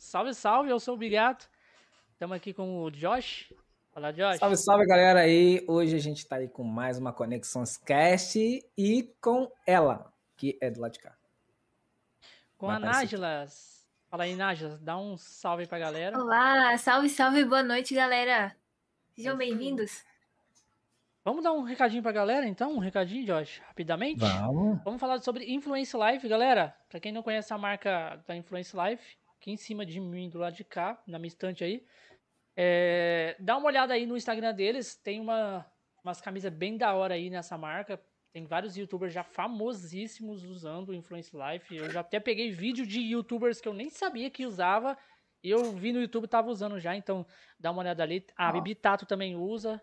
Salve, salve, eu sou o Bigato. Estamos aqui com o Josh. Fala, Josh. Salve, salve, galera aí. Hoje a gente tá aí com mais uma Conexões Cast e com ela, que é do lado de cá. Com Vai a aparecer aqui. Nájila. Fala aí, Nájila. Dá um salve aí pra galera. Olá, salve, salve, boa noite, galera. Sejam isso aí. bem-vindos. Vamos dar um recadinho pra galera, então? Um recadinho, Josh, rapidamente? Vamos falar sobre Influence Life, galera. Pra quem não conhece a marca da Influence Life, aqui em cima de mim, do lado de cá, na minha estante aí. Dá uma olhada aí no Instagram deles. Tem umas camisas bem da hora aí nessa marca. Tem vários youtubers já famosíssimos usando o Influence Life. Eu já até peguei vídeo de youtubers que eu nem sabia que usava. E eu vi no YouTube e tava usando já. Então, dá uma olhada ali. A Bibi Tato também usa.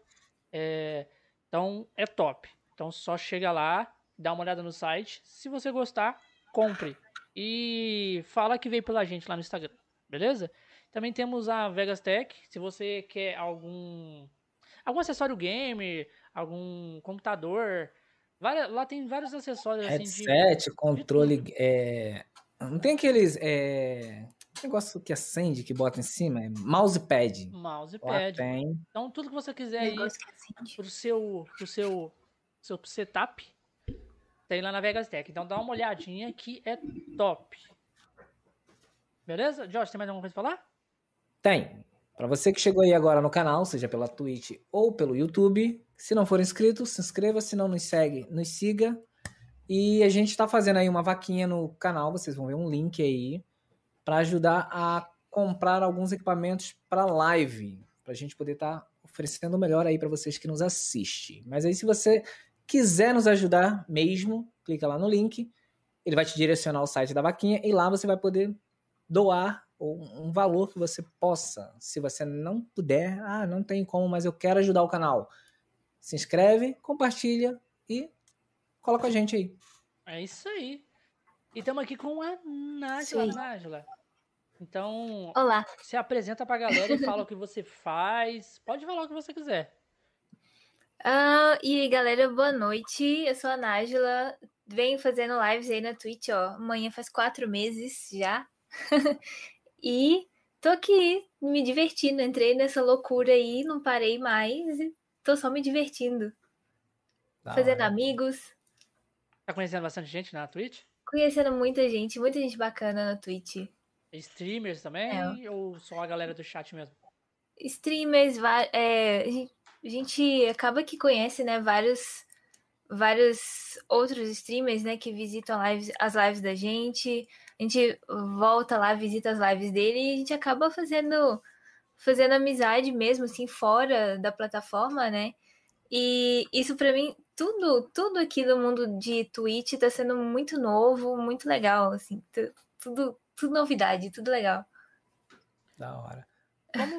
Então, é top. Então, só chega lá, dá uma olhada no site. Se você gostar, compre. E fala que veio pela gente lá no Instagram. Beleza? Também temos a Vegas Tech. Se você quer algum acessório gamer, algum computador, lá tem vários acessórios headset, controle. Não tem aqueles negócio que acende, que bota em cima? Mousepad. Mousepad. Lá tem. Então, tudo que você quiser aí pro seu setup, tem lá na Vegas Tech. Então, dá uma olhadinha que é top. Beleza? Josh, tem mais alguma coisa pra falar? Tem. Para você que chegou aí agora no canal, seja pela Twitch ou pelo YouTube, se não for inscrito, se inscreva, se não nos segue, nos siga. E a gente está fazendo aí uma vaquinha no canal, vocês vão ver um link aí, para ajudar a comprar alguns equipamentos para live, para a gente poder estar oferecendo o melhor aí para vocês que nos assistem. Mas aí se você quiser nos ajudar mesmo, clica lá no link, ele vai te direcionar ao site da vaquinha e lá você vai poder doar um valor que você possa. Se você não puder, não tem como, mas eu quero ajudar o canal. Se inscreve, compartilha e coloca a gente aí. É isso aí. E estamos aqui com a Nájila. Então, olá. Se apresenta pra galera e fala o que você faz. Pode falar o que você quiser. E aí, galera, boa noite. Eu sou a Nájila. Venho fazendo lives aí na Twitch, ó. Amanhã faz 4 meses já. E tô aqui me divertindo. Entrei nessa loucura aí, não parei mais. Tô só me divertindo. Fazendo amigos. Tá conhecendo bastante gente na Twitch? Conhecendo muita gente bacana na Twitch. Streamers também? Ou só a galera do chat mesmo? Streamers, a gente acaba que conhece, né, vários outros streamers, né, que visitam as lives da gente. A gente volta lá, visita as lives dele e a gente acaba fazendo amizade mesmo, assim, fora da plataforma, né? E isso pra mim, tudo aqui no mundo de Twitch tá sendo muito novo, muito legal, assim, tudo novidade, tudo legal. Da hora. Como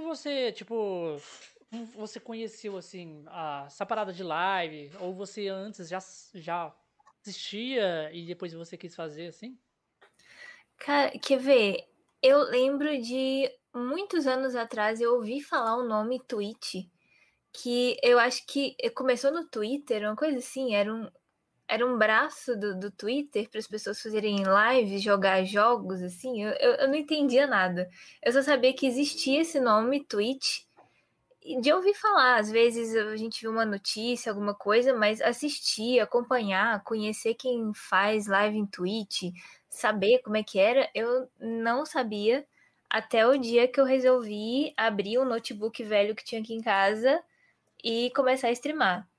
você conheceu, assim, essa parada de live? Ou você antes já assistia e depois você quis fazer, assim? Cara, quer ver? Eu lembro de muitos anos atrás eu ouvi falar o nome Twitch, que eu acho que começou no Twitter, uma coisa assim, era um braço do Twitter para as pessoas fazerem lives, jogar jogos, assim. Eu não entendia nada. Eu só sabia que existia esse nome, Twitch, e de ouvir falar. Às vezes a gente viu uma notícia, alguma coisa, mas assistir, acompanhar, conhecer quem faz live em Twitch, saber como é que era, eu não sabia até o dia que eu resolvi abrir um notebook velho que tinha aqui em casa e começar a streamar.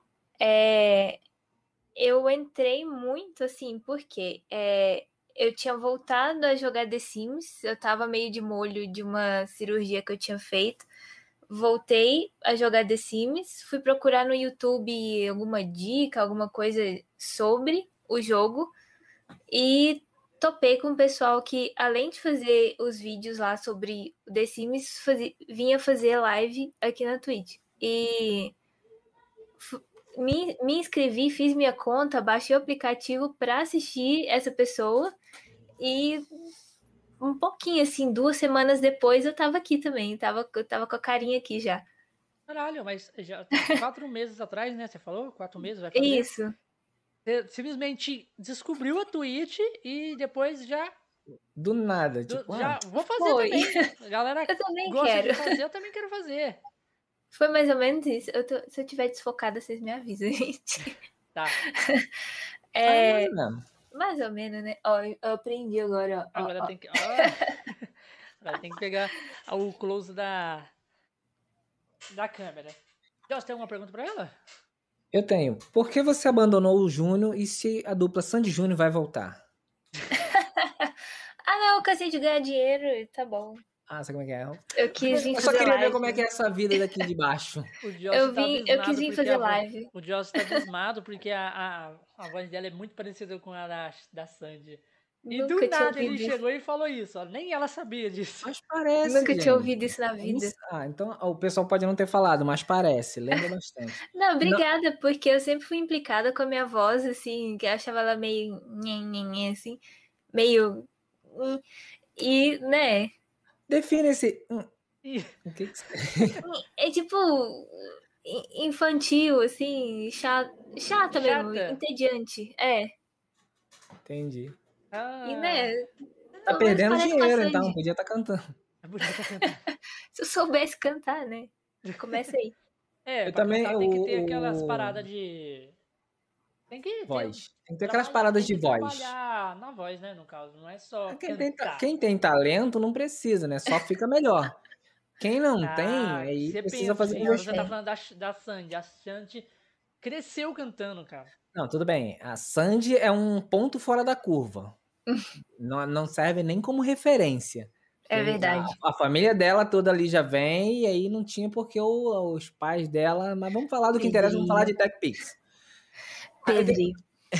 Eu entrei muito, assim, porque eu tinha voltado a jogar The Sims, eu tava meio de molho de uma cirurgia que eu tinha feito, voltei a jogar The Sims, fui procurar no YouTube alguma dica, alguma coisa sobre o jogo, e topei com o pessoal que, além de fazer os vídeos lá sobre The Sims, vinha fazer live aqui na Twitch. E me inscrevi, fiz minha conta, baixei o aplicativo para assistir essa pessoa e um pouquinho, assim, 2 semanas depois eu tava aqui também, eu tava com a carinha aqui já. Caralho, mas já 4 meses atrás, né? Você falou? 4 meses vai fazer? Isso. Você simplesmente descobriu a Twitch e depois já Do nada, tipo, já vou fazer Foi. também. A galera Eu também gosta quero. de fazer, eu também quero fazer. Foi mais ou menos isso. Se eu tiver desfocada, vocês me avisam, gente. Tá. Mais ou menos, né? Ó, eu aprendi agora, ó. Agora tem que... Agora tem que pegar o close da câmera. Josh, tem alguma pergunta pra ela? Eu tenho. Por que você abandonou o Júnior e se a dupla Sandy Júnior vai voltar? Não, eu cansei de ganhar dinheiro e tá bom. Sabe como é que é? Eu quis vir Eu fazer só queria live. ver como é que é essa vida daqui de baixo. Eu quis vir fazer live. O Josh tá abismado porque a voz dela é muito parecida com a da Sandy. E Nunca do nada ele isso. chegou e falou isso, ó. Nem ela sabia disso. Mas parece, Nunca gente. tinha ouvido isso na vida. Então o pessoal pode não ter falado, mas parece. Lembra bastante. Não, obrigada, porque eu sempre fui implicada com a minha voz, assim, que eu achava ela meio... nhen, assim, meio... E, né... Define esse... O que você... É tipo... infantil, assim, chata mesmo, entediante. Entendi. E, né... Tá perdendo dinheiro, então. Podia estar cantando. Se eu soubesse cantar, né? Começa aí. Eu também... Tem que ter aquelas paradas de... Tem que voz. Tem que ter aquelas paradas de voz. Trabalhar na voz, né, no caso. Não é só quem tem talento não precisa, né? Só fica melhor. Quem não tem, aí precisa fazer com você tá falando da Sandy. A Sandy cresceu cantando, cara. Não, tudo bem. A Sandy é um ponto fora da curva. Não serve nem como referência. É verdade. A família dela toda ali já vem, e aí não tinha porque os pais dela... Mas vamos falar do que interessa, vamos falar de TechPix. Pedrinho.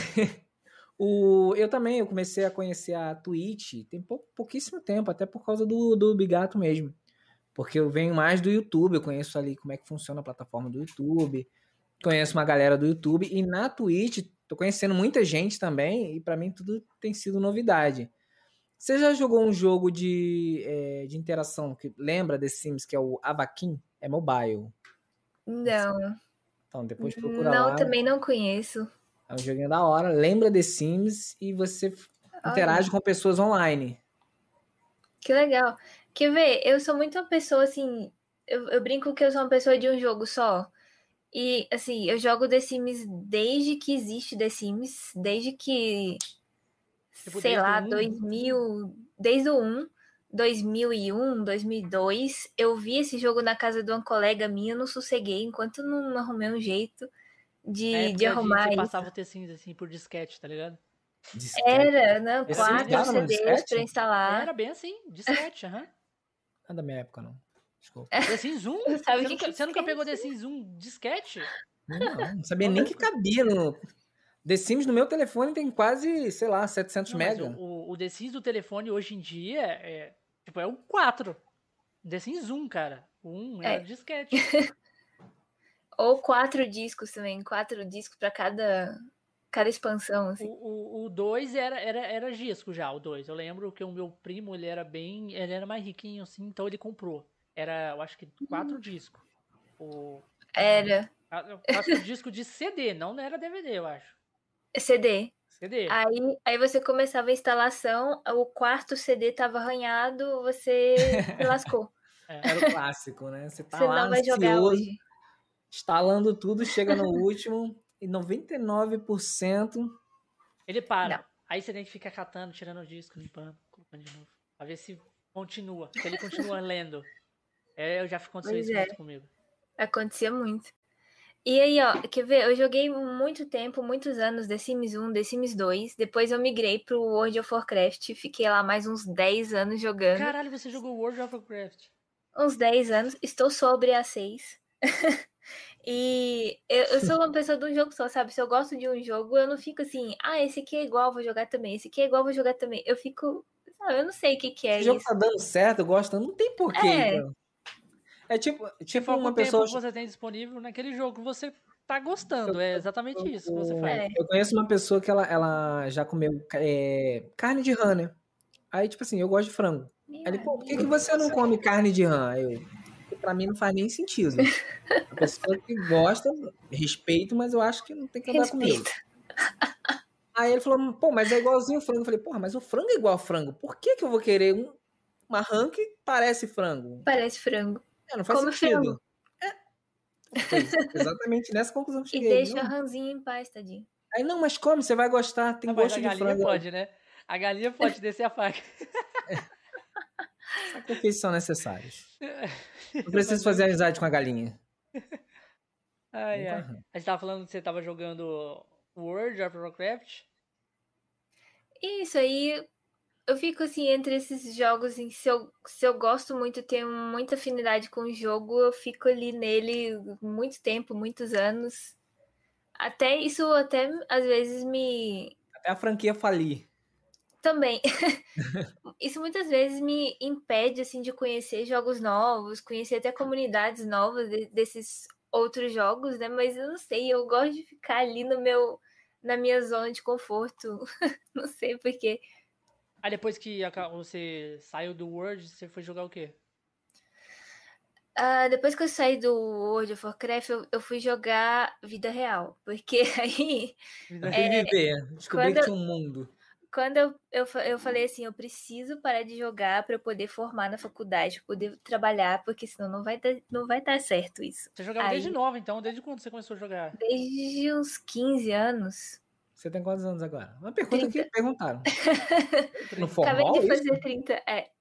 Eu comecei a conhecer a Twitch tem pouquíssimo tempo, até por causa do Bigato mesmo. Porque eu venho mais do YouTube, eu conheço ali como é que funciona a plataforma do YouTube, conheço uma galera do YouTube, e na Twitch tô conhecendo muita gente também, e pra mim tudo tem sido novidade. Você já jogou um jogo de interação que lembra The Sims, que é o Avakin? É mobile. Não. Então, depois procura lá. Não, também não conheço. É um joguinho da hora, lembra The Sims e você interage com pessoas online. Que legal. Quer ver? Eu sou muito uma pessoa, assim... Eu brinco que eu sou uma pessoa de um jogo só. E, assim, eu jogo The Sims desde que existe The Sims. Desde que... sei lá, 2000... Desde o 1. 2001, 2002. Eu vi esse jogo na casa de uma colega minha. Eu não sosseguei enquanto não arrumei um jeito de arrumar isso. Você passava o The Sims, assim, por disquete, tá ligado? Era, não, 4 CDs pra instalar. Era bem assim, disquete, Não é da minha época, não. Desculpa. The Sims 1? Você nunca pegou The Sims 1 disquete? Não sabia nem que cabia no... The Sims no meu telefone tem quase, sei lá, 700 mega. O The Sims do telefone hoje em dia é o 4. The Sims 1, cara. O 1 era disquete. Ou 4 discos também. 4 discos pra cada expansão, assim. O 2 era disco já, o 2. Eu lembro que o meu primo, ele era mais riquinho, assim, então ele comprou. Era, eu acho que 4 discos. Era. 4 discos de CD, não era DVD, eu acho. CD. CD. Aí você começava a instalação, o quarto CD tava arranhado, você se lascou. Era o clássico, né? Você tá lá não vai jogar hoje. Instalando tudo, chega no último e 99%... Ele para. Não. Aí você tem que ficar catando, tirando o disco, limpando, colocando de novo. Pra ver se continua. Se ele continua lendo. Já aconteceu isso muito comigo. Acontecia muito. E aí, ó, quer ver? Eu joguei muito tempo, muitos anos, The Sims 1, The Sims 2. Depois eu migrei pro World of Warcraft. Fiquei lá mais uns 10 anos jogando. Caralho, você jogou World of Warcraft? Uns 10 anos. Estou sobre a 6. E eu sou uma pessoa de um jogo só, sabe? Se eu gosto de um jogo, eu não fico assim, esse aqui é igual, vou jogar também. Esse aqui é igual, vou jogar também. Eu fico, sabe? Eu não sei o que é isso. O jogo tá dando certo, gostando, não tem porquê. Então. É tipo uma pessoa... que você tem disponível naquele jogo que você tá gostando. É exatamente isso que você faz. Eu conheço uma pessoa que ela já comeu carne de rã, né? Aí, tipo assim, eu gosto de frango. Aí ele, por que você não come carne de rã? Pra mim não faz nem sentido. A pessoa que gosta, respeito, mas eu acho que não tem que andar comigo. Aí ele falou, pô, mas é igualzinho o frango. Eu falei, porra, mas o frango é igual ao frango. Por que eu vou querer uma rã que parece frango? Parece frango. Não faz Come sentido. frango. Foi exatamente nessa conclusão que E cheguei. deixa Não. a rãzinha em paz, tadinho. Aí, não, mas come, você vai gostar, tem Mas gosto a de galinha frango. pode, né? A galinha pode descer a faca. Sacrifícios são necessários. Não preciso fazer amizade com a galinha. Ai. A gente tava falando que você tava jogando World of Warcraft. Isso aí, eu fico assim, entre esses jogos, assim, se eu gosto muito, tenho muita afinidade com o jogo, eu fico ali nele muito tempo, muitos anos. Até isso, até às vezes me... Até a franquia falir. Também. Isso muitas vezes me impede, assim, de conhecer jogos novos, conhecer até comunidades novas desses outros jogos, né? Mas eu não sei, eu gosto de ficar ali na minha zona de conforto. Não sei porquê. Aí depois que você saiu do World, você foi jogar o quê? Depois que eu saí do World of Warcraft, eu fui jogar vida real. Porque aí... Viver. Descobri que tinha um mundo. Quando eu falei assim, eu preciso parar de jogar para eu poder formar na faculdade, poder trabalhar, porque senão não vai dar certo isso. Você jogava desde nova, então? Desde quando você começou a jogar? Desde uns 15 anos. Você tem quantos anos agora? Uma pergunta 30. que perguntaram. No Acabei formal, de fazer isso? 30,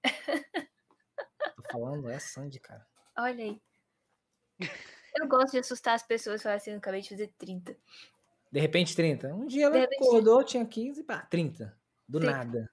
Tô falando, é Sandy, cara. Olha aí. Eu gosto de assustar as pessoas, falar assim, eu acabei de fazer 30. De repente, 30. Um dia ela acordou, tinha 15, pá, 30. Do 30. nada.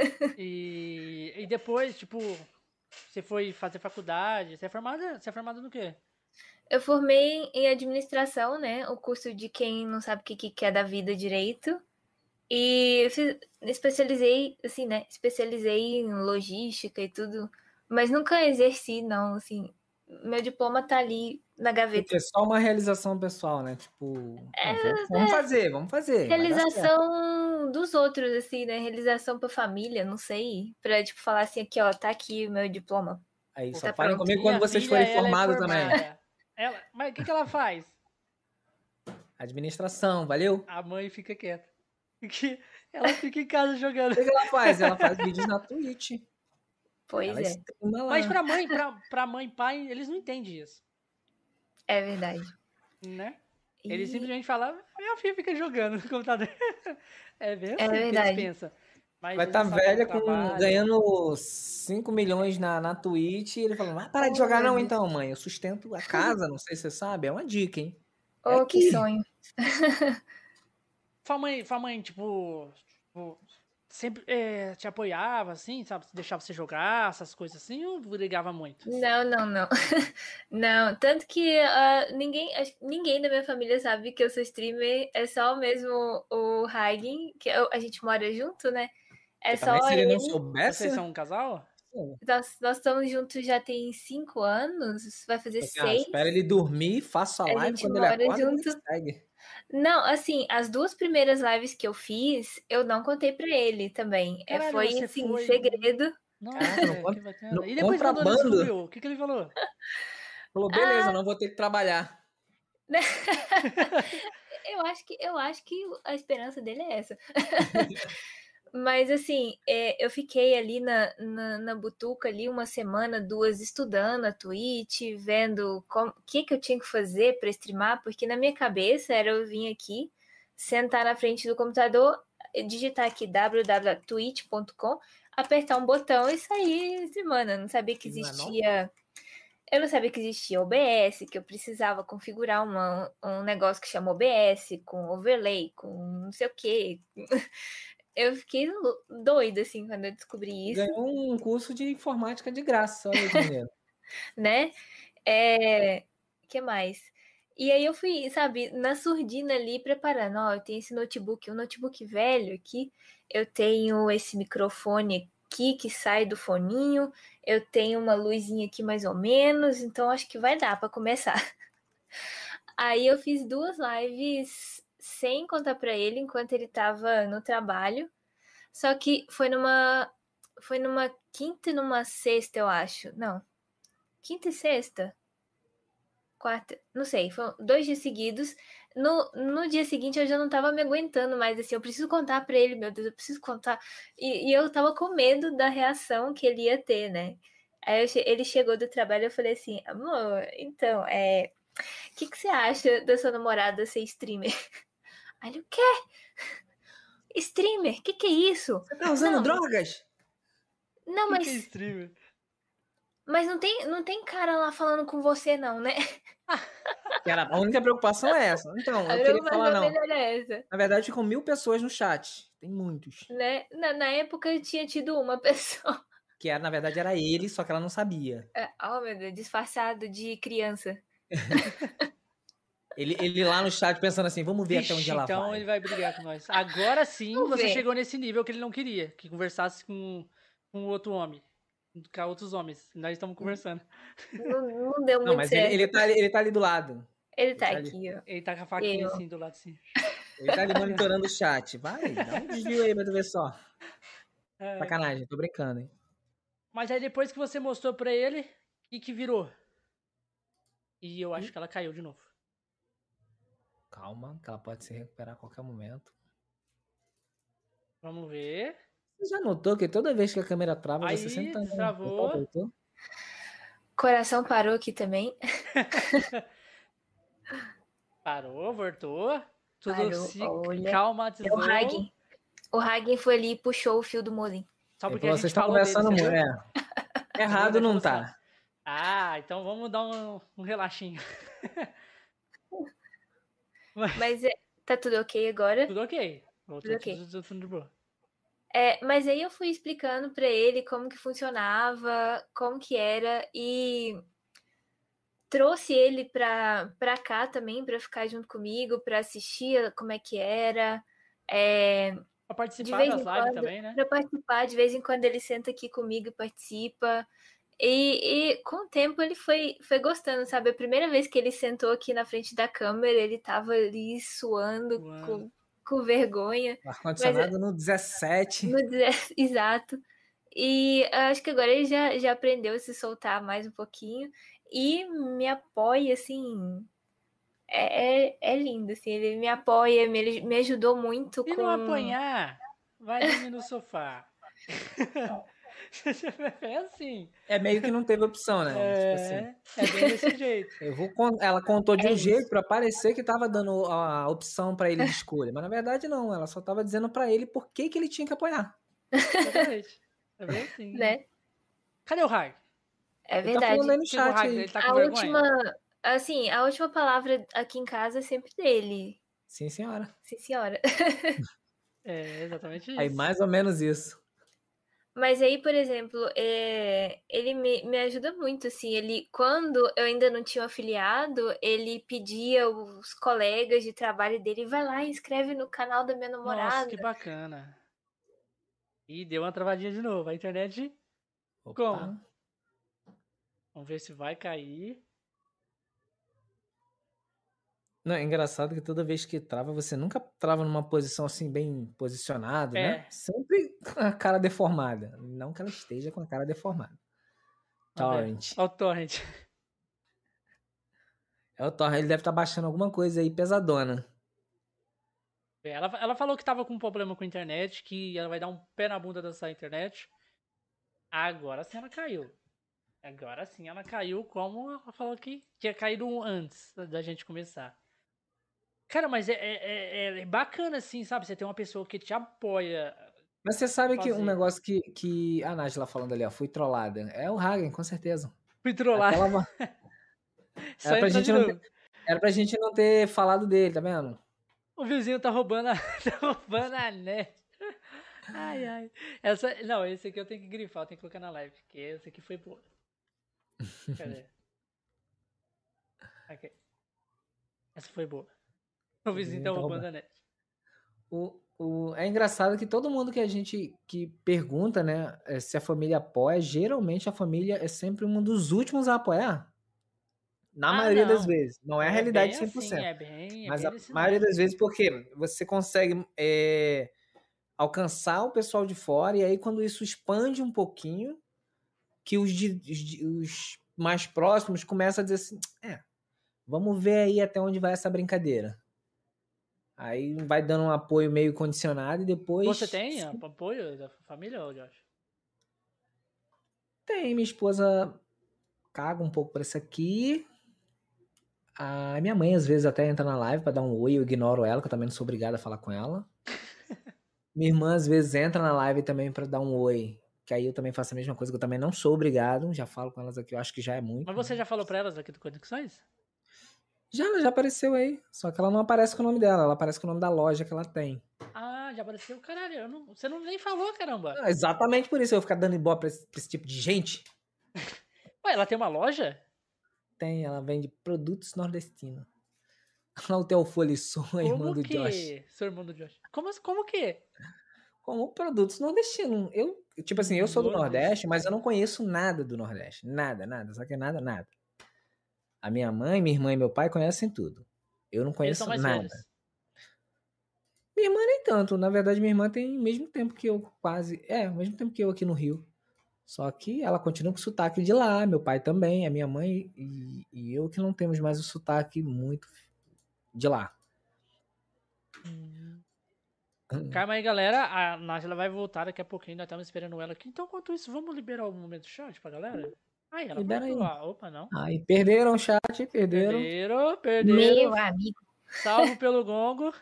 E depois, tipo, você foi fazer faculdade. Você é formada no quê? Eu formei em administração, né? O curso de quem não sabe o que quer da vida direito. E especializei, assim, né? Especializei em logística e tudo. Mas nunca exerci, não, assim. Meu diploma tá ali na gaveta. É só uma realização pessoal, né? Tipo, vamos fazer. Realização dos outros, assim, né? Realização pra família, não sei. Pra, tipo, falar assim, aqui, ó, tá aqui o meu diploma. Aí, Tá só falem pronto. comigo quando vocês forem formados também. Mas o que ela faz? Administração, valeu? A mãe fica quieta. Ela fica em casa jogando. O que ela faz? Ela faz vídeos na Twitch. Pois ela é. Mas pra mãe e pai, eles não entendem isso. É verdade. Né? Eles simplesmente falam, minha filha fica jogando no computador. É mesmo? É verdade. Eles pensam. Mas vai estar velha ganhando 5 milhões na Twitch e ele falando, vai parar de jogar não então, mãe. Eu sustento a casa, não sei se você sabe. É uma dica, hein? Oh, que sonho. Sua mãe, tipo sempre te apoiava, assim, sabe? Deixava você jogar, essas coisas assim, ou brigava muito? Não. Não, tanto que ninguém da minha família sabe que eu sou streamer, é só mesmo o Hagen, que a gente mora junto, né? É Você só se ele. ele não soubesse? Vocês são um casal? Nós estamos juntos já tem 5 anos, vai fazer 6. Espera ele dormir, faça a live, quando ele acorda, junto. Ele segue. Não, assim, as 2 primeiras lives que eu fiz, eu não contei pra ele também. Caralho, foi, assim, segredo. Nossa, que bacana. E depois quando ele descobriu, o que ele falou? Falou, beleza, não vou ter que trabalhar. Eu acho que a esperança dele é essa. Mas, assim, eu fiquei ali na butuca ali 1 semana, 2, estudando a Twitch, vendo o que eu tinha que fazer para streamar, porque na minha cabeça era eu vir aqui, sentar na frente do computador, digitar aqui www.twitch.com, apertar um botão e sair streamando. Eu não sabia que existia... Eu não sabia que existia OBS, que eu precisava configurar um negócio que chama OBS, com overlay, com não sei o quê. Eu fiquei doida, assim, quando eu descobri isso. Ganhou um curso de informática de graça, olha que maneiro. Né? Que mais? E aí eu fui, sabe, na surdina ali, preparando. Ó, eu tenho esse notebook, um notebook velho aqui. Eu tenho esse microfone aqui que sai do foninho. Eu tenho uma luzinha aqui mais ou menos. Então, acho que vai dar para começar. Aí eu fiz 2 lives sem contar para ele, enquanto ele tava no trabalho. Só que foi numa quinta e numa sexta, eu acho. Não. Quinta e sexta? Quarta? Não sei. Foram 2 dias seguidos. no dia seguinte eu já não tava me aguentando mais, assim, eu preciso contar pra ele, meu Deus, eu preciso contar. E eu tava com medo da reação que ele ia ter, né? Aí ele chegou do trabalho e eu falei assim, amor, então, o que você acha da sua namorada ser streamer? Aí ele, o quê? Streamer? O que é isso? Você tá usando drogas? Não, mas... Que é streamer? Mas não tem cara lá falando com você, não, né? A única preocupação é essa. Então, eu queria falar, não. É essa. Na verdade, ficam 1000 pessoas no chat. Tem muitos. Né? Na época eu tinha tido uma pessoa. Que na verdade era ele, só que ela não sabia. Oh, meu Deus, disfarçado de criança. Ele lá no chat pensando assim, vamos ver até onde ela vai. Então ele vai brigar com nós. Agora sim você chegou nesse nível que ele não queria. Que conversasse com outro homem. Com outros homens. Nós estamos conversando. Não deu muito certo. Mas ele tá ali do lado. Ele tá aqui, ó. Ele tá com a faquinha assim do lado assim. Ele tá ali monitorando o chat. Vai, dá um desvio aí pra tu ver só. Sacanagem, tô brincando, hein. Mas aí depois que você mostrou pra ele, o que virou? E eu acho que ela caiu de novo. Calma, que ela pode se recuperar a qualquer momento. Vamos ver. Você já notou que toda vez que a câmera trava, aí, você sempre tá... travou. Coração parou aqui também. Parou, voltou. Tudo parou, se calmatizou. O Hagen foi ali e puxou o fio do modem. Só porque a gente falou conversando dele, muito. Errado não tá. Então vamos dar um relaxinho. Mas tá tudo ok agora? Tudo ok. Tudo ok. Tudo de boa. Mas aí eu fui explicando pra ele como que funcionava, como que era, e trouxe ele pra cá também, pra ficar junto comigo, pra assistir como é que era. Pra participar das lives também, né? Pra participar, de vez em quando ele senta aqui comigo e participa. E com o tempo ele foi gostando, sabe? A primeira vez que ele sentou aqui na frente da câmera, ele tava ali suando com vergonha. O ar-condicionado no 17. Exato. E acho que agora ele já aprendeu a se soltar mais um pouquinho. E me apoia, assim... É lindo, assim. Ele me apoia, ele me ajudou muito. Se não apanhar, vai dormir no sofá. É assim. É meio que não teve opção, né? Tipo assim. É bem desse jeito. Ela contou de um jeito pra parecer que tava dando a opção pra ele de escolha. Mas na verdade não, ela só tava dizendo pra ele por que ele tinha que apoiar. Exatamente. É bem assim. Né? Cadê o Hag? É verdade. Ele tá falando aí no chat aí. Ele tá com vergonha? A última palavra aqui em casa é sempre dele. Sim, senhora. Sim, senhora. É exatamente isso. Aí mais ou menos isso. Mas aí, por exemplo, ele me ajuda muito, assim, quando eu ainda não tinha um afiliado, ele pedia os colegas de trabalho dele, vai lá e inscreve no canal da minha namorada. Nossa, que bacana. E deu uma travadinha de novo, a internet... Opa. Como? Vamos ver se vai cair. Não, é engraçado que toda vez que trava, você nunca trava numa posição assim bem posicionado, né? Sempre com a cara deformada. Não que ela esteja com a cara deformada. Torrent. Olha o Torrent. É o Torrent, ele deve estar baixando alguma coisa aí pesadona. Ela falou que tava com um problema com a internet, que ela vai dar um pé na bunda dessa internet. Agora sim ela caiu. Agora sim ela caiu como ela falou que tinha caído antes da gente começar. Cara, mas é bacana assim, sabe? Você tem uma pessoa que te apoia. Mas você sabe que um negócio que a Nájila falando ali, ó, fui trollada. É o Hagen, com certeza. Fui trollada. Era pra gente não ter falado dele, tá vendo? O vizinho tá roubando a net. Ai. Esse aqui eu tenho que grifar, eu tenho que colocar na live, porque esse aqui foi boa. Cadê? Aqui. Essa foi boa. O vizinho tá roubando a net. É engraçado que todo mundo que pergunta, né, se a família apoia, geralmente a família é sempre um dos últimos a apoiar. Na maioria das vezes. Não é a realidade 100%. Mas a maioria das vezes, porque você consegue alcançar o pessoal de fora, e aí quando isso expande um pouquinho, que os mais próximos começam a dizer assim, vamos ver aí até onde vai essa brincadeira. Aí vai dando um apoio meio condicionado e depois... Você tem apoio da família, Josh? Tem, minha esposa caga um pouco por isso aqui. A minha mãe às vezes até entra na live pra dar um oi, eu ignoro ela, que eu também não sou obrigado a falar com ela. Minha irmã às vezes entra na live também pra dar um oi, que aí eu também faço a mesma coisa, que eu também não sou obrigado, já falo com elas aqui, eu acho que já é muito. Mas você já falou pra elas aqui do Conexões? Já apareceu aí, só que ela não aparece com o nome dela, ela aparece com o nome da loja que ela tem. Ah, já apareceu? Caralho, você não nem falou, caramba. Exatamente por isso eu vou ficar dando ibope pra esse tipo de gente. Ué, ela tem uma loja? Tem, ela vende produtos nordestinos. Olha o Theo Folha, sou a irmã do Josh. Seu irmão do Josh. Como que? Como produtos nordestinos. Tipo assim, eu sou do Nordeste, mas eu não conheço nada do Nordeste. Nada. Só que nada. A minha mãe, minha irmã e meu pai conhecem tudo. Eu não conheço nada. Velhos. Minha irmã nem tanto. Na verdade, minha irmã tem o mesmo tempo que eu, quase. O mesmo tempo que eu aqui no Rio. Só que ela continua com o sotaque de lá. Meu pai também, a minha mãe e eu que não temos mais o sotaque muito de lá. Calma aí, galera. A Nájila vai voltar daqui a pouquinho. Nós estamos esperando ela aqui. Então, enquanto isso, vamos liberar o momento chat pra galera? Aí, ela libera voltou. aí. Opa, não. Aí, perderam o chat, perderam. Meu amigo. Salvo pelo gongo.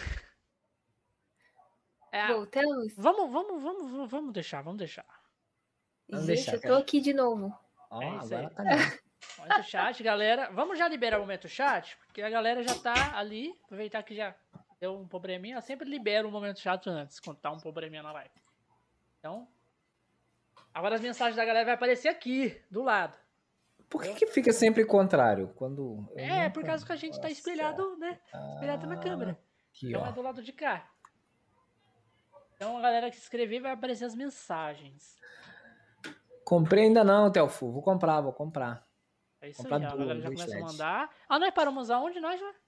Voltamos? Vamos deixar. Gente, eu tô aqui de novo. Agora tá bem. Momento chat, galera. Vamos já liberar o momento chat? Porque a galera já tá ali. Aproveitar que já deu um probleminha. Eu sempre libero o momento chat antes, quando tá um probleminha na live. Então, agora as mensagens da galera vai aparecer aqui, do lado. Por que fica sempre contrário? Por causa que a gente tá espelhado, né? Espelhado na câmera. Aqui, então é do lado de cá. Então a galera que se inscrever vai aparecer as mensagens. Comprei ainda não, Telfu. Vou comprar. É isso aí, a galera já começa a mandar. Nós paramos aonde, nós já?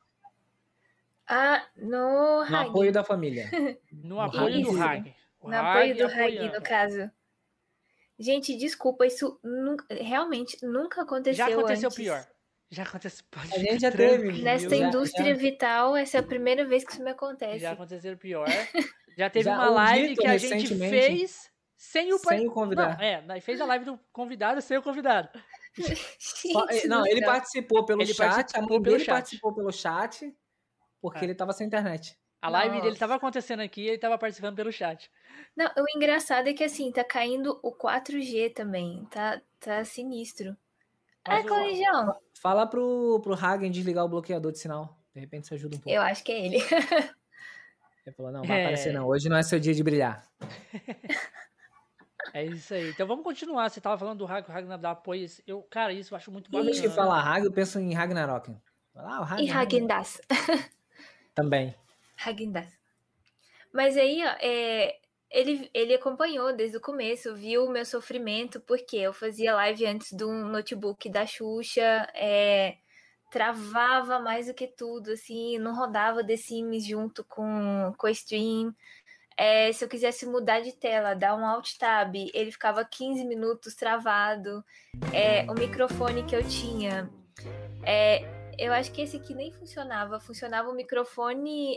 No apoio da família. No apoio do Hag. No apoio do Hag, no caso. Gente, desculpa, isso realmente nunca aconteceu antes. Já aconteceu pior. Já aconteceu. A gente já teve. Nesta indústria vital, essa é a primeira vez que isso me acontece. Já aconteceu pior. Já teve uma live que a gente fez sem o convidado. Fez a live do convidado sem o convidado. Ele participou pelo chat, a mãe dele participou pelo chat, porque ele tava sem internet. A live dele tava acontecendo aqui e ele tava participando pelo chat. Não, o engraçado é que assim, tá caindo o 4G também, tá sinistro. Colegião. Fala pro Hagen desligar o bloqueador de sinal, de repente isso ajuda um pouco. Eu acho que é ele. Ele falou, não, vai aparecer não, hoje não é seu dia de brilhar. É isso aí. Então vamos continuar. Você tava falando do Hag, o Ragnar dá apoio. Cara, isso eu acho muito bacana. Quando a gente fala Hag, eu penso em Ragnarok. E Häagen-Dazs. Também. Häagen-Dazs. Mas aí, ó, ele acompanhou desde o começo, viu o meu sofrimento, porque eu fazia live antes do notebook da Xuxa, travava mais do que tudo, assim, não rodava The Sims junto com a stream. Se eu quisesse mudar de tela, dar um Alt Tab, ele ficava 15 minutos travado. O microfone que eu tinha, eu acho que esse aqui nem funcionava. Funcionava o microfone...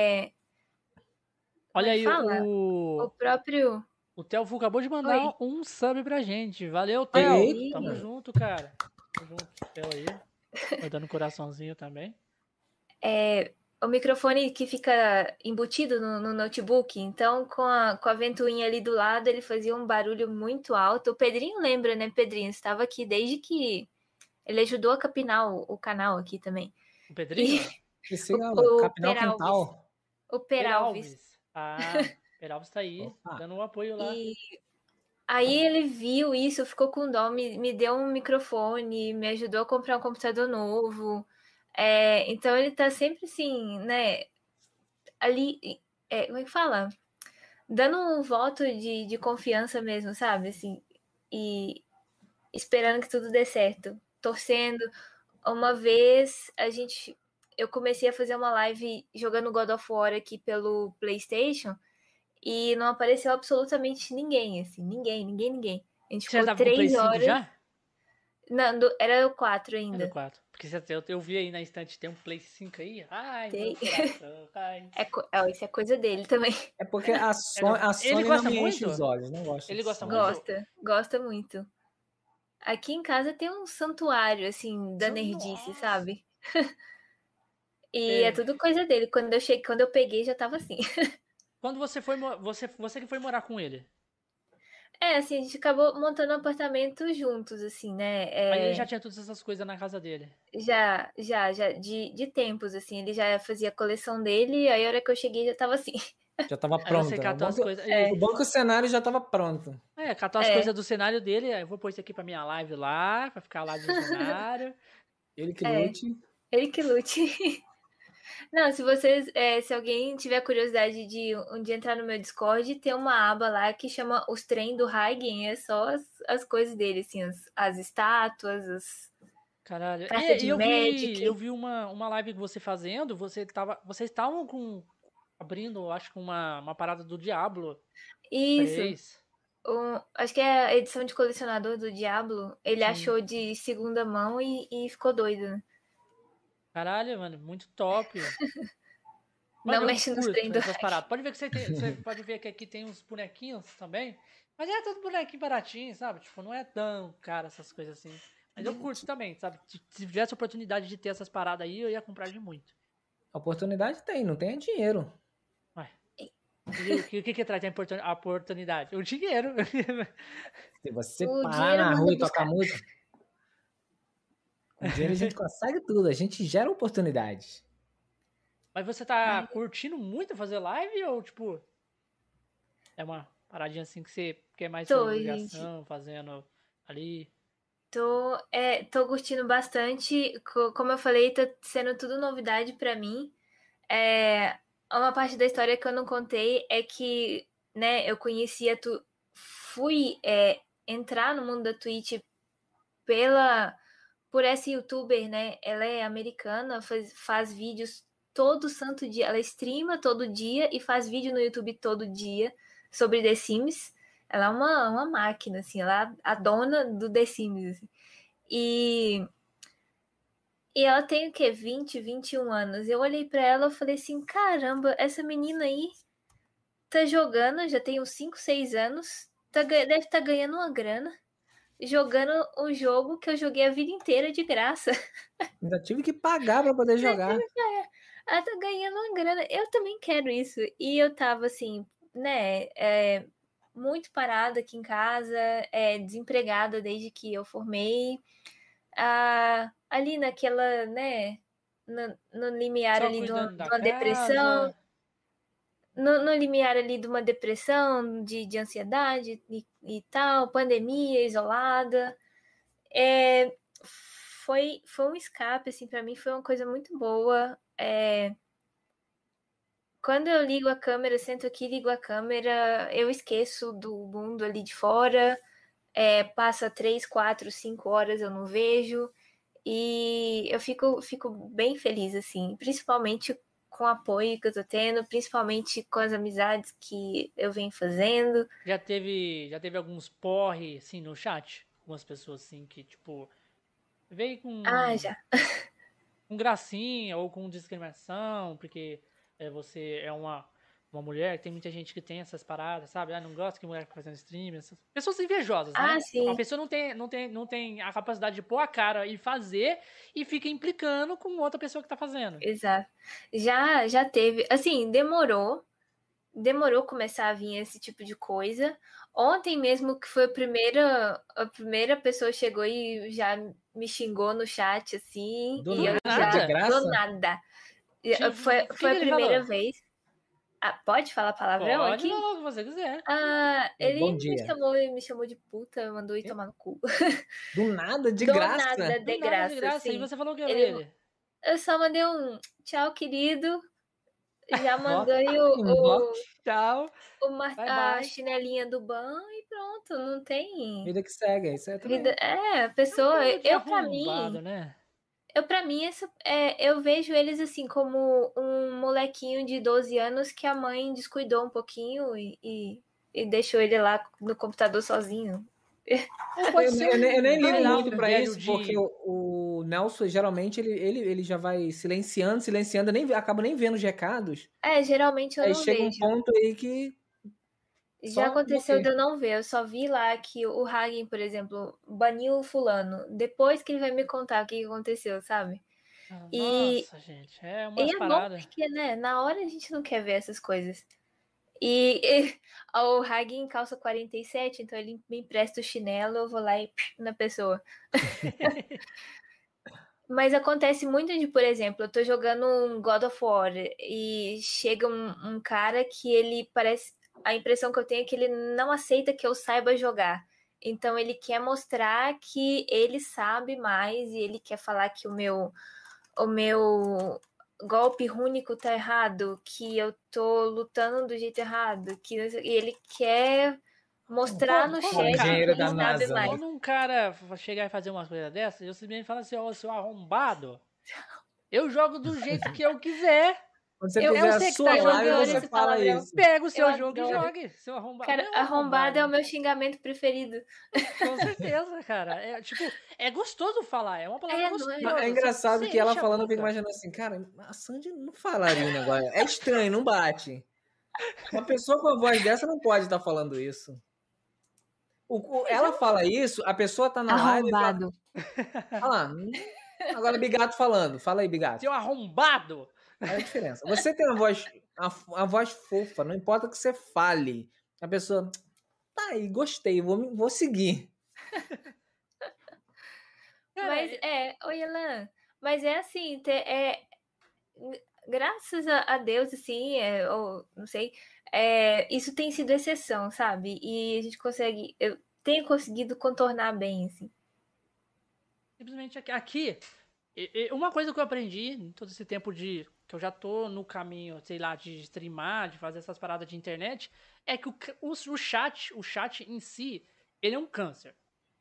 Olha aí o próprio... O Theo acabou de mandar um sub pra gente. Valeu, Theo. Tamo junto, cara. Tamo junto, Theo aí. Vai dando coraçãozinho também. O microfone que fica embutido no notebook, então com a ventoinha ali do lado, ele fazia um barulho muito alto. O Pedrinho lembra, né, Pedrinho? Estava aqui desde que ele ajudou a capinar o canal aqui também. O Pedrinho? O Peralves. O Peralves. Peralves tá aí, dando um apoio lá. E aí ele viu isso, ficou com dó, me deu um microfone, me ajudou a comprar um computador novo. Então ele tá sempre assim, né, ali, como é que fala? Dando um voto de confiança mesmo, sabe, assim, e esperando que tudo dê certo, torcendo. Uma vez eu comecei a fazer uma live jogando God of War aqui pelo PlayStation e não apareceu absolutamente ninguém, assim, ninguém. A gente ficou 3 horas. Já? Não, era o 4 Era o ainda. 4. Porque eu vi aí na estante, tem um Play 5 aí. Ai, Tem. meu coração. Ai. Isso é coisa dele também. É porque a Ele Sony não gosta me enche muito? os olhos, não gosta Ele de gosta Sony. muito? Gosta muito. Aqui em casa tem um santuário, assim, da nerdice, Nossa. sabe? E é tudo coisa dele. Quando eu peguei, já tava assim. Quando você foi, você que foi morar com ele? Assim, a gente acabou montando um apartamento juntos, assim, né? Aí ele já tinha todas essas coisas na casa dele. Já, de tempos, assim. Ele já fazia a coleção dele, aí a hora que eu cheguei já tava assim. Já tava Aí você pronta. catou as coisas. O banco cenário já tava pronto. Catou as coisas do cenário dele. Aí eu vou pôr isso aqui pra minha live lá, pra ficar lá no cenário. Ele que lute. Ele que lute. Não, se alguém tiver curiosidade de um dia entrar no meu Discord, tem uma aba lá que chama Os Trem do Hagen, é só as coisas dele, assim, as estátuas, as Caralho. cartas de Magic. Eu vi uma live que você fazendo, vocês estavam abrindo, acho que uma parada do Diablo. Isso. 3. Acho que é a edição de colecionador do Diablo. Ele Sim. achou de segunda mão e ficou doido, né? Caralho, mano, muito top. Mano, não mexe nos trem do paradas. Pode ver que você pode ver que aqui tem uns bonequinhos também. Mas é tudo bonequinho baratinho, sabe? Tipo, não é tão caro essas coisas assim. Mas eu curto também, sabe? Se tivesse oportunidade de ter essas paradas aí, eu ia comprar de muito. A oportunidade tem, não tem dinheiro. Ué. O que traz a oportunidade? O dinheiro. Se você parar na rua e tocar música, com dinheiro a gente consegue tudo, a gente gera oportunidades. Mas você tá curtindo muito fazer live ou, tipo, é uma paradinha assim que você quer mais por obrigação, fazendo ali? Tô curtindo bastante. Como eu falei, tá sendo tudo novidade pra mim. Uma parte da história que eu não contei é que, né, eu conhecia fui entrar no mundo da Twitch por essa youtuber, né? Ela é americana, faz vídeos todo santo dia. Ela streama todo dia e faz vídeo no YouTube todo dia sobre The Sims. Ela é uma máquina, assim, ela é a dona do The Sims. Assim. E ela tem o quê? 20, 21 anos. Eu olhei pra ela e falei assim, caramba, essa menina aí tá jogando, já tem uns 5, 6 anos, deve estar ganhando uma grana, jogando um jogo que eu joguei a vida inteira de graça. Ainda tive que pagar pra poder jogar. Ela tá ganhando uma grana. Eu também quero isso. E eu tava assim, né, muito parada aqui em casa, desempregada desde que eu formei. Ali naquela, né, no limiar ali de uma depressão. No limiar ali de uma depressão, de ansiedade e tal, pandemia, isolada. Foi um escape, assim, pra mim foi uma coisa muito boa. Quando eu ligo a câmera, sento aqui, ligo a câmera, eu esqueço do mundo ali de fora. Passa 3, 4, 5 horas, eu não vejo. E eu fico bem feliz, assim, principalmente com o apoio que eu tô tendo, principalmente com as amizades que eu venho fazendo. Já teve alguns porre, assim, no chat? Algumas pessoas, assim, que, tipo, veio com... já. Com gracinha ou com discriminação, porque você é uma mulher, tem muita gente que tem essas paradas, sabe? Não gosta que mulher fica fazendo stream, essas pessoas invejosas, né? Sim. A pessoa não tem a capacidade de pôr a cara e fazer e fica implicando com outra pessoa que tá fazendo. Exato. Já teve, assim, demorou começar a vir esse tipo de coisa. Ontem mesmo que foi a primeira pessoa chegou e já me xingou no chat, assim. Do nada. Foi a primeira vez. Pode falar palavrão aqui? Pode, o que você quiser. Ele me chamou de puta, mandou ir tomar no cu. Do nada, de graça? Do nada, de graça. Sim. E você falou o que pra ele? Eu só mandei um tchau, querido. Já mandei tchau. A chinelinha do ban e pronto, não tem. Vida que segue, isso é também. A pessoa. Eu pra mim, eu vejo eles assim como um molequinho de 12 anos que a mãe descuidou um pouquinho e deixou ele lá no computador sozinho. Ou pode ser eu nem ligo bailado muito pra velho isso, porque o Nelson, geralmente, ele já vai silenciando, acaba nem vendo os recados. Geralmente eu Aí não chega um vejo. ponto aí que Já só aconteceu de bloqueia. eu não ver, eu só vi lá que o Hagen, por exemplo, baniu o fulano. Depois que ele vai me contar o que aconteceu, sabe? E, Nossa, gente, é e umas é bom paradas. porque, né, na hora a gente não quer ver essas coisas. E o Hagen calça 47, então ele me empresta o chinelo, eu vou lá e na pessoa. Mas acontece muito de, por exemplo, eu tô jogando um God of War e chega um cara que ele parece. A impressão que eu tenho é que ele não aceita que eu saiba jogar. Então ele quer mostrar que ele sabe mais e ele quer falar que o meu golpe único tá errado, que eu tô lutando do jeito errado, que e ele quer mostrar no chat engenheiro que ele da sabe NASA, mais. Quando um cara chegar e fazer umas coisas dessas, eu simplesmente falo assim, ô, seu arrombado, eu jogo do jeito que eu quiser. Quando você Eu fizer a sei que tá sua live, adoro jogando. você esse fala palavrão. isso. Pega o seu Eu jogo e adoro. jogue, seu arrombado. Cara, Não, arrombado é o meu xingamento preferido. Com certeza, cara. É tipo, é gostoso falar, é uma palavra Não é? Não, é gostosa. engraçado Você que ela enche a falando, eu fico boca. imaginando assim, cara, a Sandy não falaria um negócio. É estranho, não bate. Uma pessoa com a voz dessa não pode estar falando isso. Ela fala isso, a pessoa tá na live e fala, Arrombado. olha lá, agora Bigato falando. Fala aí, Bigato. Seu arrombado! Olha a diferença. Você tem uma voz fofa, não importa o que você fale. A pessoa, tá aí, gostei, vou seguir. Cara, Mas oi, Elan. Mas é assim, graças a Deus, assim, ou não sei, isso tem sido exceção, sabe? E a gente eu tenho conseguido contornar bem, assim. simplesmente aqui, uma coisa que eu aprendi em todo esse tempo que eu já tô no caminho, sei lá, de streamar, de fazer essas paradas de internet, é que o chat em si, ele é um câncer.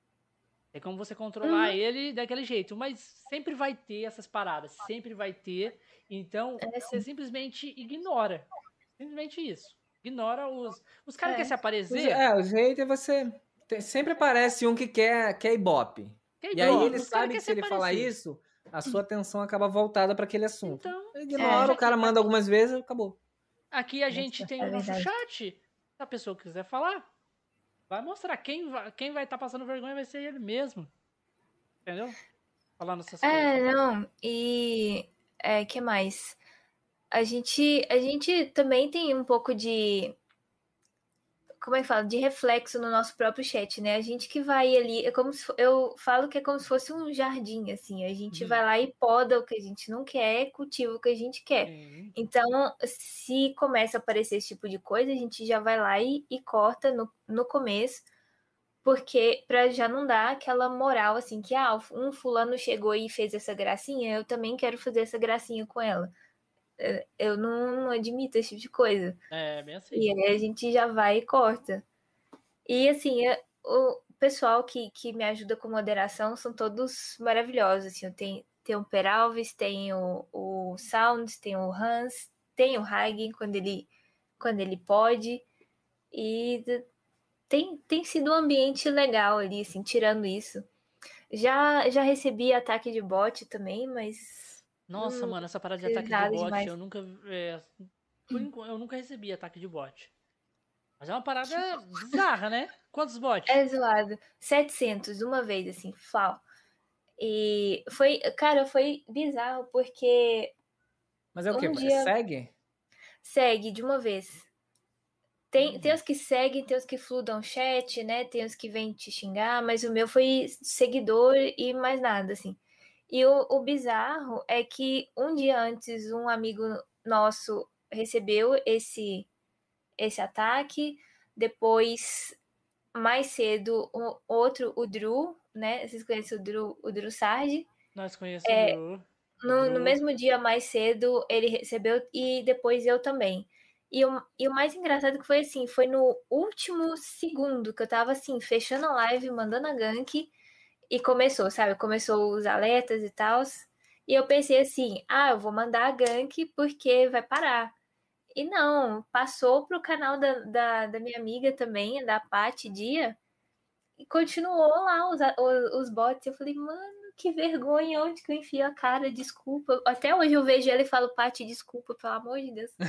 É como você controlar ele daquele jeito, mas sempre vai ter essas paradas, sempre vai ter. Então, você simplesmente ignora. Simplesmente isso. Ignora os caras que querem se aparecer. Os haters, sempre aparece um que quer ibope. E aí ele sabe que se ele falar isso, a sua atenção acaba voltada para aquele assunto. Então, Ignora, o cara manda algumas vezes, acabou. Aqui a gente tem o nosso chat. Se a pessoa quiser falar, vai mostrar. Quem vai estar passando vergonha vai ser ele mesmo. Entendeu? Falando essas coisas. Não. E que mais? A gente também tem um pouco de, como é que fala? De reflexo no nosso próprio chat, né? A gente que vai ali, eu falo que é como se fosse um jardim, assim. A gente vai lá e poda o que a gente não quer, cultiva o que a gente quer. Então, se começa a aparecer esse tipo de coisa, a gente já vai lá e corta no começo, porque para já não dar aquela moral, assim, que um fulano chegou e fez essa gracinha, eu também quero fazer essa gracinha com ela. Eu não admito esse tipo de coisa. É, bem assim. E aí a gente já vai e corta. E assim, o pessoal que me ajuda com moderação são todos maravilhosos. Assim, tem o Peralves, tem o Sounds, tem o Hans, tem o Hagen quando ele pode. E tem sido um ambiente legal ali, assim, tirando isso. Já recebi ataque de bot também, mas. Nossa, mano, essa parada de ataque de bot, eu nunca. Eu nunca recebi ataque de bot. Mas é uma parada bizarra, né? Quantos bots? É zoado. 700, uma vez, assim, fal. E foi bizarro, porque. Mas é o quê? Segue? Segue de uma vez. Tem os que seguem, tem os que fludam chat, né? Tem os que vêm te xingar, mas o meu foi seguidor e mais nada, assim. E o bizarro é que um dia antes um amigo nosso recebeu esse ataque, depois, mais cedo, o Drew, né? Vocês conhecem o Drew Sardi? Nós conhecemos o Drew. No mesmo dia, mais cedo, ele recebeu e depois eu também. E o mais engraçado que foi assim, foi no último segundo que eu tava assim, fechando a live, mandando a gank, e começou, sabe? Começou os alertas e tal. E eu pensei assim, eu vou mandar a gank porque vai parar. E não, passou pro canal da minha amiga também, da Paty Dia, continuou lá os bots. Eu falei, mano, que vergonha, onde que eu enfio a cara? Desculpa. Até hoje eu vejo ela e falo, Paty, desculpa, pelo amor de Deus.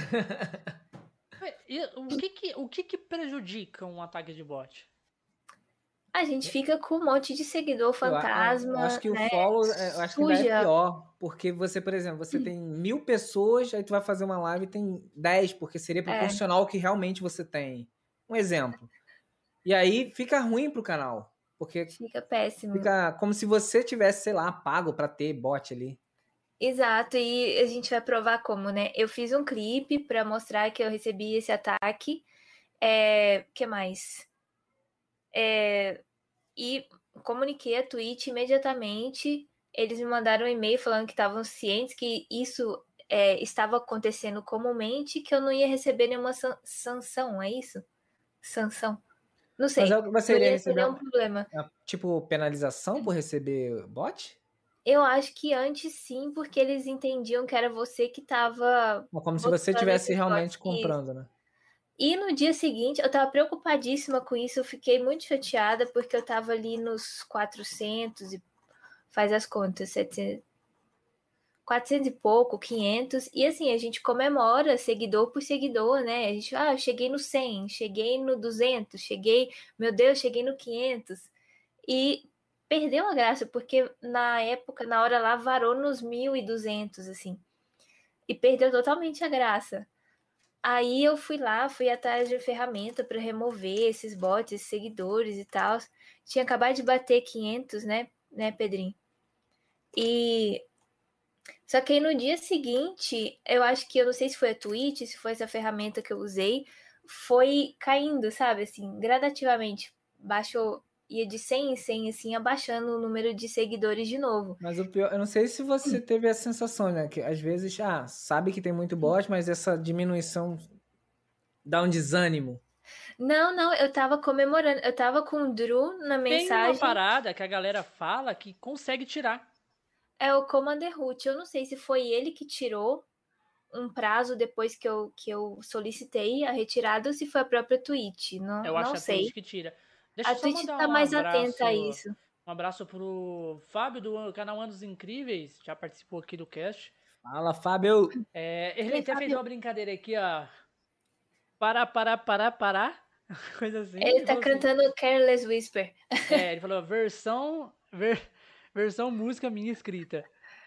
E o que prejudica um ataque de bot? A gente fica com um monte de seguidor fantasma, eu acho que né? o follow, eu acho que ainda é pior, porque você, por exemplo, você tem 1000 pessoas, aí tu vai fazer uma live e tem 10, porque seria proporcional ao que realmente você tem. Um exemplo. E aí fica ruim pro canal, porque fica péssimo. Fica como se você tivesse, sei lá, pago pra ter bot ali. Exato, e a gente vai provar como, né? Eu fiz um clipe pra mostrar que eu recebi esse ataque. Que mais? E comuniquei a Twitch imediatamente. Eles me mandaram um e-mail falando que estavam cientes que isso estava acontecendo comumente, que eu não ia receber nenhuma sanção, é isso? Sanção. Não sei. Mas você não iria ia receber ter nenhum problema. Tipo penalização por receber bot? Eu acho que antes sim, porque eles entendiam que era você que estava. Como se você estivesse realmente comprando, né? E no dia seguinte, eu tava preocupadíssima com isso, eu fiquei muito chateada, porque eu tava ali nos 400 e faz as contas, 700, 400 e pouco, 500, e assim, a gente comemora seguidor por seguidor, né? A gente, eu cheguei no 100, cheguei no 200, meu Deus, cheguei no 500, e perdeu a graça, porque na época, na hora lá, varou nos 1.200, assim, e perdeu totalmente a graça. Aí eu fui atrás de ferramenta para remover esses bots, esses seguidores e tal. Tinha acabado de bater 500, né, Pedrinho? E só que aí no dia seguinte, eu acho que, eu não sei se foi a Twitch, se foi essa ferramenta que eu usei, foi caindo, sabe, assim, gradativamente. Baixou, ia de 100 em 100, assim, abaixando o número de seguidores de novo. Mas o pior, eu não sei se você teve essa sensação, né? Que às vezes, sabe que tem muito bot, mas essa diminuição dá um desânimo. Não, eu tava comemorando, eu tava com o Drew na mensagem. Tem uma parada que a galera fala que consegue tirar. É o Commander Root. Eu não sei se foi ele que tirou um prazo depois que eu solicitei a retirada ou se foi a própria Twitch. Não, eu acho não a sei. Twitch que tira. Deixa A eu só Twitch mandar tá mais atenta a isso. Um abraço pro Fábio do canal Anos Incríveis, já participou aqui do cast. Fala, Fábio! Ele até fez uma brincadeira aqui, ó. Parar. Coisa assim. Ele tá cantando assim, Careless Whisper. Ele falou versão música minha escrita.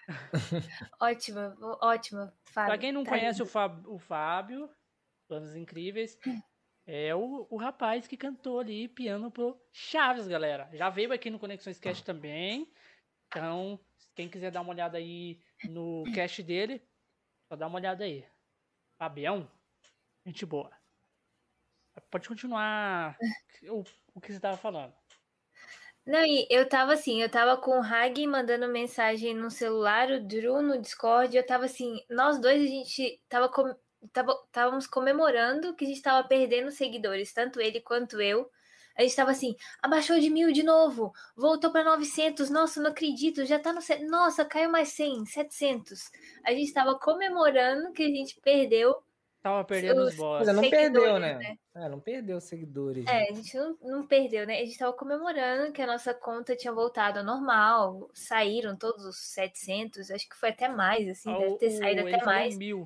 Ótima, Fábio. Pra quem não conhece o Fábio, Anos Incríveis, é o rapaz que cantou ali piano pro Chaves, galera. Já veio aqui no Conexões Cast também. Então, quem quiser dar uma olhada aí no cast dele, só dá uma olhada aí. Fabião, gente boa. Pode continuar o que você tava falando. Não, e eu tava com o Hag mandando mensagem no celular, o Drew no Discord, eu tava assim, nós dois, a gente estávamos comemorando que a gente estava perdendo seguidores, tanto ele quanto eu. A gente estava assim, abaixou de 1000 de novo, voltou para 900, nossa, não acredito, já tá no... Nossa, caiu mais 100, 700. A gente estava comemorando que a gente perdeu. Tava perdendo os bots. Não perdeu, né? Não perdeu os seguidores. A gente não perdeu, né? A gente tava comemorando que a nossa conta tinha voltado ao normal. Saíram todos os 700, acho que foi até mais, assim, deve ter saído até mais. 1000.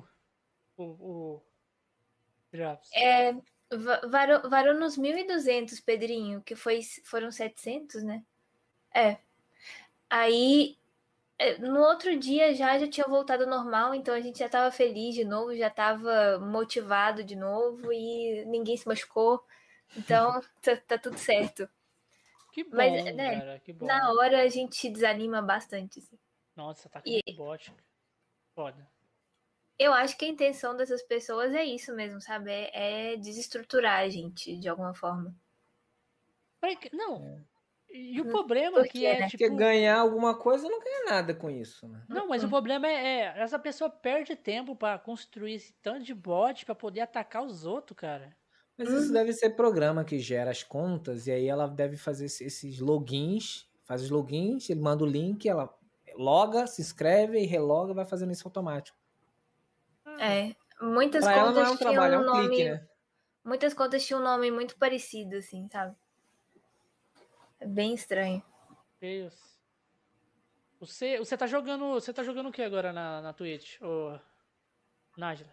Já. Varou nos 1.200, Pedrinho, que foram 700, né? Aí, no outro dia já tinha voltado ao normal, então a gente já tava feliz de novo, já tava motivado de novo e ninguém se machucou. Então, tá tudo certo. Que bom, mas, né, cara, que bom. Na hora a gente desanima bastante. Assim. Nossa, tá com muito bot. Foda. Eu acho que a intenção dessas pessoas é isso mesmo, sabe? É desestruturar a gente, de alguma forma. Não. E o problema é que é, porque ganhar alguma coisa não ganha nada com isso, né? Não, mas o problema é essa pessoa perde tempo pra construir esse tanto de bot pra poder atacar os outros, cara. Mas isso deve ser programa que gera as contas, e aí ela deve fazer esses logins, faz os logins, ele manda o link, ela loga, se inscreve e reloga, vai fazendo isso automático. Muitas pra contas ela não é um trabalho, é um nome, clique, né? Muitas contas tinham um nome muito parecido, assim, sabe? É bem estranho. Deus. Você tá jogando o que agora na Twitch, ô Nájila?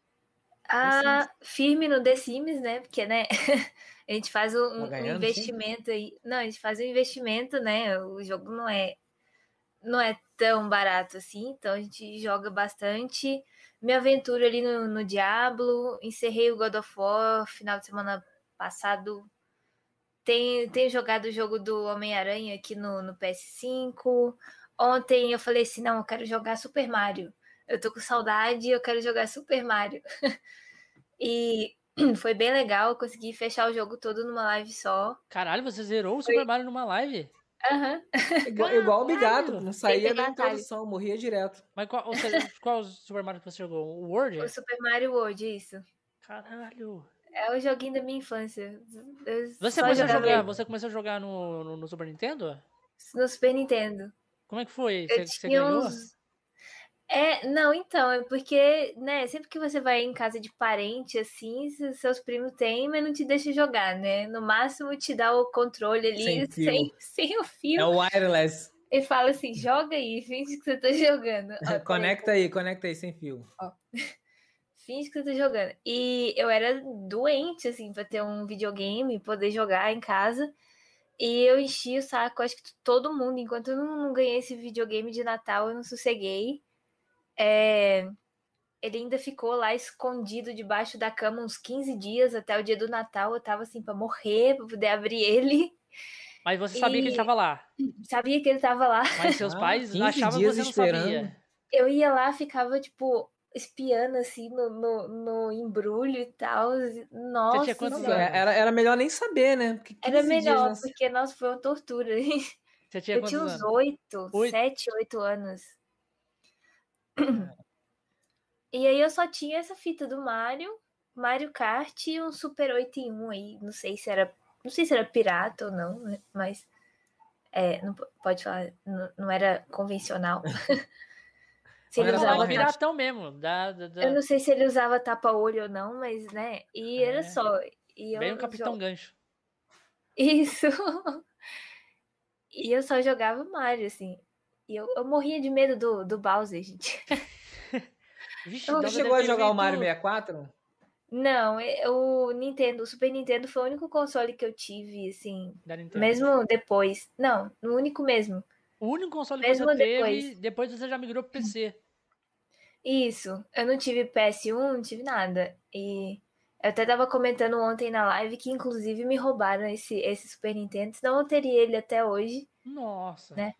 Firme no The Sims, né? Porque, né, a gente faz um investimento aí. Não, a gente faz um investimento, né? O jogo não é tão barato assim, então a gente joga bastante. Minha aventura ali no Diablo, encerrei o God of War final de semana passado. Tenho jogado o jogo do Homem-Aranha aqui no PS5. Ontem eu falei assim, não, eu quero jogar Super Mario. Eu tô com saudade, eu quero jogar Super Mario. E foi bem legal, eu consegui fechar o jogo todo numa live só. Caralho, você zerou o Super Mario numa live? Aham. Igual o Bigato, não saía da introdução, morria direto. Mas qual Super Mario que você jogou? O World? O Super Mario World, isso. Caralho. É o joguinho da minha infância. Você começou a jogar no Super Nintendo? No Super Nintendo. Como é que foi? Você ganhou? Não, então, é porque, né, sempre que você vai em casa de parente, assim, seus primos têm, mas não te deixa jogar, né? No máximo te dá o controle ali sem o fio. É o wireless. Ele fala assim, joga aí, finge que você tá jogando. Ó, conecta aí, sem fio. Ó. Finge que você tá jogando. E eu era doente, assim, pra ter um videogame, poder jogar em casa. E eu enchi o saco, acho que todo mundo, enquanto eu não ganhei esse videogame de Natal, eu não sosseguei. Ele ainda ficou lá escondido debaixo da cama uns 15 dias até o dia do Natal. Eu tava assim pra morrer, pra poder abrir ele. Mas você sabia que ele tava lá? Sabia que ele tava lá. Mas seus pais achavam que você não sabia. Eu ia lá, ficava tipo espiando assim no embrulho e tal. Nossa, você tinha quantos anos? Era melhor nem saber, né? Era melhor, porque nossa, foi uma tortura. Você tinha eu tinha uns 7, 8 anos. E aí eu só tinha essa fita do Mario Kart e um Super 8 em 1 aí. Não sei se era pirata ou não, né? Mas não pode falar, não era convencional. Se ele usava piratão mesmo. Eu não sei se ele usava tapa-olho ou não, mas, né? E era só. Bem o Capitão Gancho. Isso. E eu só jogava Mario, assim. E eu morria de medo do Bowser, gente. Vixe, você chegou a jogar o Mario 64? Não, o Super Nintendo foi o único console que eu tive, assim. Mesmo depois. Não, no único mesmo. O único console que você teve, depois você já migrou pro PC. Isso. Eu não tive PS1, não tive nada. E eu até tava comentando ontem na live que, inclusive, me roubaram esse Super Nintendo. Senão eu teria ele até hoje. Nossa. Né?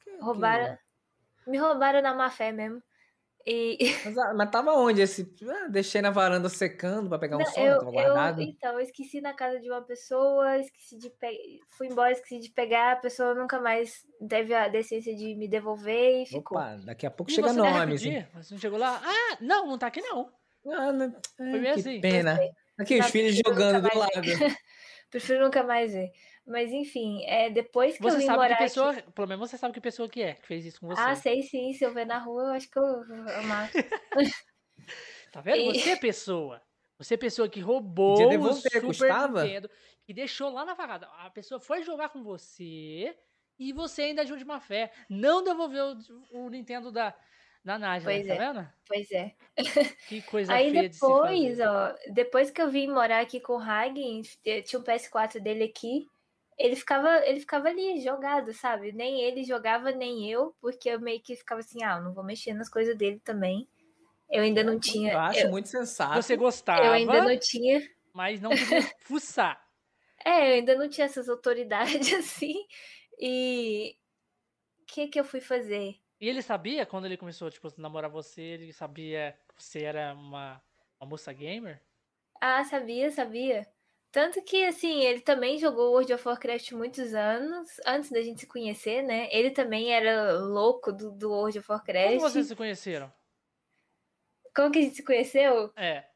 Me roubaram na má fé mesmo. Mas tava onde esse? Deixei na varanda secando pra pegar um sol, tava guardado. Então, eu esqueci na casa de uma pessoa, fui embora, esqueci de pegar, a pessoa nunca mais teve a decência de me devolver e ficou. Opa, daqui a pouco chega nome. Você não chegou lá? Não tá aqui não. Foi meio assim. Pena. Aqui os filhos jogando do lado. Prefiro nunca mais ver. Mas enfim, depois que eu vim morar aqui... Pelo menos você sabe que pessoa que fez isso com você. Sei sim. Se eu ver na rua, eu acho que eu amar. Tá vendo? Você é pessoa que roubou o Super Nintendo, que deixou lá na varanda. A pessoa foi jogar com você e você ainda agiu de má fé. Não devolveu o Nintendo da Nájila, tá vendo? Pois é. Que coisa aí feia depois, de se fazer. Depois que eu vim morar aqui com o Hagen, tinha um PS4 dele aqui, ele ficava ali jogado, sabe? Nem ele jogava, nem eu, porque eu meio que ficava assim, eu não vou mexer nas coisas dele também. Eu ainda não tinha... Eu acho muito sensato. Você gostava, eu ainda não tinha... mas não podia fuçar. Eu ainda não tinha essas autoridades assim. E o que eu fui fazer? E ele sabia, quando ele começou a namorar você, ele sabia que você era uma moça gamer? Sabia. Tanto que, assim, ele também jogou World of Warcraft muitos anos, antes da gente se conhecer, né? Ele também era louco do World of Warcraft. Como vocês se conheceram? Como que a gente se conheceu?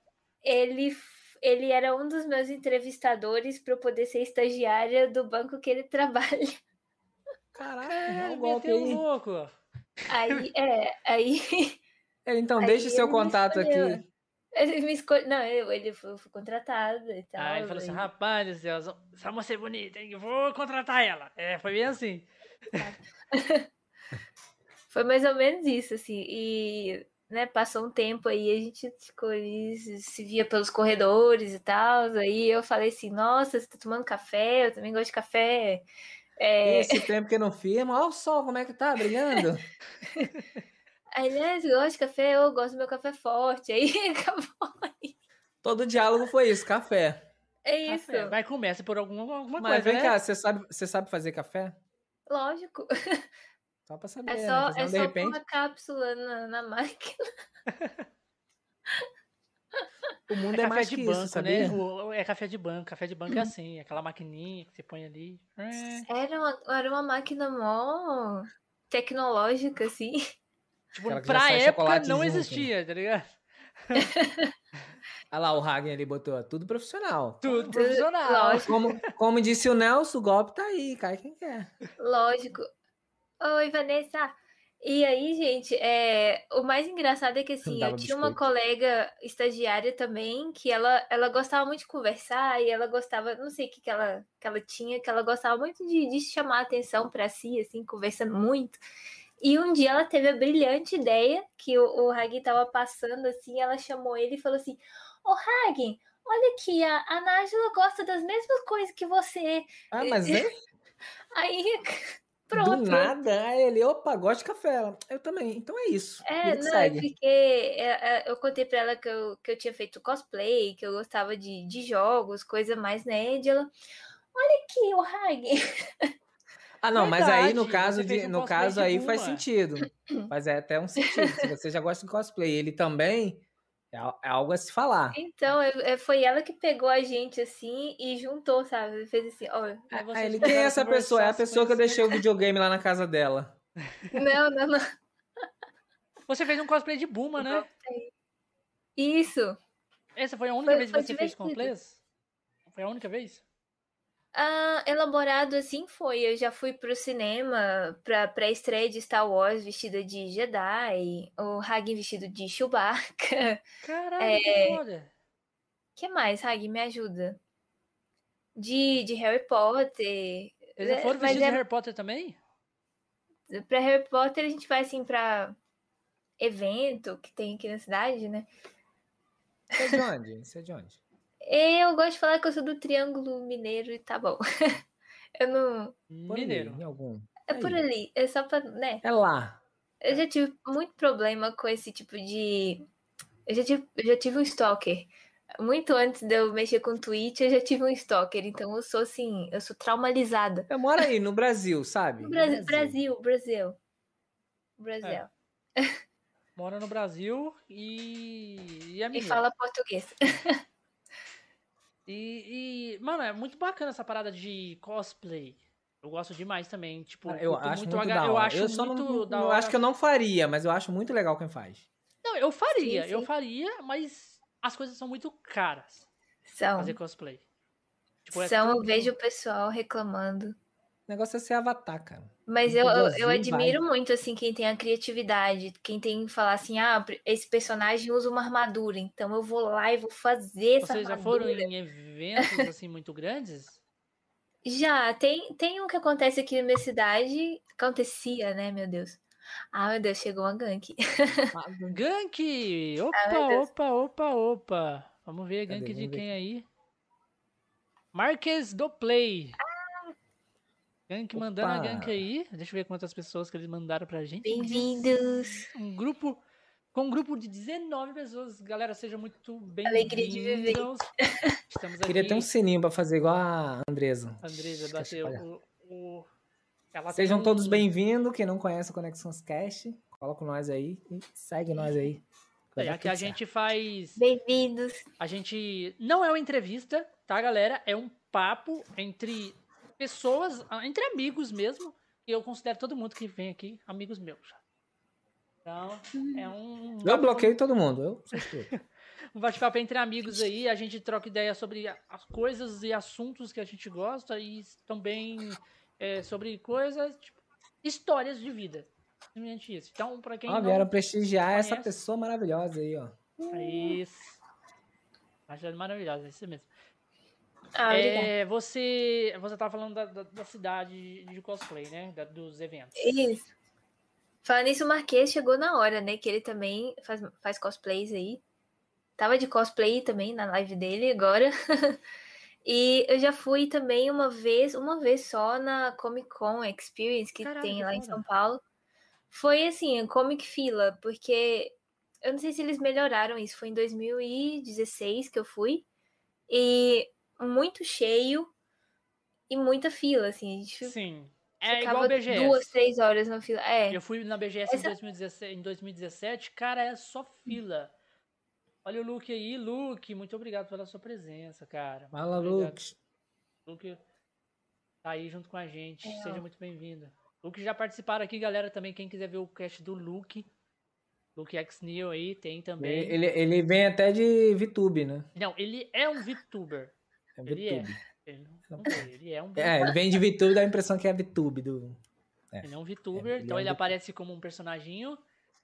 Ele era um dos meus entrevistadores para eu poder ser estagiária do banco que ele trabalha. Caraca, meteu um louco. Aí... Então, deixe seu contato aqui. Ele me escolheu. Não, ele foi contratado e tal. Aí ele falou assim, rapaz do céu, essa moça é bonita, hein? Eu vou contratar ela. Foi bem assim. Foi mais ou menos isso, assim. E, né, passou um tempo aí, a gente ficou se via pelos corredores e tal. Aí eu falei assim, nossa, você tá tomando café? Eu também gosto de café. Esse tempo que eu não firma, olha o sol como é que tá, brilhando. Aí, né, você gosta de café? Eu gosto do meu café forte. Aí acabou. Todo diálogo foi isso, café. É isso. Café. Vai, começa por alguma Mas coisa, vem né? cá, você sabe fazer café? Lógico. Só pra saber, né? Porque senão, de pôr repente, uma cápsula na máquina. o mundo É é café mais de que isso, banco, sabia? né? É café de banco. Café de banco é assim, aquela maquininha que você põe ali. Era uma máquina mó tecnológica, assim. Tipo, Aquela que já pra sai época chocolate não junto. existia, tá ligado? Olha lá, o Hagen ali botou, tudo profissional. Tudo profissional. Lógico. Como disse o Nelson, o golpe tá aí, cai quem quer. Lógico. Oi, Vanessa. E aí, gente, o mais engraçado é que assim, eu Dava tinha uma biscoito. colega estagiária também que ela gostava muito de conversar e ela gostava, não sei o que ela tinha, que ela gostava muito de chamar a atenção para si, assim, conversando muito. E um dia ela teve a brilhante ideia que o Hagen estava passando assim, ela chamou ele e falou assim: Ô Hagen, olha aqui, a Nájila gosta das mesmas coisas que você. Ah, mas vem Aí, do pronto. nada. Aí ele, opa, gosto de café. Eu também. Então é isso. Vida que Não, é segue. porque eu contei pra ela que eu tinha feito cosplay, que eu gostava de jogos, coisa mais nerd. Ela, olha aqui, o Hagen. Ah, não, mas aí no Verdade, caso você fez um no cosplay caso de aí faz Bulma. sentido. Faz até um sentido. Se você já gosta de cosplay, ele também é algo a se falar. Então, foi ela que pegou a gente assim e juntou, sabe? Fez assim, olha. Aí Aí vocês ele, quem é começaram a essa pessoa? É conversar, a se pessoa que eu conhecer. deixei o videogame lá na casa dela. Não, não, não. Você fez um cosplay de Bulma, né? Isso. Essa foi a única vez que Foi você fez divertido. cosplays? Foi a única vez? Elaborado assim foi. Eu já fui pro cinema pra estreia de Star Wars vestida de Jedi, o Hagen vestido de Chewbacca. Caraca, que foda. Que mais, Hag? Me ajuda. De Harry Potter. Eles já foram Mas vestidos de Harry Potter também? pra Harry Potter a gente vai assim pra evento que tem aqui na cidade, né? Você é de onde? Você é de onde? Eu gosto de falar que eu sou do Triângulo Mineiro e tá bom. Eu não. Por ali, Mineiro. em algum. É por Aí. ali. É só pra. Né? É lá. Eu já tive muito problema com esse tipo de. Eu já tive um stalker. Muito antes de eu mexer com Twitch, eu já tive um stalker. Então eu sou assim, eu sou traumatizada. Eu moro aí, no Brasil, sabe? No Brasil. É. Mora no Brasil e é E mineiro. fala português. Mano, é muito bacana essa parada de cosplay. Eu gosto demais também. Tipo, Eu curto acho muito muito da eu hora. acho Eu só muito da eu hora. acho que eu não faria, mas eu acho muito legal quem faz. Não, eu faria, Sim, eu sim. faria, mas as coisas são muito caras. São. Fazer cosplay. Tipo, Eu vejo o pessoal reclamando. O negócio é ser avatar, cara. Mas Um poder eu azul e admiro vai. muito, assim, quem tem a criatividade, quem tem que falar assim, esse personagem usa uma armadura, então eu vou lá e vou fazer essa Vocês já foram armadura. em eventos, assim, muito grandes? Já, tem um que acontece aqui na minha cidade, acontecia, né, meu Deus. Ah, meu Deus, chegou uma gank. Gank! Ah, meu Deus. Opa! Vamos ver, Cadê? gank de Vamos ver quem aqui. aí? Marques do Play. Gank mandando a gank Opa! aí. Deixa eu ver quantas pessoas que eles mandaram pra gente. Bem-vindos. Com um grupo de 19 pessoas. Galera, sejam muito Alegria de viver. bem-vindos. Estamos aqui. Queria ter um sininho pra fazer igual a Andresa. Andresa bateu ela Sejam tem todos bem-vindos. Quem não conhece o Conexões Cast, coloca nós aí e segue nós aí. Aqui a gente faz. Bem-vindos. A gente não é uma entrevista, tá, galera? É um papo entre pessoas, entre amigos mesmo. E eu considero todo mundo que vem aqui amigos meus. Então, é um. Eu bloqueio todo mundo. Eu sou tudo. Um bate-papo entre amigos aí. A gente troca ideia sobre as coisas e assuntos que a gente gosta e também sobre coisas, tipo, histórias de vida. Simplesmente isso. Então, pra quem não Vieram prestigiar conhece, essa pessoa maravilhosa aí, ó. Isso. Acho maravilhosa, é isso mesmo. Obrigada. Você tava falando da cidade de cosplay, né? Dos eventos. Isso. Falando nisso, o Marquês chegou na hora, né? Que ele também faz cosplays aí. Tava de cosplay também na live dele agora. E eu já fui também uma vez só na Comic Con Experience que tem lá em São Paulo. Foi assim, Comic Fila, porque eu não sei se eles melhoraram isso. Foi em 2016 que eu fui. E muito cheio e muita fila, assim. A gente Sim. ficava igual BGS. 2, 3 horas na fila. Eu fui na BGS em 2017. Cara, é só fila. Olha o Luke aí. Luke, muito obrigado pela sua presença, cara. Fala, Luke. Luke tá aí junto com a gente. Seja muito bem-vindo. Luke já participaram aqui, galera, também. Quem quiser ver o cast do Luke X Neo aí, tem também. Ele vem até de VTube, né? Não, ele é um VTuber. Ele é. Ele é um VTuber. Ele vem de VTube, dá a impressão que é VTube. Ele é um VTuber, então ele aparece como um personaginho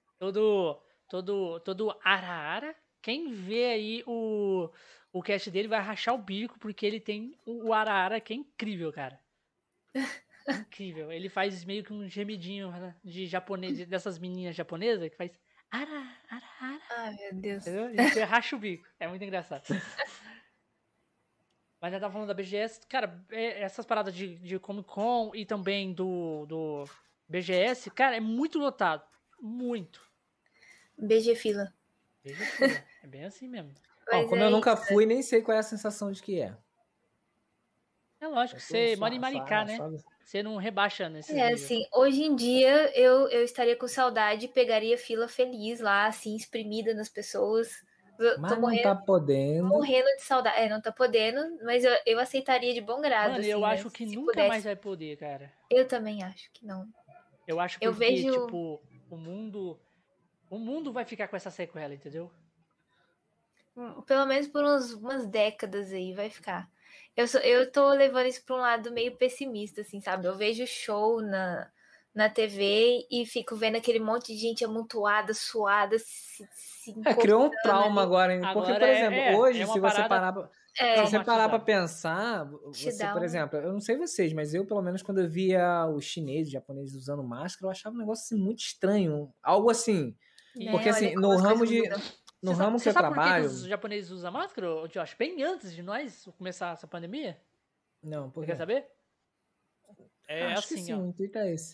todo ara-ara. Quem vê aí o cast dele vai rachar o bico, porque ele tem o ara-ara que é incrível, cara. Incrível. Ele faz meio que um gemidinho de japonês, dessas meninas japonesas que faz ara. Ai, meu Deus. Entendeu? E você racha o bico. É muito engraçado. Mas eu tava falando da BGS. Cara, essas paradas de Comic Con e também do BGS, cara, é muito lotado. Muito. BG Fila. BG Fila. É bem assim mesmo. Como eu nunca fui, nem sei qual é a sensação de que é. É lógico que você mora em Maricá, né? Você não rebaixa nesse nível. Assim, hoje em dia eu estaria com saudade, pegaria fila feliz lá, assim, espremida nas pessoas. Mas não tá podendo. Morrendo de saudade. Não tá podendo, mas eu aceitaria de bom grado. Mano, assim, eu acho que nunca mais vai poder, cara. Eu também acho que não. Eu acho que tipo, o mundo vai ficar com essa sequela, entendeu? Pelo menos por umas décadas aí vai ficar. Eu tô levando isso pra um lado meio pessimista, assim, sabe? Eu vejo show na TV e fico vendo aquele monte de gente amontoada, suada, se criou um trauma agora, hein? Porque, por exemplo, hoje, se você parar pra pensar, você, por exemplo, eu não sei vocês, mas eu, pelo menos, quando eu via os chineses, os japoneses usando máscara, eu achava um negócio assim, muito estranho. Algo assim. Porque, assim, no ramo de... No ramo que eu trabalho... Por que os japoneses usam máscara, Josh? Bem antes de nós começar essa pandemia? Não, por quê? Você quer saber? Acho assim, que sim, o intuito é esse.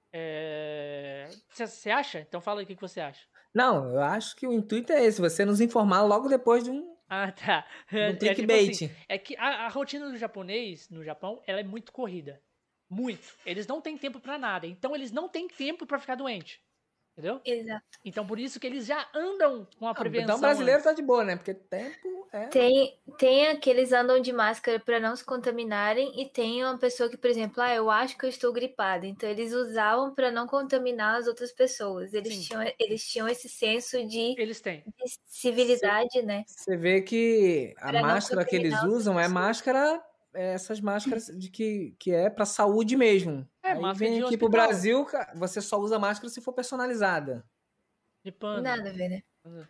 Você acha? Então fala aí o que você acha. Não, eu acho que o intuito é esse, você nos informar logo depois de um... tá. Um clickbait. Tipo assim, é que a rotina do japonês, no Japão, ela é muito corrida. Muito. Eles não têm tempo pra nada. Então eles não têm tempo pra ficar doente. Entendeu? Exato. Então, por isso que eles já andam com a prevenção. Então, o brasileiro tá de boa, né? Porque tempo é... Tem aqueles andam de máscara para não se contaminarem e tem uma pessoa que, por exemplo, eu acho que eu estou gripada. Então, eles usavam para não contaminar as outras pessoas. Eles tinham esse senso de civilidade, né? Você vê que a máscara que eles usam é máscara... essas máscaras que é pra saúde mesmo. Aí vem aqui pro Brasil, você só usa máscara se for personalizada. De pano. Nada a ver, né?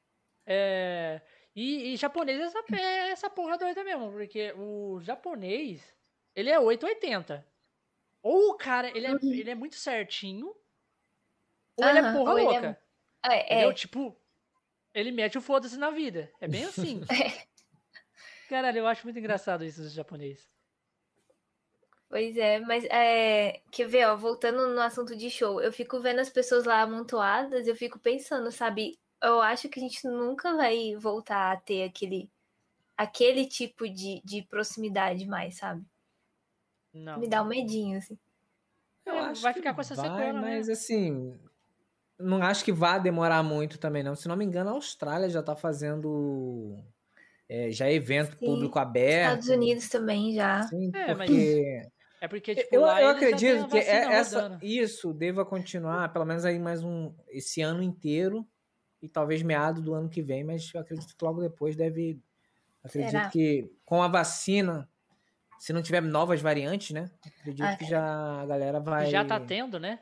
E japonês é essa porra doida mesmo, porque o japonês, ele é 880. Ou o cara, ele é muito certinho, ou ele é porra louca. Entendeu? Tipo, ele mete o foda-se na vida. É bem assim. Caralho, eu acho muito engraçado isso dos japoneses. Pois é, mas quer ver, voltando no assunto de show, eu fico vendo as pessoas lá amontoadas, eu fico pensando, sabe, eu acho que a gente nunca vai voltar a ter aquele tipo de proximidade mais, sabe? Não. Me dá um medinho, assim. Eu acho vai que ficar com essa vai, sequela, mas né? assim, não acho que vá demorar muito também, não. Se não me engano, a Austrália já tá fazendo... já evento público aberto. Estados Unidos também já. Sim, porque... porque tipo, eu lá acredito que rodando. isso deva continuar, pelo menos aí esse ano inteiro, e talvez meado do ano que vem, mas eu acredito que logo depois deve... Acredito que com a vacina, se não tiver novas variantes, né? Acredito que já a galera vai... Já tá tendo, né?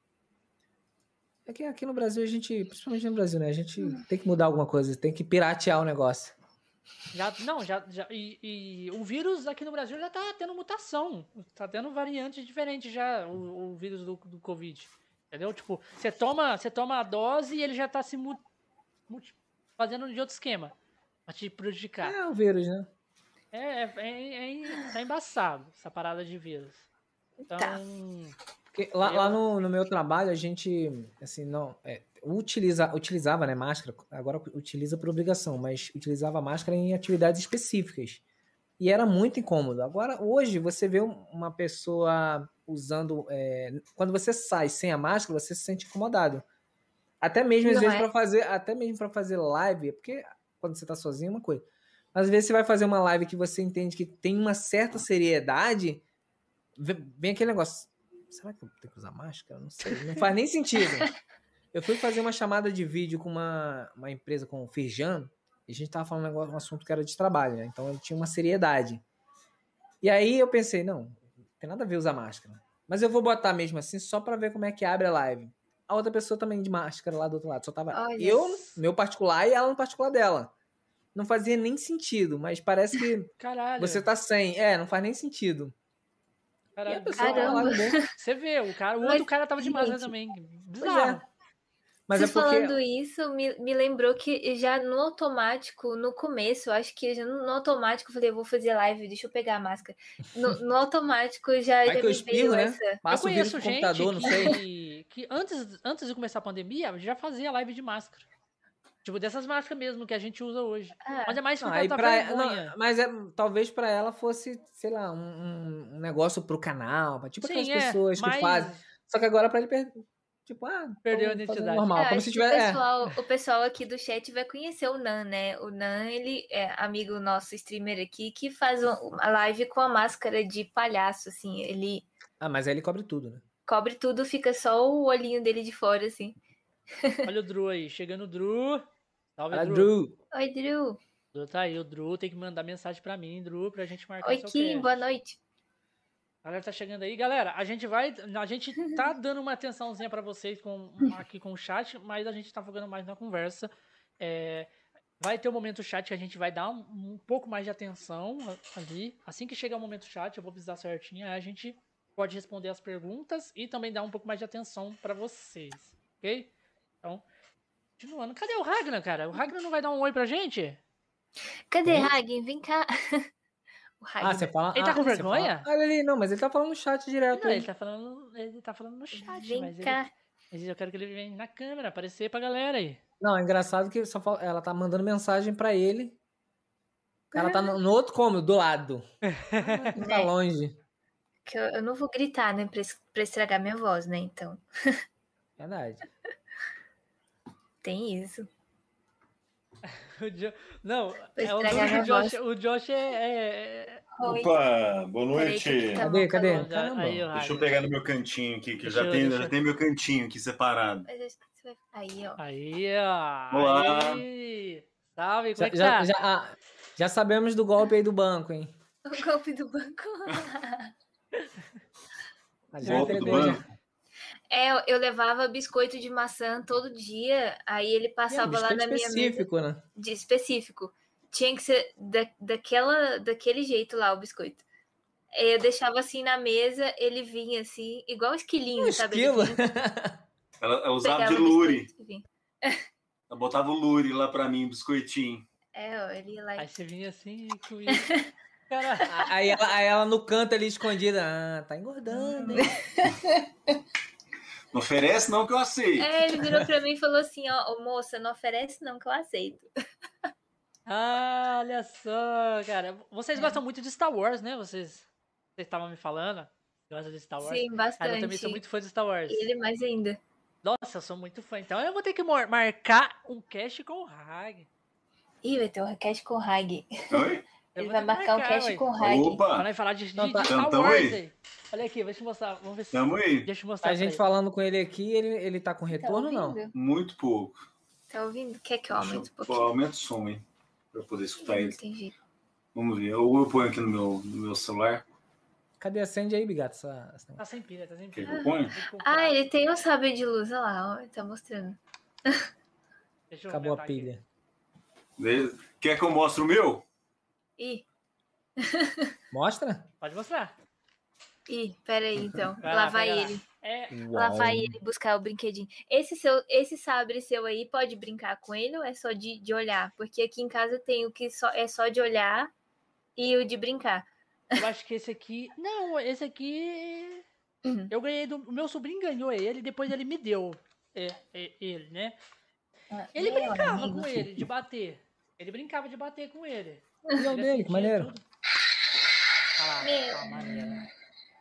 É que aqui no Brasil, principalmente no Brasil, né? A gente tem que mudar alguma coisa, tem que piratear o negócio. E o vírus aqui no Brasil já tá tendo mutação. Tá tendo variantes diferentes já, o vírus do Covid. Entendeu? Tipo, você toma a dose e ele já tá se fazendo de outro esquema. Pra te prejudicar. É o vírus, né? Tá embaçado essa parada de vírus. Então. Tá. Porque lá no meu trabalho, a gente, assim, não. Utilizava, né, máscara, agora utiliza por obrigação, mas utilizava máscara em atividades específicas. E era muito incômodo. Agora, hoje, você vê uma pessoa usando. Quando você sai sem a máscara, você se sente incomodado. Até mesmo, às vezes, para fazer live, porque quando você tá sozinho é uma coisa. Mas às vezes você vai fazer uma live que você entende que tem uma certa seriedade, vem aquele negócio. Será que eu tenho que usar máscara? Não sei. Não faz nem sentido. Eu fui fazer uma chamada de vídeo com uma empresa, com o Firjan, e a gente tava falando um assunto que era de trabalho, né? Então ele tinha uma seriedade. E aí eu pensei, não tem nada a ver usar máscara. Mas eu vou botar mesmo assim, só pra ver como é que abre a live. A outra pessoa também de máscara lá do outro lado. Só tava meu particular e ela no particular dela. Não fazia nem sentido, mas parece que você tá sem. Não faz nem sentido. Caralho, caramba. Você vê, o outro cara tava de máscara também. Bizarro. Mas Você falando isso, me lembrou que já no automático, no começo, eu acho que já no automático eu falei, eu vou fazer live, deixa eu pegar a máscara. No automático já que eu espirro, né? Eu conheço gente computador, não sei. Que antes de começar a pandemia, já fazia live de máscara. Tipo, dessas máscaras mesmo que a gente usa hoje. Mas é mais por causa da vergonha. Mas talvez pra ela fosse, sei lá, um negócio pro canal. Tipo aquelas pessoas que fazem. Só que agora pra ele perdeu a identidade. Normal, como se tivesse. O pessoal aqui do chat vai conhecer o Nan, né? O Nan, ele é amigo nosso streamer aqui que faz uma live com a máscara de palhaço, assim. Ele. Mas aí ele cobre tudo, né? Cobre tudo, fica só o olhinho dele de fora, assim. Olha o Drew aí, chegando o Drew. Salve, Drew. Oi, Drew. Drew tá aí, o Drew tem que mandar mensagem pra mim, Drew, pra gente marcar Oi, Kim, boa noite. A galera tá chegando aí. Galera, a gente tá dando uma atençãozinha pra vocês aqui com o chat, mas a gente tá focando mais na conversa. Vai ter um momento chat que a gente vai dar um pouco mais de atenção ali. Assim que chegar o momento chat, eu vou avisar certinho, aí a gente pode responder as perguntas e também dar um pouco mais de atenção pra vocês, ok? Então, continuando. Cadê o Ragnar, cara? O Ragnar não vai dar um oi pra gente? Cadê, Ragnar? Vem cá. Você fala... Ele tá com vergonha? Olha ali, não, mas ele tá falando no chat direto. Não, ele tá falando no chat. Vem cá. Mas eu quero que ele venha na câmera, aparecer pra galera aí. Não, é engraçado que ela tá mandando mensagem pra ele. Ela tá no outro cômodo, do lado. Tá longe. Que eu não vou gritar, né? Pra estragar minha voz, né? Então. Verdade. Tem isso. O Josh é... Opa, boa noite. Cadê? Deixa eu pegar no meu cantinho aqui, que já tem meu cantinho aqui separado. Aí, ó. Olá. Aí. Salve, como é que tá? Já sabemos do golpe aí do banco, hein? O golpe do banco. Golpe do banco. Eu levava biscoito de maçã todo dia, aí ele passava lá na minha mesa. Específico, né? De específico. Tinha que ser daquele jeito lá, o biscoito. Eu deixava assim na mesa, ele vinha assim, igual um esquilinho, sabe? Esquilo? Ela usava de lure. Ela botava o lure lá pra mim, biscoitinho. Ele ia lá. Aí você vinha assim e comia. Aí ela no canto ali escondida. Tá engordando, hein? Não oferece não que eu aceito. Ele virou pra mim e falou assim, moça, não oferece não que eu aceito. Olha só, cara. Vocês gostam muito de Star Wars, né? Vocês estavam me falando. Gostam de Star Wars? Sim, bastante. Eu também sou muito fã de Star Wars. E ele mais ainda. Nossa, eu sou muito fã. Então eu vou ter que marcar um cast com o Hag. Ih, vai ter um cast com o Hag. Oi? Ele vai marcar um cast com o Hag. Opa! Pra nós falar de Star Wars aí. Olha aqui, deixa eu mostrar. Vamos ver se... Tamo aí. Deixa eu mostrar. A gente falando com ele aqui, ele tá com retorno ou não? Muito pouco. Tá ouvindo? Quer que eu aumente um pouquinho? Aumenta o som aí, pra eu poder escutar ele. Entendi. Vamos ver. Ou eu ponho aqui no meu celular. Cadê? Acende aí, Bigato. Tá sem pilha, Quer que eu ponha? Ele tem um sabre de luz, olha lá, ele tá mostrando. Acabou a pilha. Quer que eu mostre o meu? Mostra? Pode mostrar. Peraí, então. Vai lá lá, vai pega ele. Lá. Lá vai ele buscar o brinquedinho. Esse sabre seu aí, pode brincar com ele ou é só de olhar? Porque aqui em casa tem o que é só de olhar e o de brincar. Eu acho que esse aqui... Não, esse aqui... Eu ganhei o meu sobrinho ganhou ele, depois ele me deu ele, né? Ele brincava com ele, de bater. Ele brincava de bater com ele. Não dele, que maneiro. Tudo. Ah, maneiro.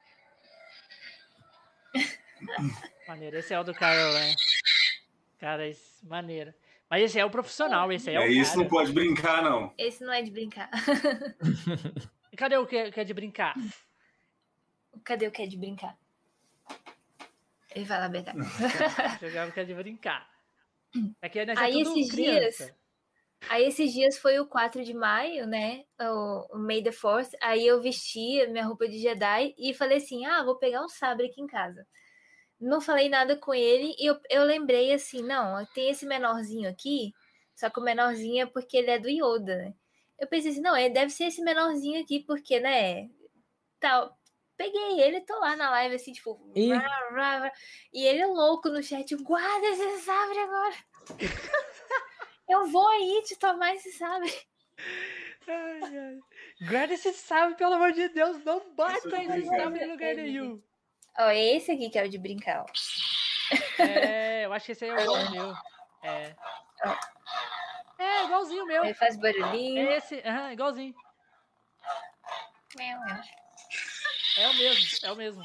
Maneiro, esse é o do Carol, né? Cara, esse, maneiro. Mas esse é o profissional, esse aí é o cara. Isso não pode brincar, não. Esse não é de brincar. E cadê o que é de brincar? Cadê o que é de brincar? Ele vai lá brincar. Jogar o que é de brincar. Aqui é aí tudo criança. Esses dias foi o 4 de maio, né? O May the 4th. Aí eu vesti a minha roupa de Jedi e falei assim, vou pegar um sabre aqui em casa. Não falei nada com ele e eu lembrei assim, não, tem esse menorzinho aqui, só que o menorzinho é porque ele é do Yoda, né? Eu pensei assim, não, deve ser esse menorzinho aqui, porque, né, tal. Peguei ele, tô lá na live, assim, tipo, e ele é louco no chat, guarda esse sabre agora. Eu vou aí te tomar esse sabre. Guarda esse sabre, pelo amor de Deus, não bata esse sabre em lugar nenhum. Ó, esse aqui que é o de brincar, ó. Eu acho que esse aí é o meu. É igualzinho o meu. Ele faz barulhinho. Esse, igualzinho. É o mesmo.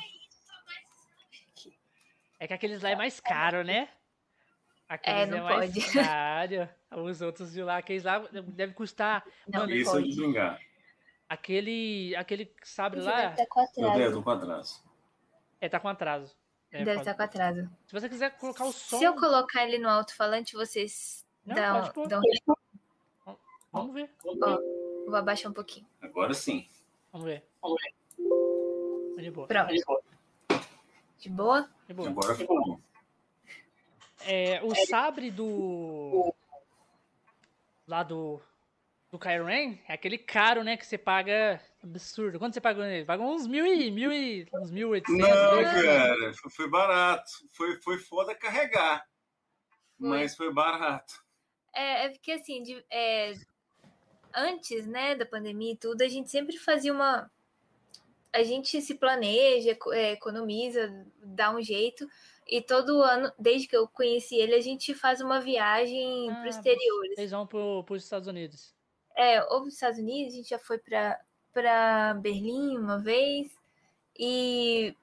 É que aqueles lá é mais caro, né? Aqueles não mais pode. caro. Os outros de lá, aqueles lá devem custar... Não, mano, isso é de brincar. Aquele sabre esse lá... deve estar com atraso. Eu tô com atraso. Tá com atraso. Deve estar com atraso. Se você quiser colocar o som... Se eu colocar ele no alto-falante, vocês dão... Vamos ver. Ó, vou abaixar um pouquinho. Agora sim. Vamos ver. De boa. Pronto. De boa? De boa. Agora ficou. O sabre lá do Kylo Ren é aquele caro, né? Que você paga absurdo. Quanto você pagou nele? Pagou uns 1.800. Não, cara. Foi barato. Foi foda carregar. Mas foi barato. É porque assim, antes, né, da pandemia e tudo, a gente sempre fazia uma... A gente se planeja, economiza, dá um jeito. E todo ano, desde que eu conheci ele, a gente faz uma viagem para o exterior. Eles vão para os Estados Unidos. Ou para os Estados Unidos, a gente já foi para Berlim uma vez. E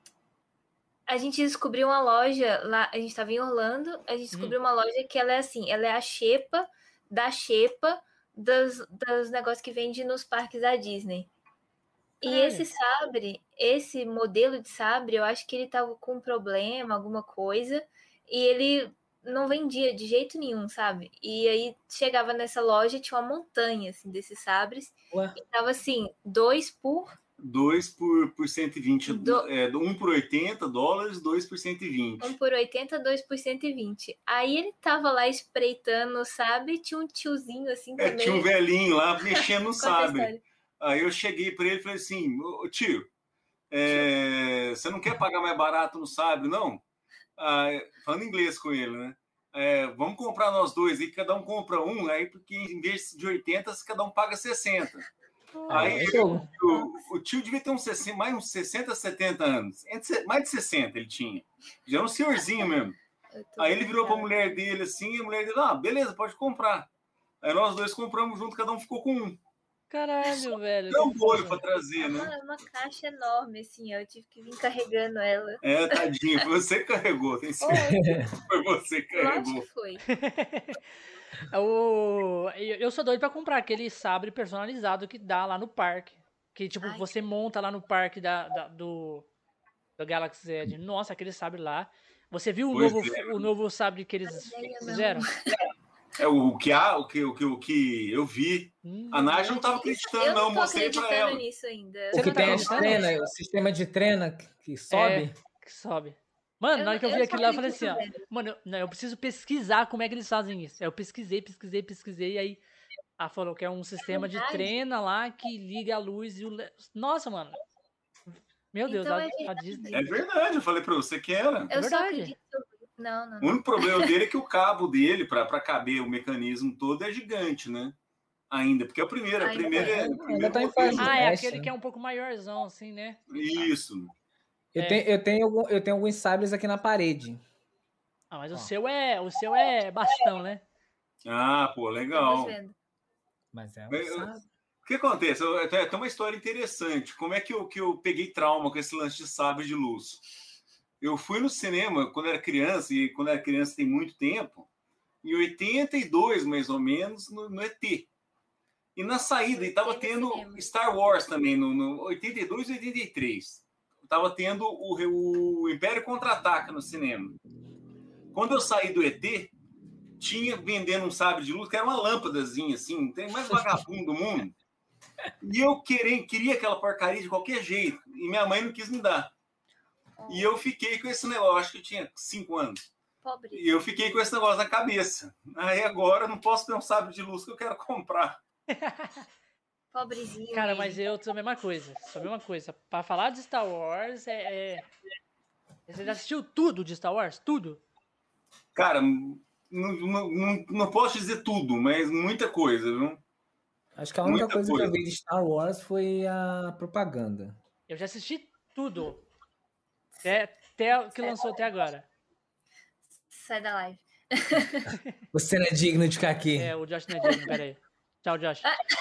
a gente descobriu uma loja lá, a gente estava em Orlando, a gente descobriu uma loja que ela é assim, ela é a xepa da xepa dos negócios que vende nos parques da Disney. E esse modelo de sabre, eu acho que ele tava com um problema, alguma coisa, e ele não vendia de jeito nenhum, sabe? E aí chegava nessa loja, tinha uma montanha, assim, desses sabres, e tava assim, 2 por 120. Um por $80, 2 por 120. 1 por 80, 2 por 120. Aí ele tava lá espreitando o sabre, tinha um tiozinho assim também. Tinha um velhinho lá mexendo no sabre. Aí eu cheguei para ele e falei assim, tio, você não quer pagar mais barato no sabre, não? Falando inglês com ele, né? Vamos comprar nós dois, e cada um compra um, aí porque em vez de 80, cada um paga 60. Aí o tio devia ter mais uns 60, 70 anos. Mais de 60 ele tinha. Já era um senhorzinho mesmo. Aí ele virou para a mulher dele assim, e a mulher dele, beleza, pode comprar. Aí nós dois compramos junto, cada um ficou com um. Caralho, velho. Deu um bolho pra trazer, né? Uma caixa enorme, assim, eu tive que vir carregando ela. Tadinho, foi você que carregou, tem certeza. Foi você que carregou. Acho que foi. Eu sou doido pra comprar aquele sabre personalizado que dá lá no parque. Que, tipo, você monta lá no parque do Galaxy Z. Nossa, aquele sabre lá. Você viu o novo sabre que eles fizeram? O que eu vi. A Nádia não estava acreditando, não. Mostrei para ela. Nisso ainda. O que tem o sistema de trena que sobe. Que sobe. Mano, na hora que eu vi aquilo lá, eu falei assim, mano, eu preciso pesquisar como é que eles fazem isso. Aí eu pesquisei, e aí Ah, falou que é um sistema de trena lá que liga a luz e o... Nossa, mano. Meu Deus, Então a Disney... É verdade, eu falei pra você que era. Eu só acredito... Não. O único problema dele é que o cabo dele, pra caber o mecanismo todo, é gigante, né? Ainda, porque a primeira ainda tá em fase. É aquele que é um pouco maiorzão, assim, né? Isso. Eu tenho alguns sabres aqui na parede. Ah, mas o seu é bastão, né? Ah, pô, legal. Mas é o que acontece? Tem uma história interessante. Como é que eu peguei trauma com esse lance de sabre de luz? Eu fui no cinema quando era criança, e quando era criança tem muito tempo, em 82, mais ou menos, no ET. E na saída, e tava tendo Star Wars também, no 82 e 83. Tava tendo o Império Contra-Ataca no cinema. Quando eu saí do ET, tinha vendendo um sabre de luz, que era uma lâmpadazinha, assim, tem mais vagabundo do mundo. E eu queria aquela porcaria de qualquer jeito. E minha mãe não quis me dar. E eu fiquei com esse negócio, acho que eu tinha 5 anos. Pobre. E eu fiquei com esse negócio na cabeça. Aí agora eu não posso ter um sabre de luz que eu quero comprar. Pobrezinho. Cara, mas eu sou a mesma coisa. Pra falar de Star Wars, Você já assistiu tudo de Star Wars? Tudo? Cara, não posso dizer tudo, mas muita coisa, viu? Acho que a única coisa que eu vi de Star Wars foi a propaganda. Eu já assisti tudo. Até que lançou até agora. Sai da live. Você não é digno de ficar aqui. O Josh não é digno, peraí. Tchau, Josh.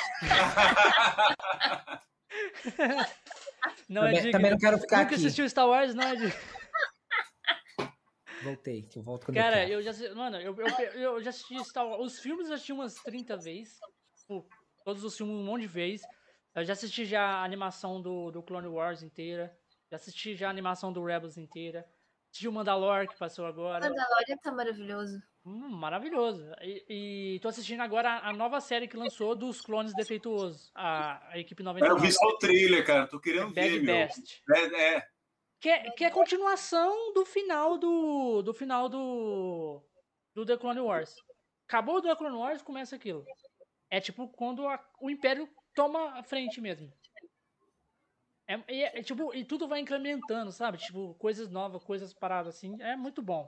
Não é digno. Também não quero ficar aqui. Nunca assistiu Star Wars, não é digno. Voltei, que eu volto quando Cara, eu já assisti Star Wars. Os filmes eu assisti umas 30 vezes. Todos os filmes um monte de vezes. Eu já assisti já a animação do Clone Wars inteira. Já assisti já a animação do Rebels inteira. Assisti o Mandalore que passou agora. O Mandalore tá maravilhoso. Maravilhoso. E tô assistindo agora a nova série que lançou dos Clones Defeituosos. A equipe 99. Eu vi só o trailer, cara. Tô querendo ver, meu. Best. Que é a continuação do final do The Clone Wars. Acabou o The Clone Wars, começa aquilo. É tipo quando o Império toma a frente mesmo. Tipo, e tudo vai incrementando, sabe? Tipo, coisas novas, coisas paradas assim. É muito bom.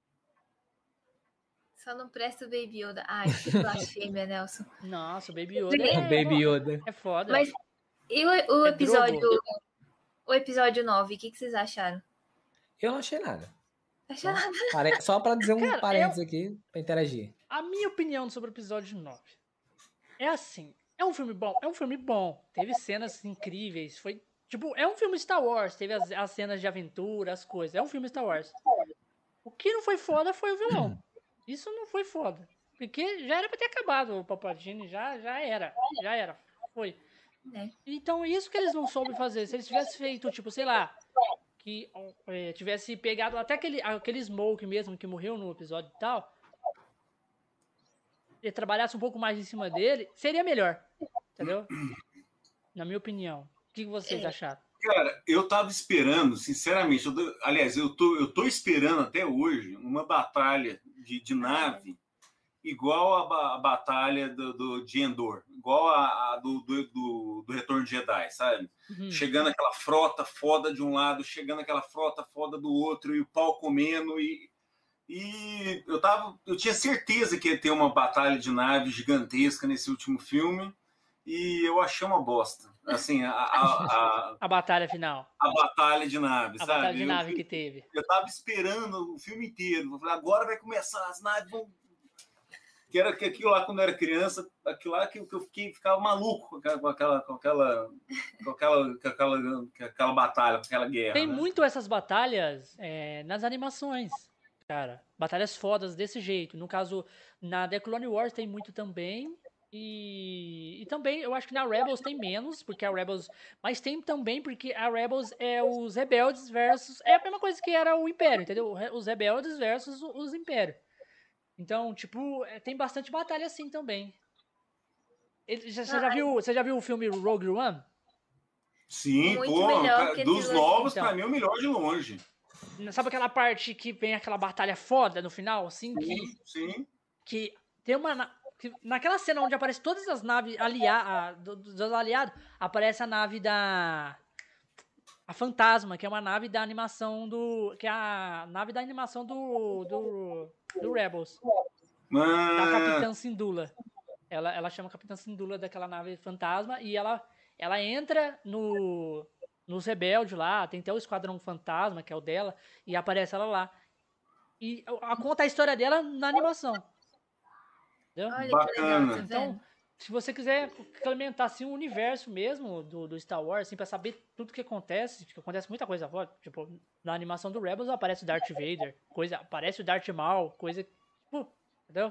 Só não presta o Baby Yoda. Ai, que blasfêmia, Nelson. Nossa, o Baby Yoda Baby Yoda. É foda. Mas e o episódio... O episódio 9, o que vocês acharam? Eu não achei nada. Achei nada. Só pra dizer um parênteses aqui, pra interagir. A minha opinião sobre o episódio 9 é assim, é um filme bom? É um filme bom. Teve cenas incríveis, foi... Tipo, é um filme Star Wars, teve as cenas de aventura, as coisas. É um filme Star Wars. O que não foi foda foi o vilão. Isso não foi foda. Porque já era pra ter acabado o Palpatine, já era. Foi. Então, isso que eles não soubem fazer. Se eles tivessem feito, tipo, sei lá, que tivesse pegado até aquele Smoke mesmo que morreu no episódio e tal, e trabalhasse um pouco mais em cima dele, seria melhor. Entendeu? Na minha opinião. O que vocês acharam? Cara, eu tava esperando, sinceramente, eu tô esperando até hoje uma batalha de nave igual a batalha de Endor, igual a do Retorno de Jedi, sabe? Uhum. Chegando aquela frota foda de um lado, chegando aquela frota foda do outro, e o pau comendo, e eu tinha certeza que ia ter uma batalha de nave gigantesca nesse último filme, e eu achei uma bosta. Assim, a batalha final. A batalha de nave, sabe? A batalha de nave que teve. Eu tava esperando o filme inteiro. Eu falei, agora vai começar, as naves vão... Que era aquilo lá, quando eu era criança, aquilo lá que eu ficava maluco com aquela batalha, com aquela guerra. Tem muito essas batalhas nas animações, cara. Batalhas fodas desse jeito. No caso, na The Clone Wars tem muito também. E também, eu acho que na Rebels tem menos, porque a Rebels... Mas tem também, porque a Rebels é os rebeldes versus... É a mesma coisa que era o Império, entendeu? Os rebeldes versus os Impérios. Então, tipo, tem bastante batalha assim também. Você já viu o filme Rogue One? Sim, muito pô, dos novos, então, pra mim, é o melhor de longe. Sabe aquela parte que vem aquela batalha foda no final, assim? Sim. Que tem uma... naquela cena onde aparece todas as naves dos aliados, aparece a nave a Fantasma, que é uma nave da animação do Rebels. Da Capitã Syndulla. Ela chama Capitã Syndulla daquela nave fantasma e ela entra nos rebeldes lá, tem até o Esquadrão Fantasma, que é o dela, e aparece ela lá. E conta a história dela na animação. Entendeu? Olha Bacana. que legal, tá Então, vendo? se você quiser implementar assim, o universo mesmo do Star Wars, assim, pra saber tudo que acontece muita coisa fora. Tipo, na animação do Rebels aparece o Darth Vader, aparece o Darth Maul, coisa. Tipo, entendeu?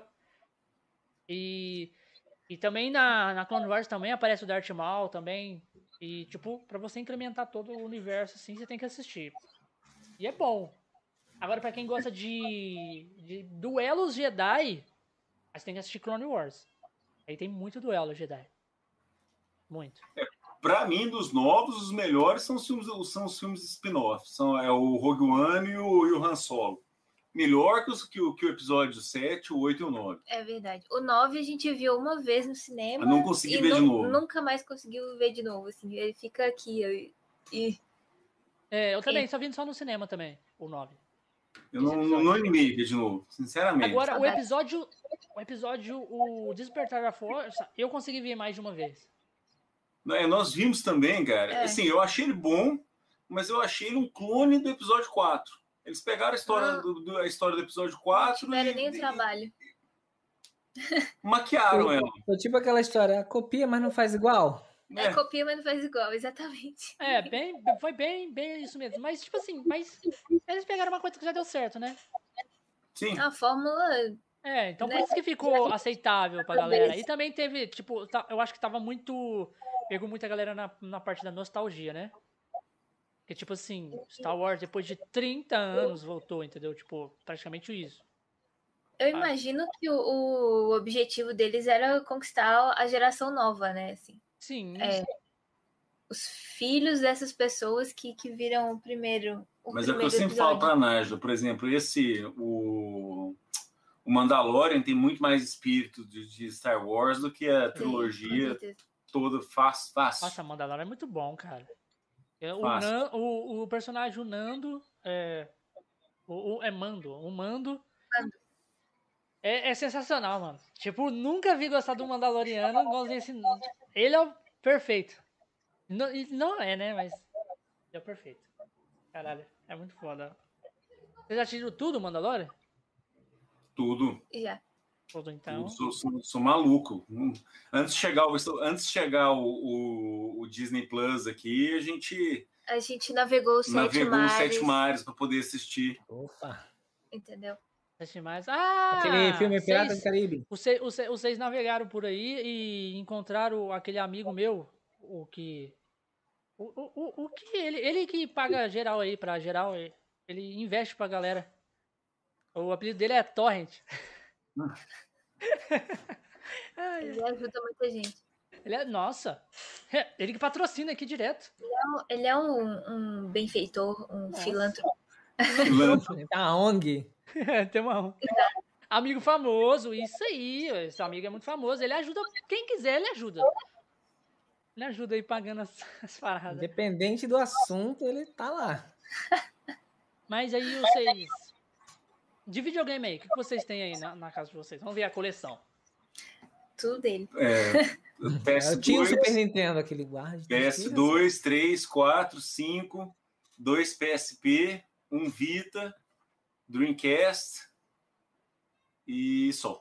E também na Clone Wars também aparece o Darth Maul também. E, tipo, pra você incrementar todo o universo, assim, você tem que assistir. E é bom. Agora, pra quem gosta de duelos Jedi, aí você tem que assistir Clone Wars. Aí tem muito duelo Jedi. Muito. Pra mim, dos novos, os melhores são os filmes spin-off. É o Rogue One e o Han Solo. Melhor que o episódio 7, o 8 e o 9. É verdade. O 9 a gente viu uma vez no cinema. Eu não consegui ver de novo. Nunca mais conseguiu ver de novo. Assim, ele fica aqui. Eu também, só vi só no cinema também, o 9. Eu não animei ver de novo, sinceramente. Agora, o episódio o Despertar da Força, eu consegui ver mais de uma vez. Nós vimos também, cara. Assim, eu achei ele bom, mas eu achei ele um clone do episódio 4. Eles pegaram a história, do episódio 4 não tiveram nem o trabalho. Maquiaram ela. Foi tipo aquela história, copia, mas não faz igual. Copia, mas não faz igual, exatamente. Foi bem isso mesmo. Mas, tipo assim, eles pegaram uma coisa que já deu certo, né? Sim. A fórmula... Então por isso que ficou aceitável pra galera. E também teve, tipo, eu acho que tava muito... Pegou muita galera na parte da nostalgia, né? Porque, tipo assim, Star Wars, depois de 30 anos, voltou, entendeu? Tipo, praticamente isso. Eu imagino que o objetivo deles era conquistar a geração nova, né? Assim. Sim. Os filhos dessas pessoas que viram o primeiro. Mas é o que eu sempre falo pra Nájila, por exemplo, o Mandalorian tem muito mais espírito de Star Wars do que a trilogia toda fácil. Nossa, Mandalorian é muito bom, cara. O personagem, o Nando, Mando. O Mando é sensacional, mano. Tipo, nunca vi gostar do Mandaloriano. Ele é o perfeito. Não é, né? Mas ele é o perfeito. Caralho, é muito foda. Você já assistiu tudo, Mandalorian? Tudo. Já. Tudo, então. Sou maluco. Antes de chegar o Disney Plus aqui, a gente navegou os 7 mares para poder assistir. Opa! Entendeu? 7 mares. Aquele filme Pirata do Caribe. Vocês navegaram por aí e encontraram aquele amigo meu, o que ele que paga geral aí pra geral, ele investe pra galera. O apelido dele é Torrent. Ele ajuda muita gente. Nossa, ele que patrocina aqui direto. Ele é um benfeitor, filântropo. A ONG. Tem uma ONG. Amigo famoso, isso aí. Esse amigo é muito famoso. Ele ajuda quem quiser, ele ajuda. Ele ajuda aí pagando as paradas. Independente do assunto, ele tá lá. Mas aí vocês... De videogame aí, o que vocês têm aí na casa de vocês? Vamos ver a coleção. Tudo dele. PS2, tinha o Super Nintendo, aquele guarda. PS2, 3, 4, 5, 2 PSP, 1 Vita, Dreamcast e só.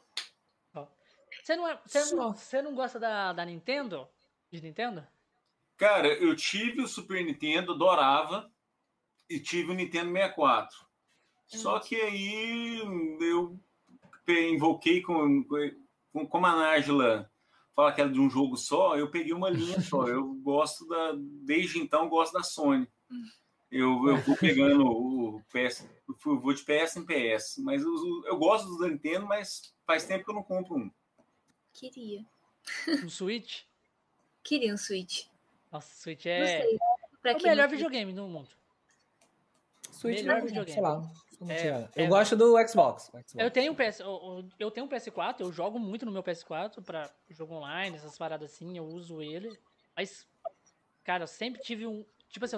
Você não gosta da Nintendo? De Nintendo? Cara, eu tive o Super Nintendo, adorava, e tive o Nintendo 64. Só que aí eu invoquei como a Nájila fala que era de um jogo só, eu peguei uma linha só. Eu gosto desde então, gosto da Sony. Eu vou pegando o PS, vou de PS em PS. Mas eu gosto do Nintendo, mas faz tempo que eu não compro um. Queria. Um Switch? Queria um Switch. Nossa, o Switch é o melhor videogame do mundo. Switch melhor videogame. Sei lá. Eu gosto do Xbox. Eu tenho um PS4, eu jogo muito no meu PS4 pra jogo online, essas paradas assim, eu uso ele. Mas, cara, eu sempre tive um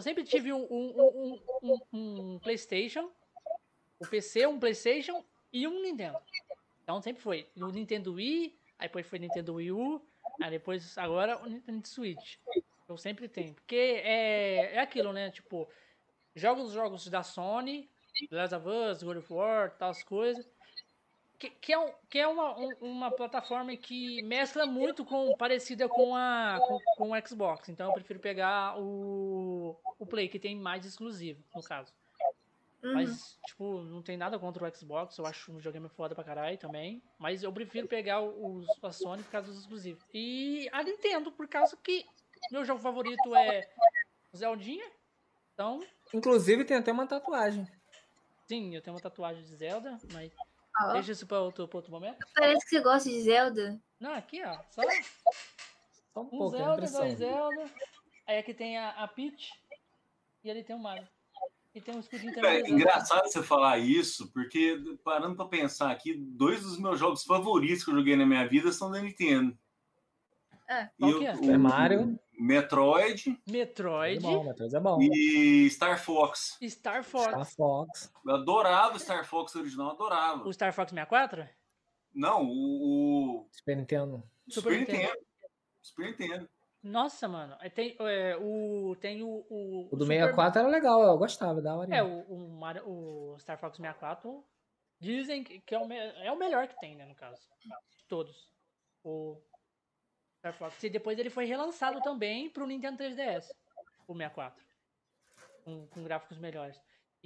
PlayStation, um PC, um PlayStation e um Nintendo. Então sempre foi o Nintendo Wii, aí depois foi Nintendo Wii U, aí depois agora o Nintendo Switch. Eu sempre tenho. Porque é aquilo, né? Tipo, jogo os jogos da Sony, The Last of Us, God of War, tal coisas. Que é uma plataforma que mescla muito parecida com o Xbox. Então eu prefiro pegar o Play, que tem mais exclusivo, no caso. Mas, tipo, não tem nada contra o Xbox. Eu acho um videogame foda pra caralho também. Mas eu prefiro pegar a Sony por causa dos exclusivos. E a Nintendo, por causa que meu jogo favorito é o Zeldinha. Então... Inclusive tem até uma tatuagem. Sim, eu tenho uma tatuagem de Zelda, mas deixa isso pra outro momento. Parece que você gosta de Zelda. Não, aqui, ó. Só um pouco, Zelda, 2 Zelda. Aí aqui tem a Peach e ali tem o Mario. E tem um escudinho também. É engraçado você falar isso, porque parando pra pensar aqui, 2 dos meus jogos favoritos que eu joguei na minha vida são da Nintendo. Qual que é? É Mario. Metroid é bom. E Star Fox. Star Fox. Eu adorava o Star Fox original, adorava. O Star Fox 64? Não, o Super Nintendo. Super Nintendo. Nossa, mano. Tem o do 64 era legal, eu gostava, da hora. O Star Fox 64 dizem que é o melhor que tem, né, no caso. Todos. O Star Fox. E depois ele foi relançado também pro Nintendo 3DS, o 64. Com gráficos melhores.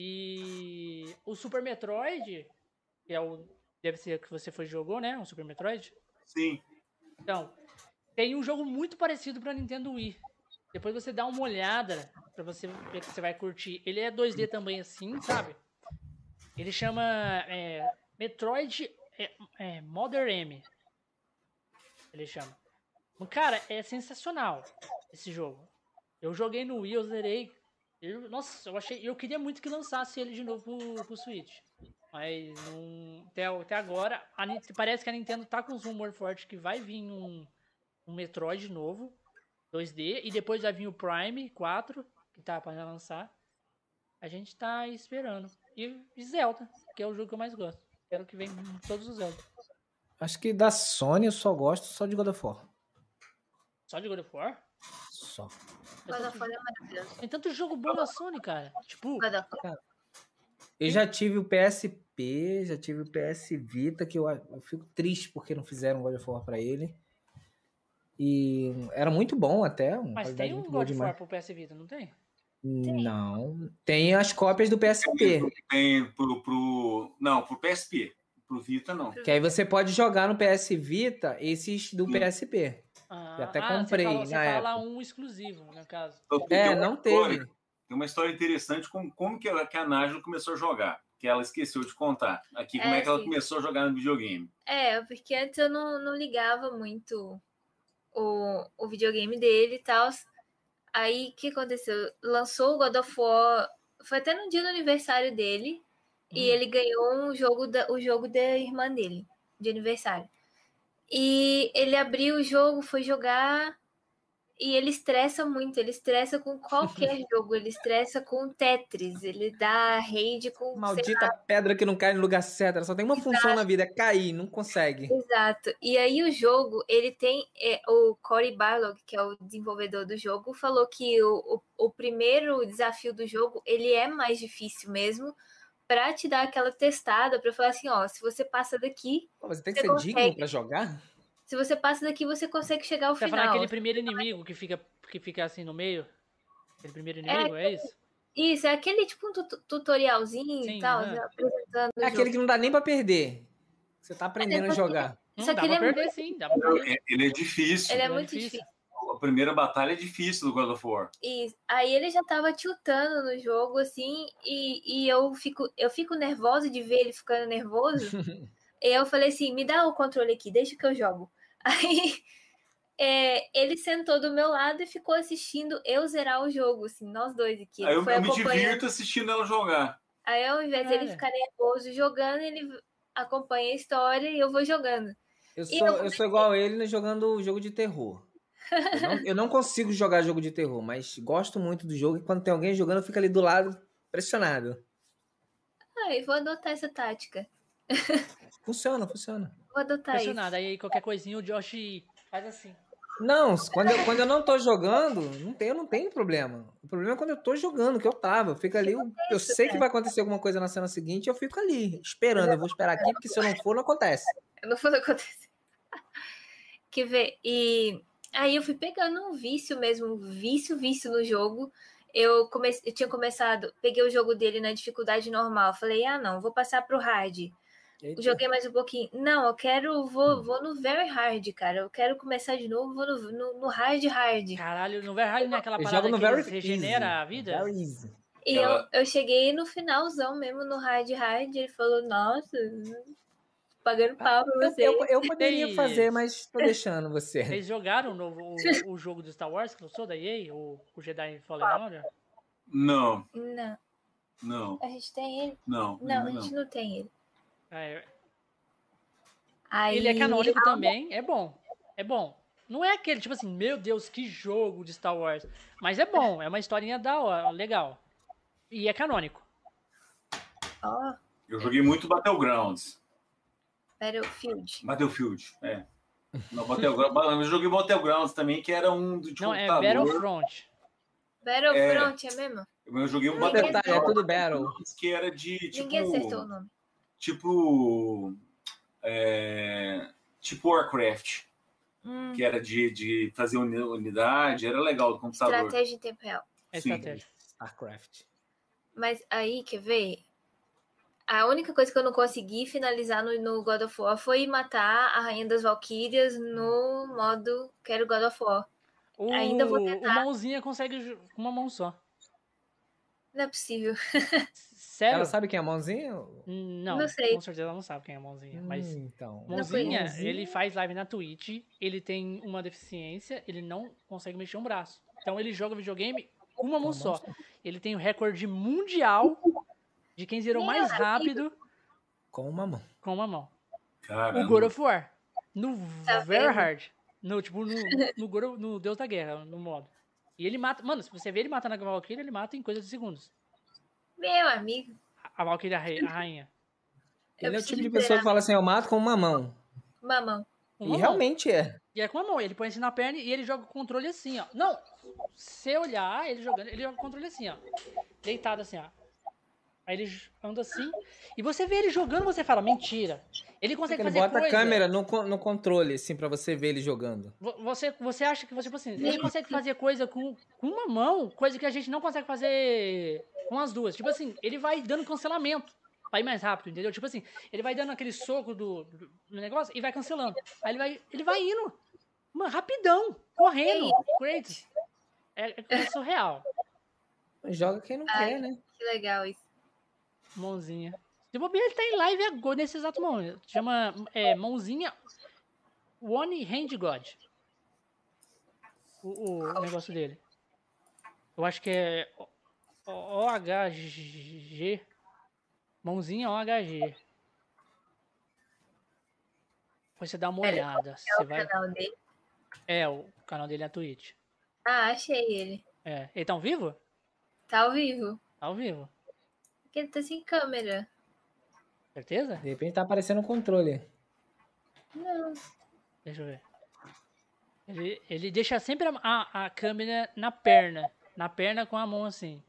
E o Super Metroid, que deve ser que você jogou, né? O Super Metroid? Sim. Então, tem um jogo muito parecido pra Nintendo Wii. Depois você dá uma olhada pra você ver que você vai curtir. Ele é 2D também assim, sabe? Ele chama Metroid Mother M. Ele chama. Cara, é sensacional esse jogo. Eu joguei no Wii, eu zerei. Nossa, eu queria muito que lançasse ele de novo pro Switch. Mas não, até agora, parece que a Nintendo tá com uns rumores fortes que vai vir um Metroid novo, 2D, e depois vai vir o Prime 4, que tá pra lançar. A gente tá esperando. E Zelda, que é o jogo que eu mais gosto. Quero que venha todos os Zelda. Acho que da Sony eu só gosto só de God of War. Só de God of War? Só. God of War é maravilhoso. Tem tanto jogo bom da Sony, cara. Tipo... Cara, eu já tive o PSP, já tive o PS Vita, que eu fico triste porque não fizeram God of War pra ele. E era muito bom até. Mas tem um God of War pro PS Vita, não tem? Não. Tem as cópias do PSP. Tem não, pro PSP. Pro Vita, não. Que aí você pode jogar no PS Vita esses do PSP. Eu até comprei você na época. Lá um exclusivo, no caso. Não teve. Tem uma história interessante como que a Nájila começou a jogar. Que ela esqueceu de contar. Aqui, como é que ela começou a jogar no videogame. Porque antes eu não ligava muito o videogame dele e tal. Aí, o que aconteceu? Lançou o God of War, foi até no dia do aniversário dele, e ele ganhou o jogo da irmã dele, de aniversário. E ele abriu o jogo, foi jogar, e ele estressa muito, ele estressa com qualquer jogo, ele estressa com Tetris, ele dá raid com... Maldita pedra que não cai no lugar certo, ela só tem uma função na vida, é cair, não consegue. Exato, e aí o jogo, ele tem, o Cory Barlog, que é o desenvolvedor do jogo, falou que o primeiro desafio do jogo, ele é mais difícil mesmo, pra te dar aquela testada, pra falar assim, ó, se você passa daqui... Você tem que ser digno pra jogar? Se você passa daqui, você consegue chegar ao final. Você vai falar aquele primeiro inimigo que fica assim no meio? Aquele primeiro inimigo, é isso? Isso, é aquele tipo um tutorialzinho e tal, apresentando É aquele que não dá nem pra perder. Você tá aprendendo a jogar. Dá pra perder sim, dá pra perder. Ele é difícil. Ele é muito difícil. A primeira batalha é difícil do God of War. Isso. Aí ele já tava tiltando no jogo, assim, e eu fico nervosa de ver ele ficando nervoso. E eu falei assim, me dá o controle aqui, deixa que eu jogo. Aí ele sentou do meu lado e ficou assistindo eu zerar o jogo, assim, nós dois aqui. Aí eu me divirto assistindo ela jogar. Aí ao invés dele ficar nervoso jogando, ele acompanha a história e eu vou jogando. Eu sou igual a ele jogando jogo de terror. Eu não consigo jogar jogo de terror, mas gosto muito do jogo e quando tem alguém jogando, eu fico ali do lado, pressionado. Eu vou adotar essa tática. Funciona. Vou adotar Pressionado. Aí qualquer coisinha o Josh faz assim. Não, quando eu não tô jogando, eu não tenho problema. O problema é quando eu tô jogando, que eu tava. Eu fico ali, eu sei que vai acontecer alguma coisa na cena seguinte, eu fico ali, esperando. Eu vou esperar aqui, porque se eu não for, não acontece. Não acontece. Que ver. E aí eu fui pegando um vício mesmo, vício no jogo. Eu tinha começado, peguei o jogo dele na dificuldade normal. Falei, não, vou passar pro hard. Eita. Joguei mais um pouquinho. Não, vou no very hard, cara. Eu quero começar de novo, vou no hard. Caralho, no very hard não é aquela parada que regenera a vida? Very easy. E eu cheguei no finalzão mesmo, no hard. Ele falou, nossa, pagando pau pra você. Eu poderia fazer, mas tô deixando você. Vocês jogaram o jogo do Star Wars que lançou da EA? O Jedi Fallen Order? Não. A gente tem ele? Não, a gente não tem ele. Aí, ele é canônico também, é bom. Não é aquele, tipo assim, meu Deus, que jogo de Star Wars. Mas é bom, é uma historinha da hora, legal. E é canônico. Eu joguei muito Battlegrounds. Battlefield, é. Não, eu joguei Battlegrounds também, que era um do tipo. Não, é Battlefront. Battlefront, é mesmo? Eu joguei um Battlegrounds. É tudo Battle. Que era de tipo. Ninguém acertou o nome. Tipo Warcraft, que era de fazer unidade, era legal do computador. Estratégia em tempo real. Estratégia. Starcraft. Mas aí, quer ver? A única coisa que eu não consegui finalizar no God of War foi matar a Rainha das Valquírias no modo Quero God of War. Ainda vou tentar. O mãozinha consegue com uma mão só. Não é possível. Sério? Ela sabe quem é a mãozinha? Não sei. Com certeza ela não sabe quem é a mãozinha. Mas então. mãozinha, ele faz live na Twitch, ele tem uma deficiência, ele não consegue mexer um braço. Então ele joga videogame com uma mão só. Ele tem o recorde mundial de quem zerou mais rápido com uma mão. Caramba. O God of War. No Very Hard. No Deus da Guerra, no modo. E ele mata... Mano, se você ver ele matando a Valkyria, ele mata em coisa de segundos. Meu amigo. A Valkyria, a rainha. Ele é o tipo de pessoa que fala assim, eu mato com uma mão. Uma mão. E realmente é. E é com a mão. Ele põe assim na perna e ele joga o controle assim, ó. Não! Se olhar ele jogando, ele joga o controle assim, ó. Deitado assim, ó. Aí ele anda assim. E você vê ele jogando, você fala, mentira. Ele consegue fazer coisa... Ele bota a câmera no controle, assim, pra você ver ele jogando. Você acha que, tipo assim, ele consegue fazer coisa com uma mão, coisa que a gente não consegue fazer com as duas. Tipo assim, ele vai dando cancelamento pra ir mais rápido, entendeu? Tipo assim, ele vai dando aquele soco do negócio e vai cancelando. Aí ele vai indo, mano, rapidão, correndo. Great. É surreal. Joga quem não quer, né? Que legal isso. Mãozinha. Se bobear, ele tá em live agora, nesse exato momento. Chama Mãozinha One Hand God. O negócio dele. Eu acho que é OHG. Mãozinha OHG. Depois você dá uma olhada. É o canal dele? É, o canal dele é a Twitch. Achei ele. Ele tá ao vivo? Tá ao vivo. Tá ao vivo. Porque ele tá sem câmera. Certeza? De repente tá aparecendo o controle. Não. Deixa eu ver. Ele deixa sempre a câmera na perna. Na perna com a mão assim.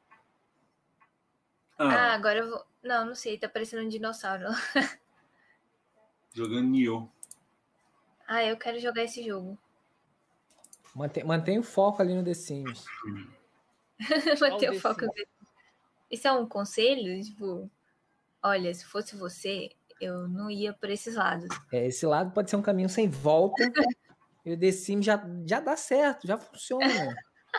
Agora eu vou... Não sei. Tá parecendo um dinossauro. Jogando Nioh. Eu quero jogar esse jogo. Mantém o foco ali no The Sims. Manter o foco no The Sims. Isso é um conselho? Tipo, olha, se fosse você, eu não ia por esses lados. Esse lado pode ser um caminho sem volta. E o The Sims já dá certo, já funciona.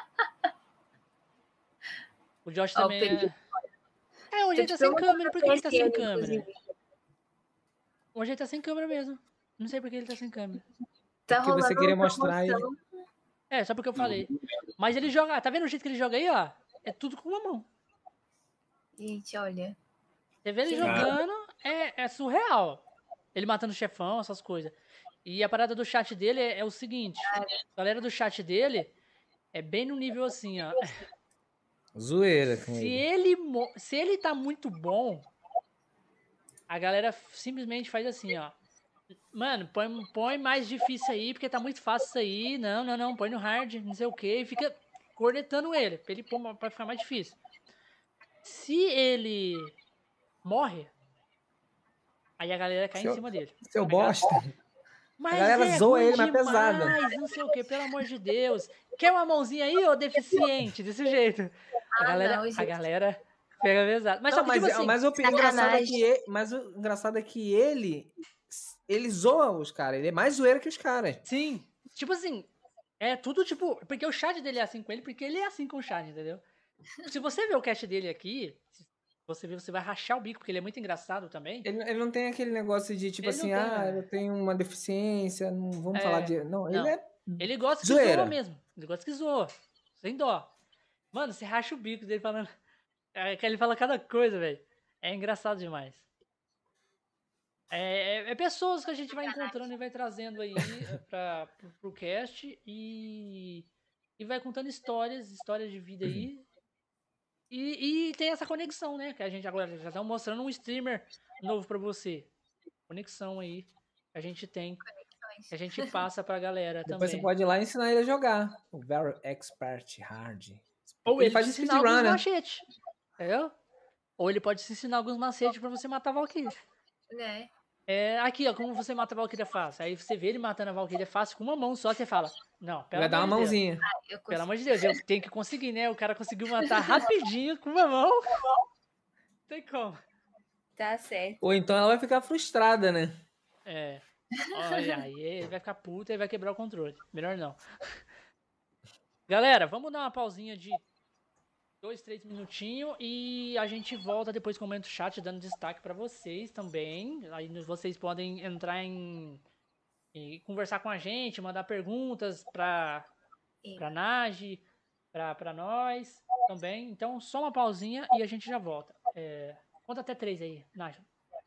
O Josh também hoje ele tá sem câmera. Por que ele tá sem câmera? Hoje ele tá sem câmera mesmo. Não sei por que ele tá sem câmera. Porque você queria mostrar ele. Só porque eu falei. Mas ele joga... Tá vendo o jeito que ele joga aí, ó? É tudo com uma mão. Gente, olha. Você vê ele jogando, é surreal. Ele matando o chefão, essas coisas. E a parada do chat dele é o seguinte. A galera do chat dele é bem no nível assim, ó. Zoeira com ele. Se ele tá muito bom, a galera simplesmente faz assim, ó. Mano, põe mais difícil aí, porque tá muito fácil isso aí. Não, põe no hard, não sei o que. E fica cornetando ele, pra ele pôr pra ficar mais difícil. Se ele morre, aí a galera cai em cima dele. Seu bosta. Mas a galera zoa ele, mas pesada. Não sei o que, pelo amor de Deus. Quer uma mãozinha aí, ô deficiente? Desse jeito. A galera pega pesado. Mas, mas o engraçado é que ele zoa os caras. Ele é mais zoeiro que os caras. Sim. Tipo assim, é tudo tipo... Porque o chat dele é assim com ele, porque ele é assim com o chat, entendeu? Se você ver o cast dele aqui, você vai rachar o bico, porque ele é muito engraçado também. Ele não tem aquele negócio de tipo assim, eu tenho uma deficiência, não vamos falar de... Não, ele é ele gosta que zoa mesmo. Ele gosta que zoa. Sem dó. Mano, você racha o bico dele falando... Ele fala cada coisa, velho. É engraçado demais. É pessoas que a gente vai encontrando e vai trazendo aí pro cast e vai contando histórias de vida aí. E tem essa conexão, né? Que a gente agora já tá mostrando um streamer novo pra você. Conexão aí que a gente tem. Que a gente passa pra galera também. Depois você pode ir lá e ensinar ele a jogar. O Very Expert Hard. Ou ele faz ensinar alguns machetes. Entendeu? Ou ele pode te ensinar alguns macetes pra você matar a Valkyria. Aqui, ó, como você mata a Valkyria fácil. Aí você vê ele matando a Valkyria fácil com uma mão só, você fala, não, vai dar uma mãozinha. Pelo amor de Deus, eu tenho que conseguir, né? O cara conseguiu matar rapidinho com uma mão. Não tem como. Tá certo. Ou então ela vai ficar frustrada, né? Olha, aí ele vai ficar puto e vai quebrar o controle. Melhor não. Galera, vamos dar uma pausinha de 2, 3 minutinhos e a gente volta depois com o momento chat dando destaque pra vocês também. Aí vocês podem entrar e conversar com a gente, mandar perguntas pra Nagi, pra nós também. Então, só uma pausinha e a gente já volta. Conta até 3 aí, Nagi.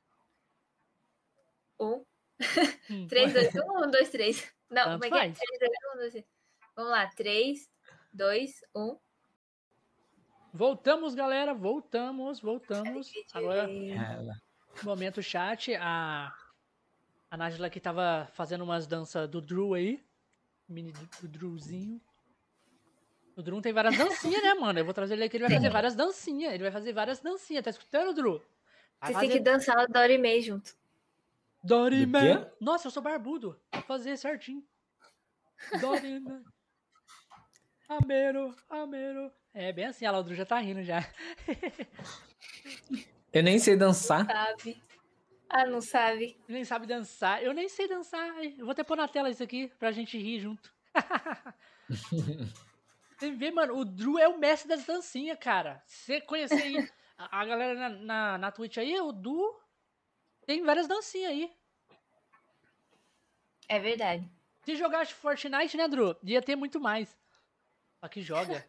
1. 3, 2, 1, 1, 2, 3. Não, como é que é? 3, 2, 1, 2, 3. Vamos lá, 3, 2, 1. Voltamos, galera. Voltamos. Agora, momento chat. A Nájila aqui tava fazendo umas danças do Drew aí. Mini do Drewzinho. O Drew tem várias dancinhas, né, mano? Eu vou trazer ele aqui, ele vai fazer várias dancinhas. Tá escutando, Drew? Você tem que dançar o Dorime junto. Dorime. Nossa, eu sou barbudo. Vou fazer certinho. Dorime. Amero. É bem assim, a Laudru já tá rindo já. Eu nem sei dançar. Sabe. Não sabe. Nem sabe dançar. Eu nem sei dançar. Eu vou até pôr na tela isso aqui pra gente rir junto. Você vê, mano, o Drew é o mestre das dancinhas, cara. Você conhecer aí a galera na Twitch aí, o Drew tem várias dancinhas aí. É verdade. Se jogasse Fortnite, né, Drew? Ia ter muito mais. Só que joga.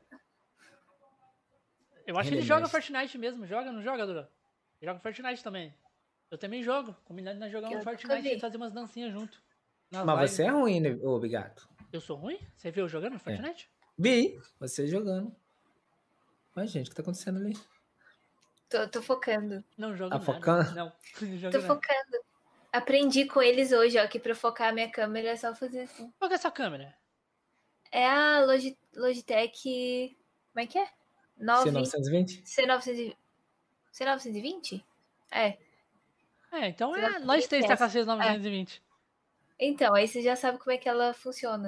Eu acho que ele joga Fortnite mesmo. Joga, não joga, Drew? Joga Fortnite também. Eu também jogo. Combinado nós jogar um Fortnite e fazer umas dancinhas junto. Mas lives. Você é ruim, né, ô Bigato? Eu sou ruim? Você viu eu jogando Fortnite? Vi, você jogando. Mas, gente, o que tá acontecendo ali? Tô focando. Não jogo nada. Focando? Não jogo Tô focando. Aprendi com eles hoje, ó, que pra focar a minha câmera é só fazer assim. Qual que é a sua câmera? É a Logitech... Como é que é? C920? C920? Então nós três tá com a C920. Então, aí você já sabe como é que ela funciona.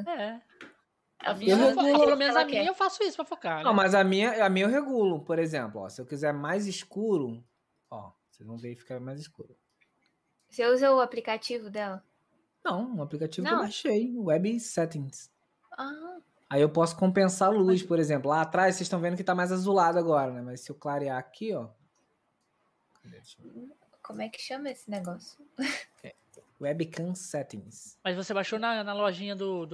Pelo menos a minha eu faço isso pra focar, né? Não, mas a minha eu regulo, por exemplo, ó, se eu quiser mais escuro, ó, vocês vão ver que fica mais escuro. Você usa o aplicativo dela? Não, um aplicativo que eu baixei, Web Settings. Ah. Aí eu posso compensar a luz, por exemplo. Lá atrás vocês estão vendo que tá mais azulado agora, né? Mas se eu clarear aqui, ó. Como é que chama esse negócio? Webcam Settings. Mas você baixou na lojinha do...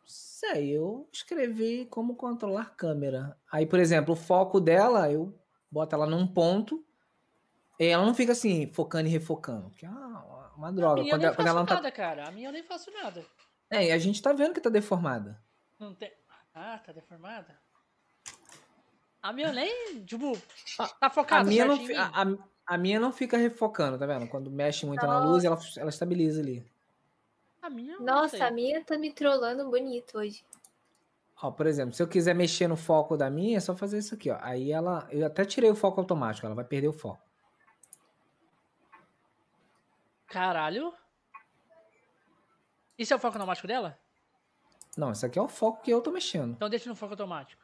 Sei, eu escrevi como controlar câmera. Aí, por exemplo, o foco dela, eu bota ela num ponto, e ela não fica assim, focando e refocando. Que é uma droga. A minha eu nem faço nada, cara. A minha eu nem faço nada. E a gente tá vendo que tá deformada. Não tem... Ah, tá deformada? A minha nem, tipo, tá focada a minha não fica refocando, tá vendo? Quando mexe muito na luz, ela estabiliza ali. A minha Nossa, a minha tá me trollando bonito hoje. Ó, por exemplo, se eu quiser mexer no foco da minha, é só fazer isso aqui, ó. Aí eu até tirei o foco automático, ela vai perder o foco. Caralho. Isso é o foco automático dela? Não, isso aqui é o foco que eu tô mexendo. Então deixa no foco automático.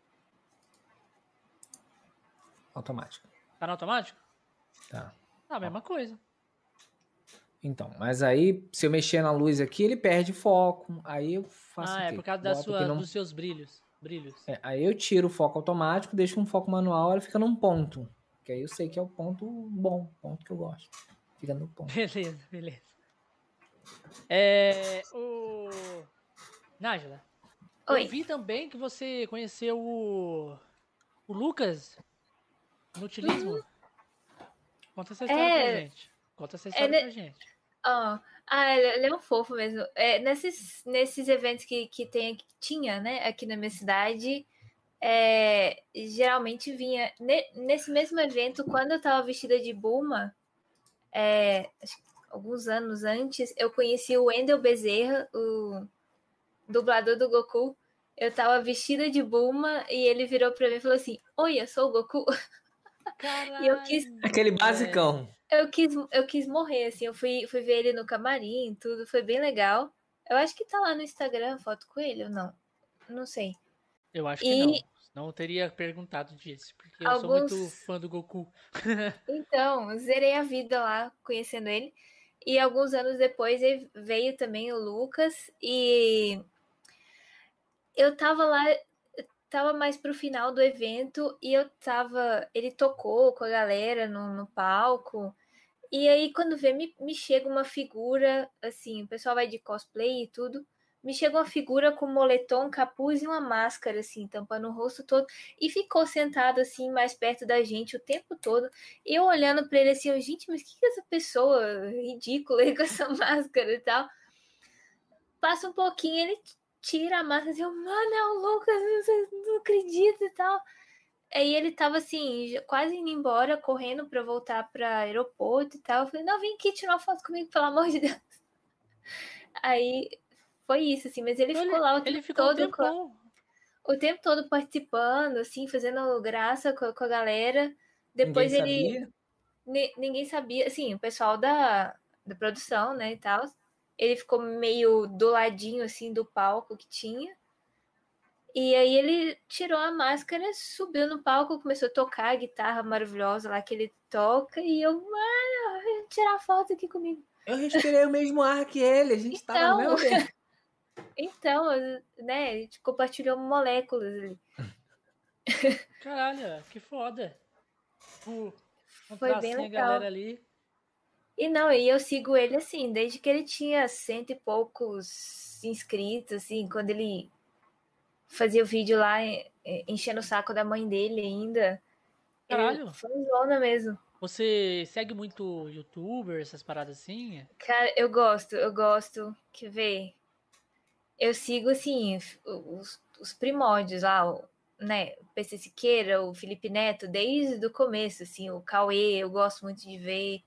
Automático. Tá no automático? Tá. A mesma coisa. Então, mas aí, se eu mexer na luz aqui, ele perde foco. Aí eu faço o quê? É por causa dos seus brilhos. Aí eu tiro o foco automático, deixo um foco manual, ela fica num ponto. Que aí eu sei que é o ponto bom, ponto que eu gosto. Fica no ponto. Beleza. Nájila, eu vi também que você conheceu o Lucas no utilismo. Conta essa história pra gente. Ele é um fofo mesmo. Nesses eventos que tinha, né, aqui na minha cidade, geralmente vinha... Nesse mesmo evento, quando eu tava vestida de Bulma, alguns anos antes, eu conheci o Wendel Bezerra, o dublador do Goku. Eu tava vestida de Bulma e ele virou pra mim e falou assim: "Oi, eu sou o Goku." Caralho, e eu quis... Aquele basicão. Eu quis morrer, assim. Eu fui ver ele no camarim, tudo. Foi bem legal. Eu acho que tá lá no Instagram a foto com ele ou não. Não sei. Eu acho que não. Não teria perguntado disso, porque eu sou muito fã do Goku. Então, zerei a vida lá, conhecendo ele. E alguns anos depois veio também o Lucas. E eu tava lá, tava mais pro final do evento. E ele tocou com a galera no palco. E aí, quando vê, me chega uma figura, assim, o pessoal vai de cosplay e tudo, me chega uma figura com moletom, capuz e uma máscara, assim, tampando o rosto todo, e ficou sentado, assim, mais perto da gente o tempo todo. E eu olhando pra ele assim, gente, mas que é essa pessoa ridícula aí com essa máscara e tal? Passa um pouquinho, ele tira a máscara assim, mano, é o Lucas, não acredito e tal. Aí ele tava assim, quase indo embora, correndo pra voltar pra aeroporto e tal. Eu falei, não, vem aqui tirar uma foto comigo, pelo amor de Deus. Aí foi isso, assim, mas ele ficou lá o tempo todo. O tempo todo participando, assim, fazendo graça com a galera. Depois ninguém sabia, assim, o pessoal da produção, né, e tal. Ele ficou meio do ladinho, assim, do palco que tinha. E aí ele tirou a máscara, subiu no palco, começou a tocar a guitarra maravilhosa lá que ele toca. E eu, mano, tirar foto aqui comigo. Eu respirei o mesmo ar que ele, a gente tava no mesmo tempo. Então, né, a gente compartilhou moléculas ali. Caralho, que foda. Foi bem legal. A galera ali. E eu sigo ele assim, desde que ele tinha 100 e poucos inscritos, assim, quando ele fazia o vídeo lá enchendo o saco da mãe dele ainda. Caralho. Foi zona mesmo. Você segue muito youtuber, essas paradas assim? Cara, eu gosto. Quer ver? Eu sigo, assim, os primórdios lá, né? O PC Siqueira, o Felipe Neto, desde o começo, assim, o Cauê, eu gosto muito de ver.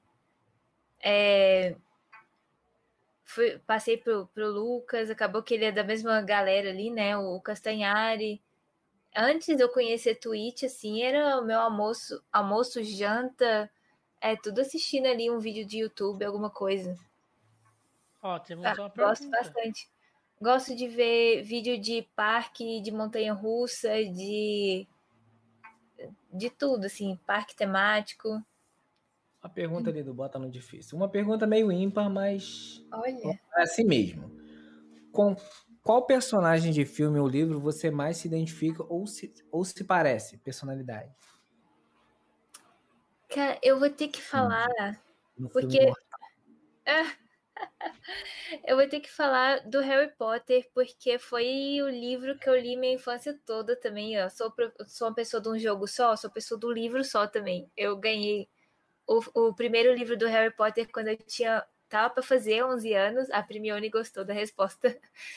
Passei pro Lucas, acabou que ele é da mesma galera ali, né? O Castanhari. Antes de eu conhecer Twitch, assim, era o meu almoço, janta, tudo assistindo ali um vídeo de YouTube, alguma coisa. Ó, temos uma pergunta. Gosto bastante. Gosto de ver vídeo de parque, de montanha-russa, de tudo, assim, parque temático. A pergunta ali do Bota no Difícil. Uma pergunta meio ímpar, mas olha, é assim mesmo. Com qual personagem de filme ou livro você mais se identifica ou se parece? Personalidade. Cara, eu vou ter que falar, no porque Eu vou ter que falar do Harry Potter, porque foi o livro que eu li minha infância toda também. Eu sou uma pessoa de um jogo só, sou pessoa do livro só também. Eu ganhei o primeiro livro do Harry Potter quando eu tava para fazer 11 anos. A Primione gostou da resposta.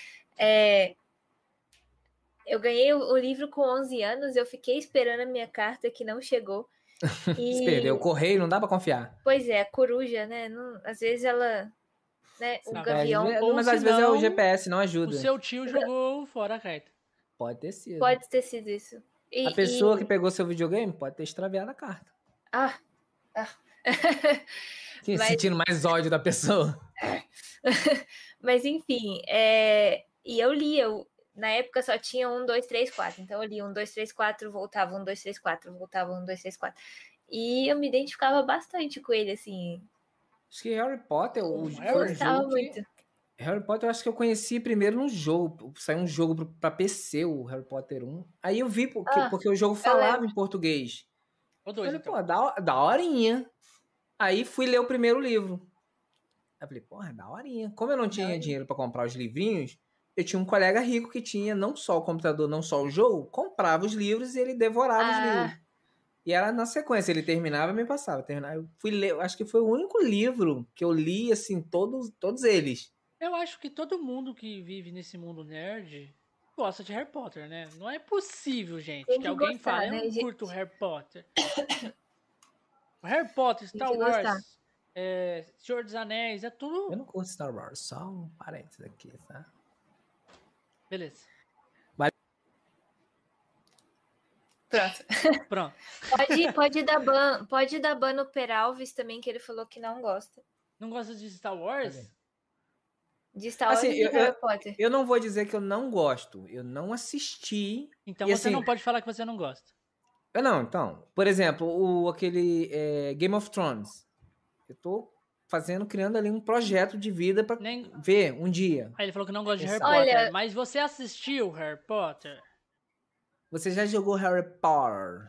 Eu ganhei o livro com 11 anos, eu fiquei esperando a minha carta que não chegou. Você perdeu o correio, não dá pra confiar. Pois é, a coruja, né? Às vezes ela... Né, o gavião. Mas às vezes é o GPS, não ajuda. O seu tio jogou fora a carta. Pode ter sido. Pode ter sido isso. A pessoa que pegou seu videogame pode ter extraviado a carta. Sentindo mais ódio da pessoa. Mas enfim, e eu li, na época só tinha 1, 2, 3, 4. Então eu li 1, 2, 3, 4, voltava 1, 2, 3, 4, voltava 1, 2, 3, 4. E eu me identificava bastante com ele, assim. Acho que Harry Potter, eu gostava muito. Harry Potter eu acho que eu conheci primeiro no jogo. Saiu um jogo pra PC, o Harry Potter 1. Aí eu vi porque o jogo falava em português. O 2, falei, então. pô, da horinha. Aí fui ler o primeiro livro. Aí falei, porra, da horinha. Como eu não tinha dinheiro pra comprar os livrinhos, eu tinha um colega rico que tinha não só o computador, não só o jogo, comprava os livros e ele devorava os livros. E era na sequência, ele terminava e me passava. Eu fui ler, acho que foi o único livro que eu li, assim, todos eles. Eu acho que todo mundo que vive nesse mundo nerd gosta de Harry Potter, né? Não é possível, gente, que alguém fale, eu não curto Harry Potter. Harry Potter, Star Wars, Senhor dos Anéis, é tudo... Eu não curto Star Wars, só um parênteses aqui, tá? Beleza. Pronto. Pode dar ban no Peralves também, que ele falou que não gosta. Não gosta de Star Wars? De Star Wars e de Harry Potter. Eu não vou dizer que eu não gosto. Eu não assisti. Então você não pode falar que você não gosta. Não, então. Por exemplo, aquele Game of Thrones. Eu tô criando ali um projeto de vida pra ver um dia. Aí ele falou que não gosta de Harry Potter. Mas você assistiu Harry Potter? Você já jogou Harry Potter?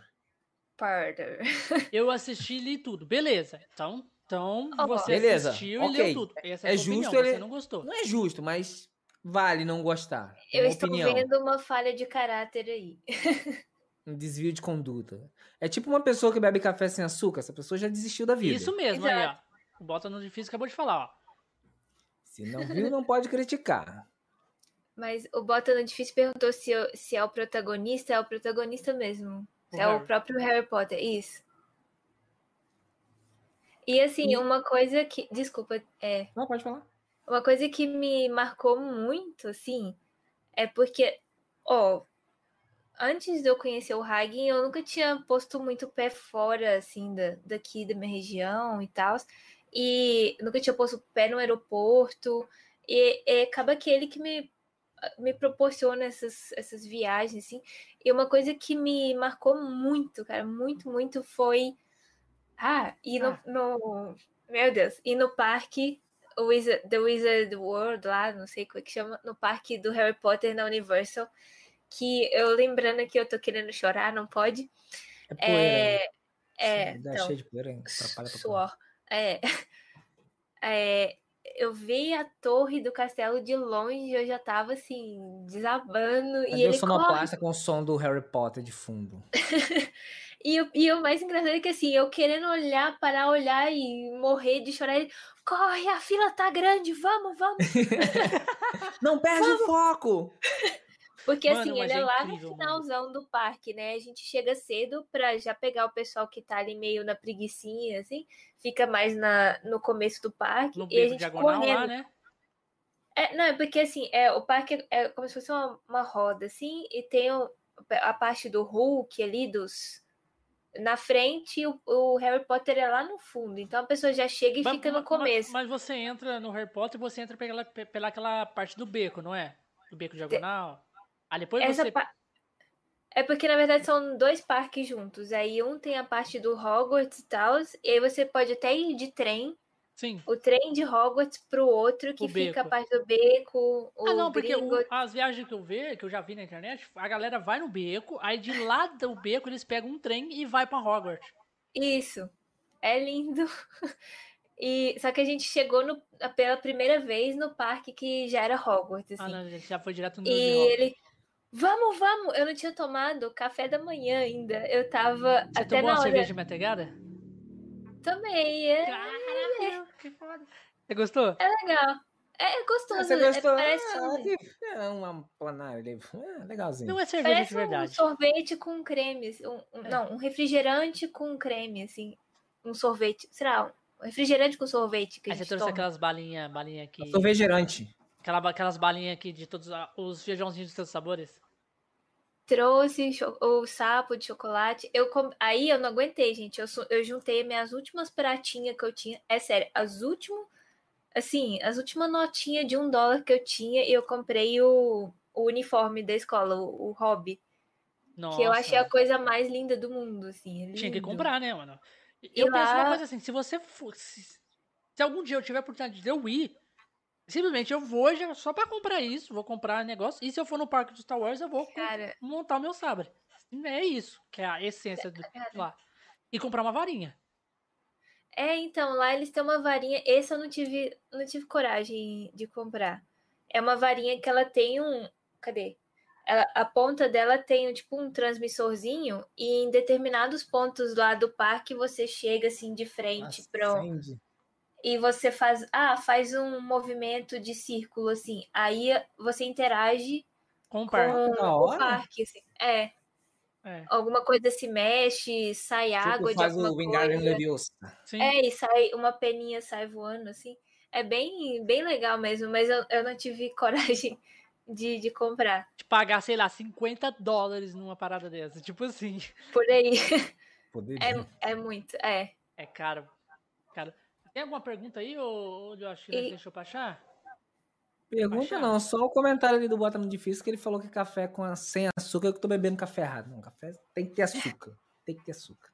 Eu assisti e li tudo. Beleza. Então você assistiu e leu tudo. Essa é a sua justo opinião, você não gostou. Não é justo, mas vale não gostar. Eu estou vendo uma falha de caráter aí. Um desvio de conduta. É tipo uma pessoa que bebe café sem açúcar. Essa pessoa já desistiu da vida. Isso mesmo, aí, ó. O Bota no Difícil acabou de falar, ó. Se não viu, não pode criticar. Mas o Bota no Difícil perguntou se é o protagonista. É o protagonista mesmo. O próprio Harry Potter, isso. E assim, uma coisa que... Desculpa, Não, pode falar. Uma coisa que me marcou muito, assim, é porque, antes de eu conhecer o Hagen, eu nunca tinha posto muito pé fora, assim, daqui da minha região e tal. E nunca tinha posto pé no aeroporto. E acaba que ele que me proporciona essas viagens, assim. E uma coisa que me marcou muito, cara, muito, muito, foi... meu Deus, e no parque, The Wizard World lá, não sei como é que chama, no parque do Harry Potter na Universal, que eu lembrando que eu tô querendo chorar, não pode. É poeira. Então, cheio de poeira, suor. Eu vi a torre do castelo de longe, eu já tava assim, desabando. E ele sonoplasta com o som do Harry Potter de fundo. E o mais engraçado é que assim, eu querendo parar, olhar e morrer de chorar, ele, corre, a fila tá grande, vamos. Não perde o foco! Porque assim, ele é lá no finalzão do parque, né? A gente chega cedo pra já pegar o pessoal que tá ali meio na preguicinha, assim, fica mais no começo do parque. No e a gente diagonal correndo. Lá, né? Não, é porque assim, o parque é como se fosse uma roda, assim, e tem a parte do Hulk ali, na frente, o Harry Potter é lá no fundo. Então a pessoa já chega e fica no começo. Mas você entra no Harry Potter, você entra pela aquela parte do beco, não é? Do beco diagonal. Aí depois É porque, na verdade, são 2 parques juntos. Aí um tem a parte do Hogwarts e tal. E aí você pode até ir de trem. Sim. O trem de Hogwarts pro outro, que fica a parte do beco. Porque as viagens que eu já vi na internet, a galera vai no beco, aí de lá do beco eles pegam um trem e vai pra Hogwarts. Isso. É lindo. Só que a gente chegou pela primeira vez no parque que já era Hogwarts, assim. Não, a gente já foi direto no E ele, vamos! Eu não tinha tomado café da manhã ainda. Eu tava Você até tomou na uma hora... cerveja metegada? Tomei, Caraca, que foda. Você gostou? É legal. É gostoso. Você gostou? Parece uma planária. Legalzinho. Não é cerveja parece de verdade. um sorvete com creme. Não, um refrigerante com creme, assim. Um sorvete. Será? Um refrigerante com sorvete que a Aí você gente trouxe toma. aquelas balinhas aqui. Sorvegerante. Aquelas balinhas aqui de todos os feijãozinhos de todos os sabores. Trouxe o sapo de chocolate. Aí eu não aguentei, gente. Eu juntei minhas últimas pratinhas que eu tinha. É sério, as últimas notinhas de $1 que eu tinha e eu comprei o uniforme da escola, o hobby. Nossa. Que eu achei a coisa mais linda do mundo, assim. Tinha que comprar, né, mano? Eu penso uma coisa assim, se você fosse. Se algum dia eu tiver a oportunidade de eu ir, simplesmente eu vou já só pra comprar isso, vou comprar negócio. E se eu for no parque do Star Wars, eu vou montar o meu sabre. É isso, que é a essência do lá. E comprar uma varinha. Então, lá eles têm uma varinha. Esse eu não tive coragem de comprar. É uma varinha que ela tem Cadê? A ponta dela tem tipo um transmissorzinho e em determinados pontos lá do parque você chega assim de frente e você faz um movimento de círculo assim. Aí você interage com o parque, assim. Alguma coisa se mexe, sai água de alguma coisa. E sai uma peninha, sai voando, assim. É bem, bem legal mesmo, mas eu não tive coragem de comprar. De pagar, sei lá, $50 numa parada dessa. Tipo assim. Por aí. É muito, É caro. Tem alguma pergunta aí, ô Josh, que deixou pra achar? Pergunta não, só o comentário ali do Bota no Difícil que ele falou que café sem açúcar, eu tô bebendo café errado. Não, café tem que ter açúcar. Tem que ter açúcar.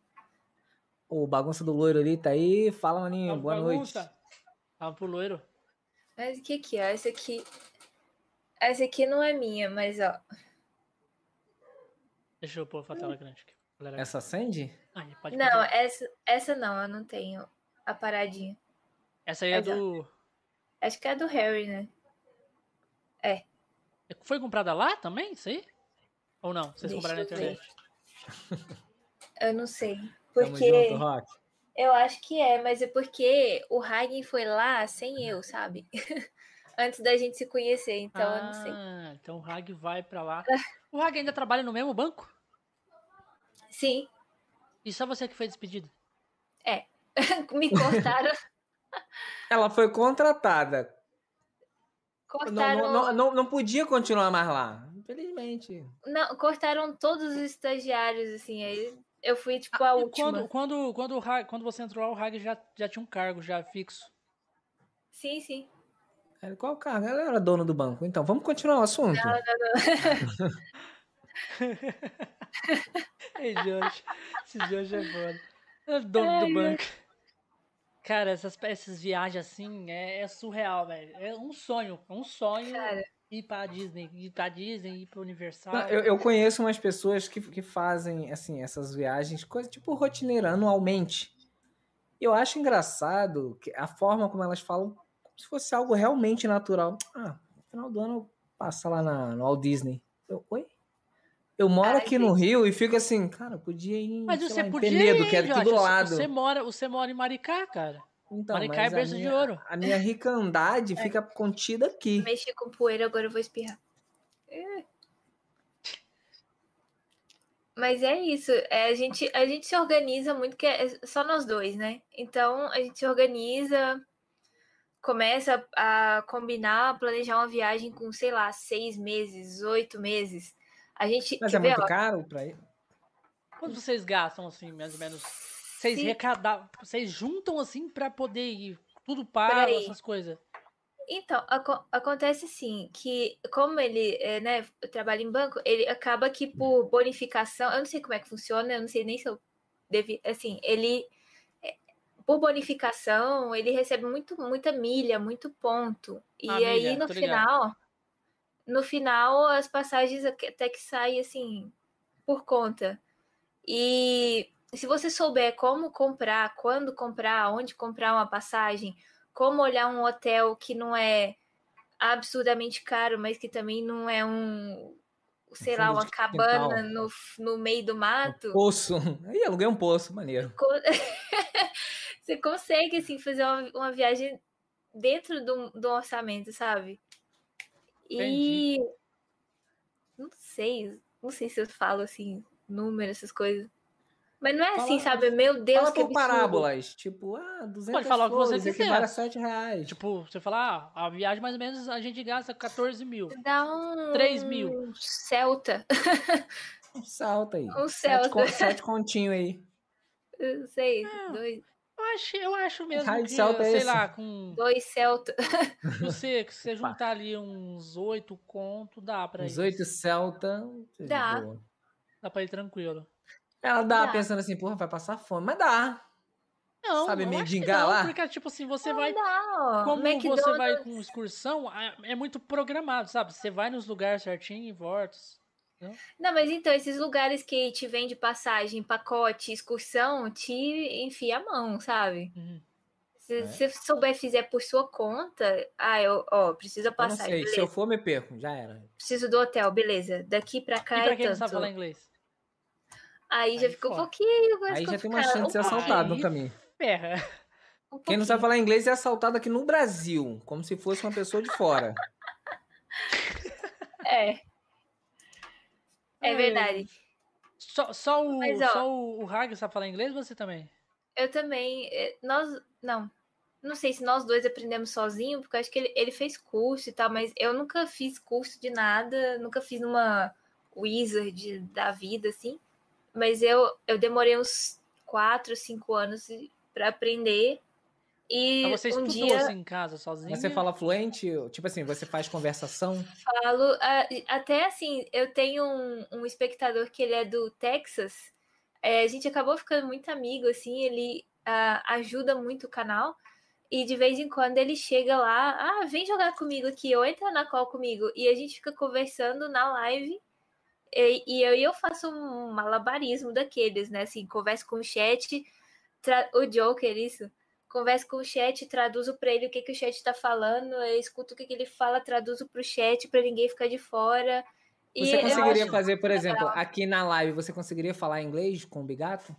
O bagunça do loiro ali tá aí. Fala, maninho. Boa noite. Fala pro loiro. Mas o que é? Essa aqui não é minha, mas ó. Deixa eu pôr a tela grande aqui. Essa acende? Não, essa não, eu não tenho a paradinha. Essa aí é do... Acho que é do Harry, né? Foi comprada lá também, isso aí? Ou não? Vocês compraram na internet? Eu não sei. Porque... Tamo junto, Rock. Eu acho que mas é porque o Hagen foi lá sem eu, sabe? Antes da gente se conhecer, então eu não sei. Então o Hag vai pra lá. O Hag ainda trabalha no mesmo banco? Sim. E só você que foi despedido? Me cortaram. Ela foi contratada. Cortaram... Não podia continuar mais lá, infelizmente. Não, cortaram todos os estagiários, assim. Aí eu fui, tipo, a última. Quando você entrou lá, o Hag já tinha um cargo já fixo. Sim. Qual cargo? Ela era dona do banco. Então, vamos continuar o assunto. Não. Ei, Josh. Esse Josh é foda. É dono do banco. Cara, essas viagens assim é surreal, velho. É um sonho. Cara. Ir pra Disney, ir pra Universal. Eu conheço umas pessoas que fazem assim, essas viagens, coisa tipo rotineira, anualmente. Eu acho engraçado a forma como elas falam, como se fosse algo realmente natural. No final do ano eu passo lá no Walt Disney. Oi? Eu moro aqui no Rio e fico assim, cara, podia ir em Penedo, que é aqui do lado. Você mora em Maricá, cara. Então, Maricá é berço de ouro. A minha ricandade fica contida aqui. Mexi com poeira, agora eu vou espirrar. Mas é isso. A gente se organiza muito, que é só nós dois, né? Então, a gente se organiza, começa a combinar, planejar uma viagem com, sei lá, 6 meses, 8 meses. Mas é muito caro pra ir? Quanto vocês gastam, assim, mais ou menos? Vocês juntam, assim, pra poder ir? Tudo pago, essas coisas? Então, acontece assim, que como ele trabalha em banco, ele acaba que por bonificação, eu não sei como é que funciona, eu não sei nem se eu devia, assim, ele, por bonificação, ele recebe muita milha, muito ponto. E aí, no final, as passagens até que saem, assim, por conta. E se você souber como comprar, quando comprar, onde comprar uma passagem, como olhar um hotel que não é absurdamente caro, mas que também não é sei lá, uma cabana no meio do mato. Um poço. Aí aluguei um poço, maneiro. Você consegue, assim, fazer uma viagem dentro do orçamento, sabe? E Entendi. não sei se eu falo, assim, número, essas coisas. Mas não é assim, sabe? Meu Deus, fala que por absurdo. parábolas. Tipo, 200 Pode falar o que você quiser. equivale a R$7. Tipo, você fala, a viagem mais ou menos a gente gasta 14 mil. Dá 3 mil. Celta. Um salto aí. Um Celta. 7 continho aí. Eu sei, 2. Eu acho mesmo Raio que, de Celta é sei esse? lá, com... 2 Celta. Se você juntar ali uns 8 conto, dá pra ir. Uns 8 Celta. Dá. Boa. Dá pra ir tranquilo. Ela dá pensando assim, porra, vai passar fome. Mas dá. Não, sabe, eu acho que mendigar não, lá? porque, tipo assim, você Não vai... dá, ó. Como McDonald's... você vai com excursão, é muito programado, sabe? Você vai nos lugares certinho e volta. Não, mas então, esses lugares que te vende passagem, pacote, excursão, te enfia a mão, sabe? Uhum. Se você souber fizer por sua conta, preciso da passagem, eu não sei, beleza. se eu for me perco, já era. Preciso do hotel, beleza. Daqui pra cá E pra é quem tanto. não sabe falar inglês? Aí já ficou um pouquinho mais Aí já complicado. tem uma chance de ser assaltado no caminho. Ferra. Quem não sabe falar inglês é assaltado aqui no Brasil, como se fosse uma pessoa de fora. É verdade. Só o Hag sabe falar inglês ou você também? Eu também. Não sei se nós dois aprendemos sozinho, porque eu acho que ele fez curso e tal, mas eu nunca fiz curso de nada, nunca fiz numa Wizard da vida, assim. Mas eu demorei uns 4, 5 anos para aprender. E você estudou dia, assim em casa sozinho? Você fala fluente? Tipo assim, você faz conversação? Falo. Até assim, eu tenho um espectador que ele é do Texas. A gente acabou ficando muito amigo, assim, ele ajuda muito o canal. E de vez em quando ele chega lá, vem jogar comigo aqui, ou entra na call comigo. E a gente fica conversando na live. E eu faço um malabarismo daqueles, né? Assim, converso com o chat, o Joker, isso. Converso com o chat, traduzo para ele o que o chat tá falando, eu escuto o que ele fala, traduzo pro chat para ninguém ficar de fora. Você conseguiria fazer, por exemplo, aqui na live, você conseguiria falar inglês com o Bigato?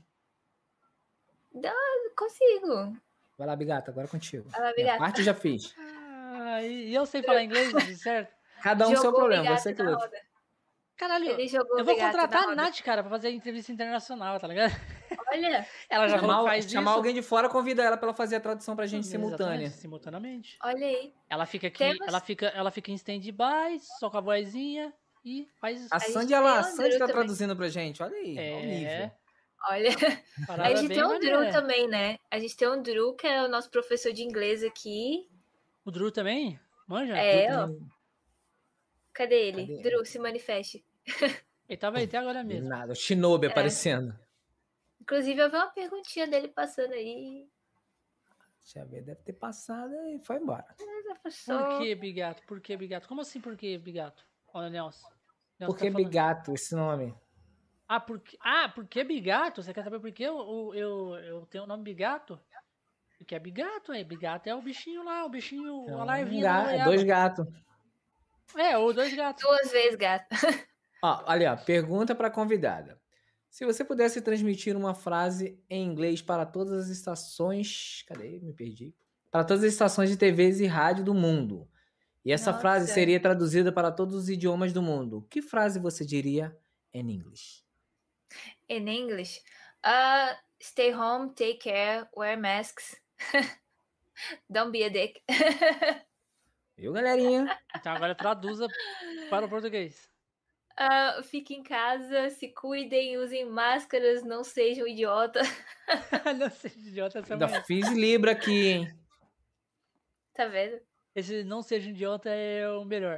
Consigo. Vai lá, Bigato, agora é contigo. Vai lá, Bigato. Minha parte já fiz. E eu sei falar inglês, certo? Cada um seu problema, você que luta. Caralho, eu vou contratar a Nath, cara, pra fazer entrevista internacional, tá ligado? Olha. Ela já falou que faz chamar alguém de fora, convida ela pra ela fazer a tradução pra gente simultânea. Simultaneamente. Olha aí. Ela fica aqui, ela fica em stand-by, só com a vozinha e faz... A Sandy tá traduzindo pra gente, olha aí, olha o nível. Olha, a gente tem um Drew também, né? A gente tem um Drew, que é o nosso professor de inglês aqui. O Drew também? Manja? Ó. Cadê ele? Drew, se manifeste. Ele tava aí até agora mesmo. Nada, o Shinobi aparecendo. Inclusive, eu vi uma perguntinha dele passando aí. Deixa eu ver, deve ter passado e foi embora. Por que Bigato? Por que Bigato? Como assim por que Bigato? Olha, Nelson. Por que Bigato, esse nome? Por que Bigato? Você quer saber por que eu tenho o nome Bigato? Porque é Bigato, Bigato é o bichinho lá, a larvinha. É 2 gatos. Ou 2 gatos. 2 vezes gato. Olha, pergunta pra convidada. Se você pudesse transmitir uma frase em inglês para todas as estações... Cadê? Me perdi. Para todas as estações de TVs e rádio do mundo. E essa frase seria traduzida para todos os idiomas do mundo. Que frase você diria em inglês? In English? Stay home, take care, wear masks. Don't be a dick. Viu, galerinha? Então agora traduza para o português. Fiquem em casa, se cuidem, usem máscaras, não sejam idiota. Não seja idiota. Ainda fiz Libra aqui, hein? Tá vendo? Esse não seja idiota é o melhor.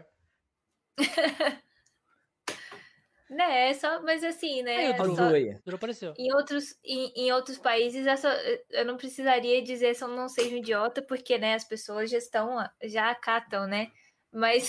Né, mas assim, né? Drew apareceu. Em outros países, eu não precisaria dizer não seja idiota, porque, né, as pessoas já acatam, né? Mas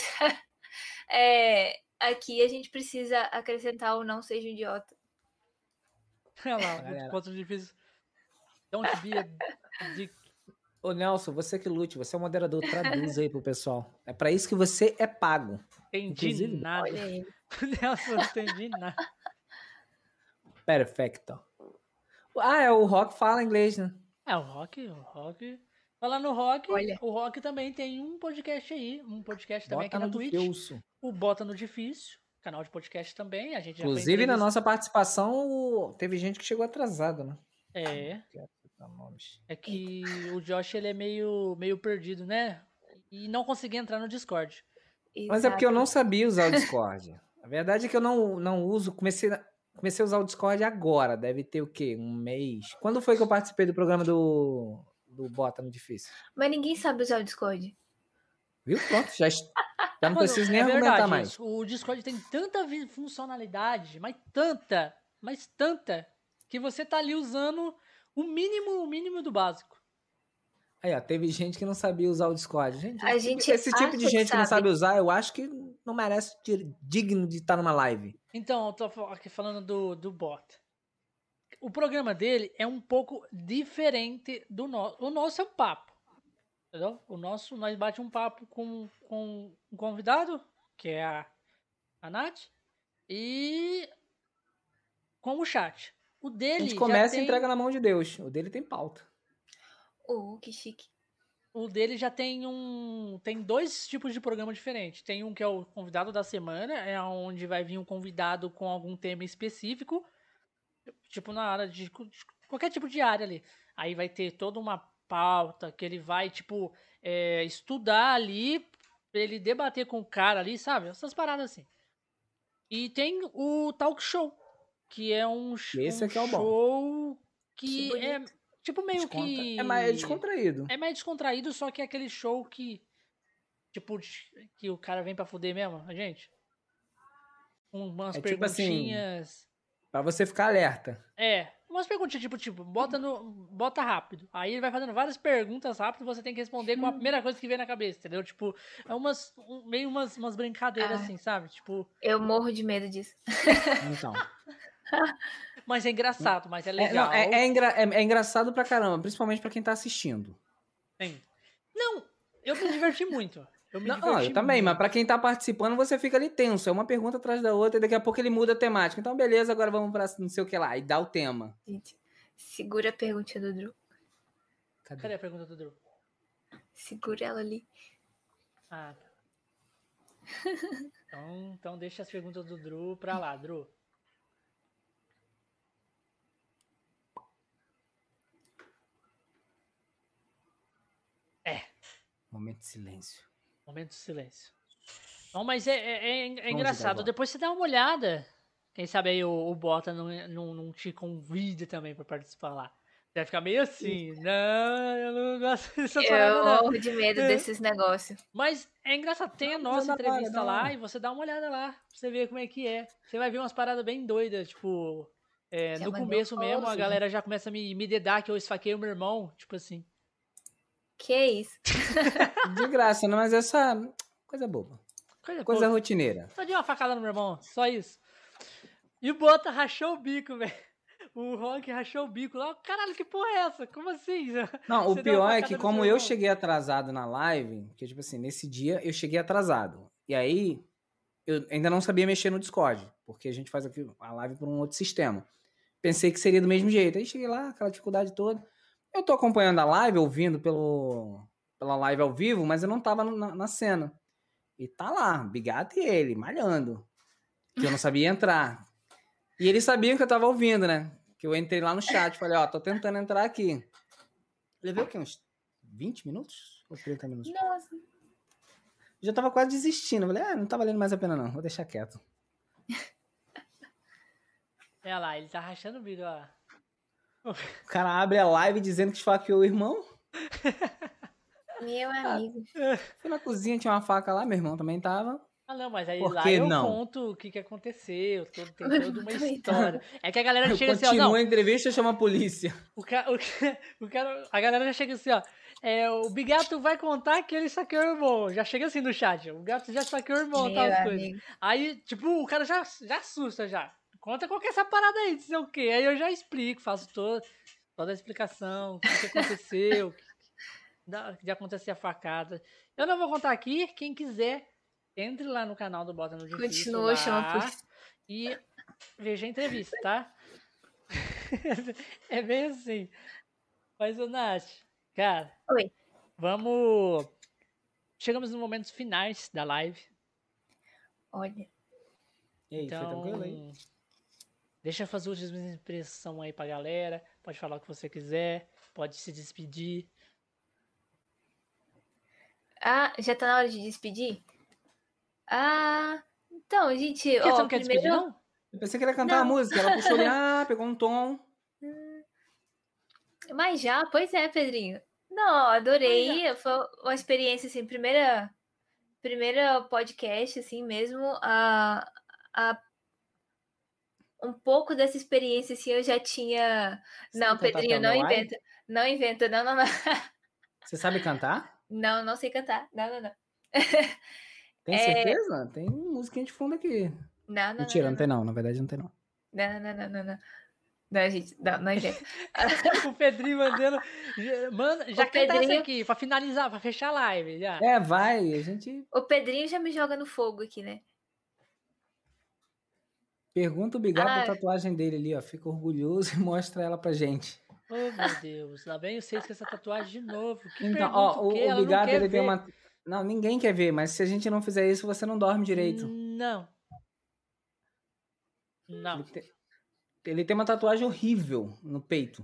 aqui a gente precisa acrescentar o não seja idiota. Olha lá, muito ponto difícil. Don't be a dick. Ô, Nelson, você que lute, você é o moderador, traduz aí pro pessoal. É pra isso que você é pago. Entendi nada. Olha aí. Nelson, não entendi nada. Perfeito. O Rock fala inglês, né? O Rock. Falar no Rock, Olha. O Rock também tem um podcast aí. Um podcast também Bota aqui na no Twitch. difícil. O Bota no Difícil. Canal de podcast também. A gente já Inclusive, na nossa participação, teve gente que chegou atrasada, né? É que o Josh, ele é meio perdido, né? E não conseguia entrar no Discord. Mas é porque eu não sabia usar o Discord. A verdade é que eu não uso. Comecei a usar o Discord agora. Deve ter o quê? Um mês. Quando foi que eu participei do programa do Bota no Difícil? Mas ninguém sabe usar o Discord. Viu? Pronto, já não preciso nem argumentar mais. Isso. O Discord tem tanta funcionalidade, mas tanta, que você tá ali usando o mínimo do básico. Aí, ó, teve gente que não sabia usar o Discord. Gente, esse tipo de acha gente que não sabe. sabe usar, eu acho que não merece digno de estar numa live. Então, eu tô aqui falando do Bot. O programa dele é um pouco diferente do nosso. O nosso é um papo. Entendeu? O nosso, nós bate um papo com um convidado, que é a Nath, e com o chat. O dele a gente começa e entrega na mão de Deus. O dele tem pauta. Que chique. O dele já tem dois tipos de programa diferentes. Tem um que é o convidado da semana, é onde vai vir um convidado com algum tema específico, tipo na área de qualquer tipo de área ali. Aí vai ter toda uma pauta que ele vai, tipo, estudar ali, pra ele debater com o cara ali, sabe? Essas paradas assim. E tem o talk show, que é um show que é tipo meio que... É mais descontraído. É mais descontraído, só que é aquele show que, tipo, que o cara vem pra fuder mesmo, a gente. Umas perguntinhas... Tipo assim, pra você ficar alerta. Umas perguntinhas, tipo, bota rápido. Aí ele vai fazendo várias perguntas rápido, você tem que responder com a primeira coisa que vem na cabeça, entendeu? Tipo, é meio umas brincadeiras assim, sabe? Tipo... Eu morro de medo disso. Então... Mas é engraçado, mas é legal. É engraçado pra caramba, principalmente pra quem tá assistindo. Sim. Não, eu me diverti muito. Eu também, mas pra quem tá participando, você fica ali tenso. É uma pergunta atrás da outra e daqui a pouco ele muda a temática. Então, beleza, agora vamos pra não sei o que lá. E dá o tema. Gente, segura a pergunta do Drew. Cadê a pergunta do Drew? Segura ela ali. Ah, tá. Então deixa as perguntas do Drew pra lá, Drew. Momento de silêncio. Não, mas é engraçado. Depois você dá uma olhada. Quem sabe aí o Bota não te convida também pra participar lá. Vai ficar meio assim. Não, eu não gosto dessa parada. Eu morro de medo desses negócios. Mas é engraçado. Tem a nossa entrevista lá e você dá uma olhada lá. Pra você ver como é que é. Você vai ver umas paradas bem doidas. Tipo, no começo mesmo, a galera já começa a me dedar que eu esfaquei o meu irmão. Tipo assim. Que isso? De graça, não, mas essa coisa boba. Coisa rotineira. Só dei uma facada no meu irmão, só isso. E o Bota rachou o bico, velho. O Rock rachou o bico lá. Caralho, que porra é essa? Como assim? Não, o pior é que como eu cheguei atrasado na live, que tipo assim, nesse dia eu cheguei atrasado. E aí, eu ainda não sabia mexer no Discord, porque a gente faz aqui a live por um outro sistema. Pensei que seria do mesmo jeito. Aí cheguei lá, aquela dificuldade toda. Eu tô acompanhando a live, ouvindo pela live ao vivo, mas eu não tava na cena. E tá lá, Bigato e ele, malhando. Que eu não sabia entrar. E eles sabiam que eu tava ouvindo, né? Que eu entrei lá no chat, falei, tô tentando entrar aqui. Levei o quê? Uns 20 minutos? Ou 30 minutos? Nossa. Já tava quase desistindo. Falei, não tá valendo mais a pena não, vou deixar quieto. Olha lá, ele tá rachando o bico, ó. O cara abre a live dizendo que esfaqueou o irmão. Meu amigo. Fui na cozinha, tinha uma faca lá, meu irmão também tava. Não, mas aí lá eu conto o que aconteceu, tem toda uma história. É que a galera chega assim, ó. Continua a entrevista e chama a polícia. A galera já chega assim, ó. O Bigato vai contar que ele saqueou o irmão. Já chega assim no chat. O Gato já saqueou o irmão, tal coisa. Aí, tipo, o cara já assusta já. conta qual que é essa parada aí, não sei o quê. Aí eu já explico, faço toda a explicação, o que aconteceu, de acontecer a facada. Eu não vou contar aqui, quem quiser, entre lá no canal do Bota no Difícil Continua, chama por... e veja a entrevista, tá? É bem assim. Mas, ô Nath, cara, Oi. Vamos... Chegamos nos momentos finais da live. Olha. E aí, então, foi tranquilo aí? Deixa eu fazer a última impressão aí pra galera. Pode falar o que você quiser. Pode se despedir. Ah, já tá na hora de despedir? Ah, então, gente, Você não quer despedir, não? Eu pensei que ela ia cantar a música. Ela puxou ali, pegou um tom. Mas já, pois é, Pedrinho. Não, adorei. Foi uma experiência, assim, primeira podcast, assim, mesmo. Um pouco dessa experiência, assim, eu já tinha... Você não, Pedrinho, não inventa. Não inventa, não. Você sabe cantar? Não sei cantar. Não. Tem certeza? Tem música de fundo aqui. Não. Mentira, não tem não. Na verdade, não tem não. Não. Não, gente, não inventa. O Pedrinho mandando... já canta essa aqui, pra finalizar, pra fechar a live. Já. Vai, a gente... O Pedrinho já me joga no fogo aqui, né? Pergunta o Bigato da tatuagem dele ali, ó. Fica orgulhoso e mostra ela pra gente. Oh, meu Deus. Lá vem vocês com essa tatuagem de novo. Que então, ó, o Bigato, ele tem uma... Não, ninguém quer ver, mas se a gente não fizer isso, você não dorme direito. Não. Ele tem uma tatuagem horrível no peito.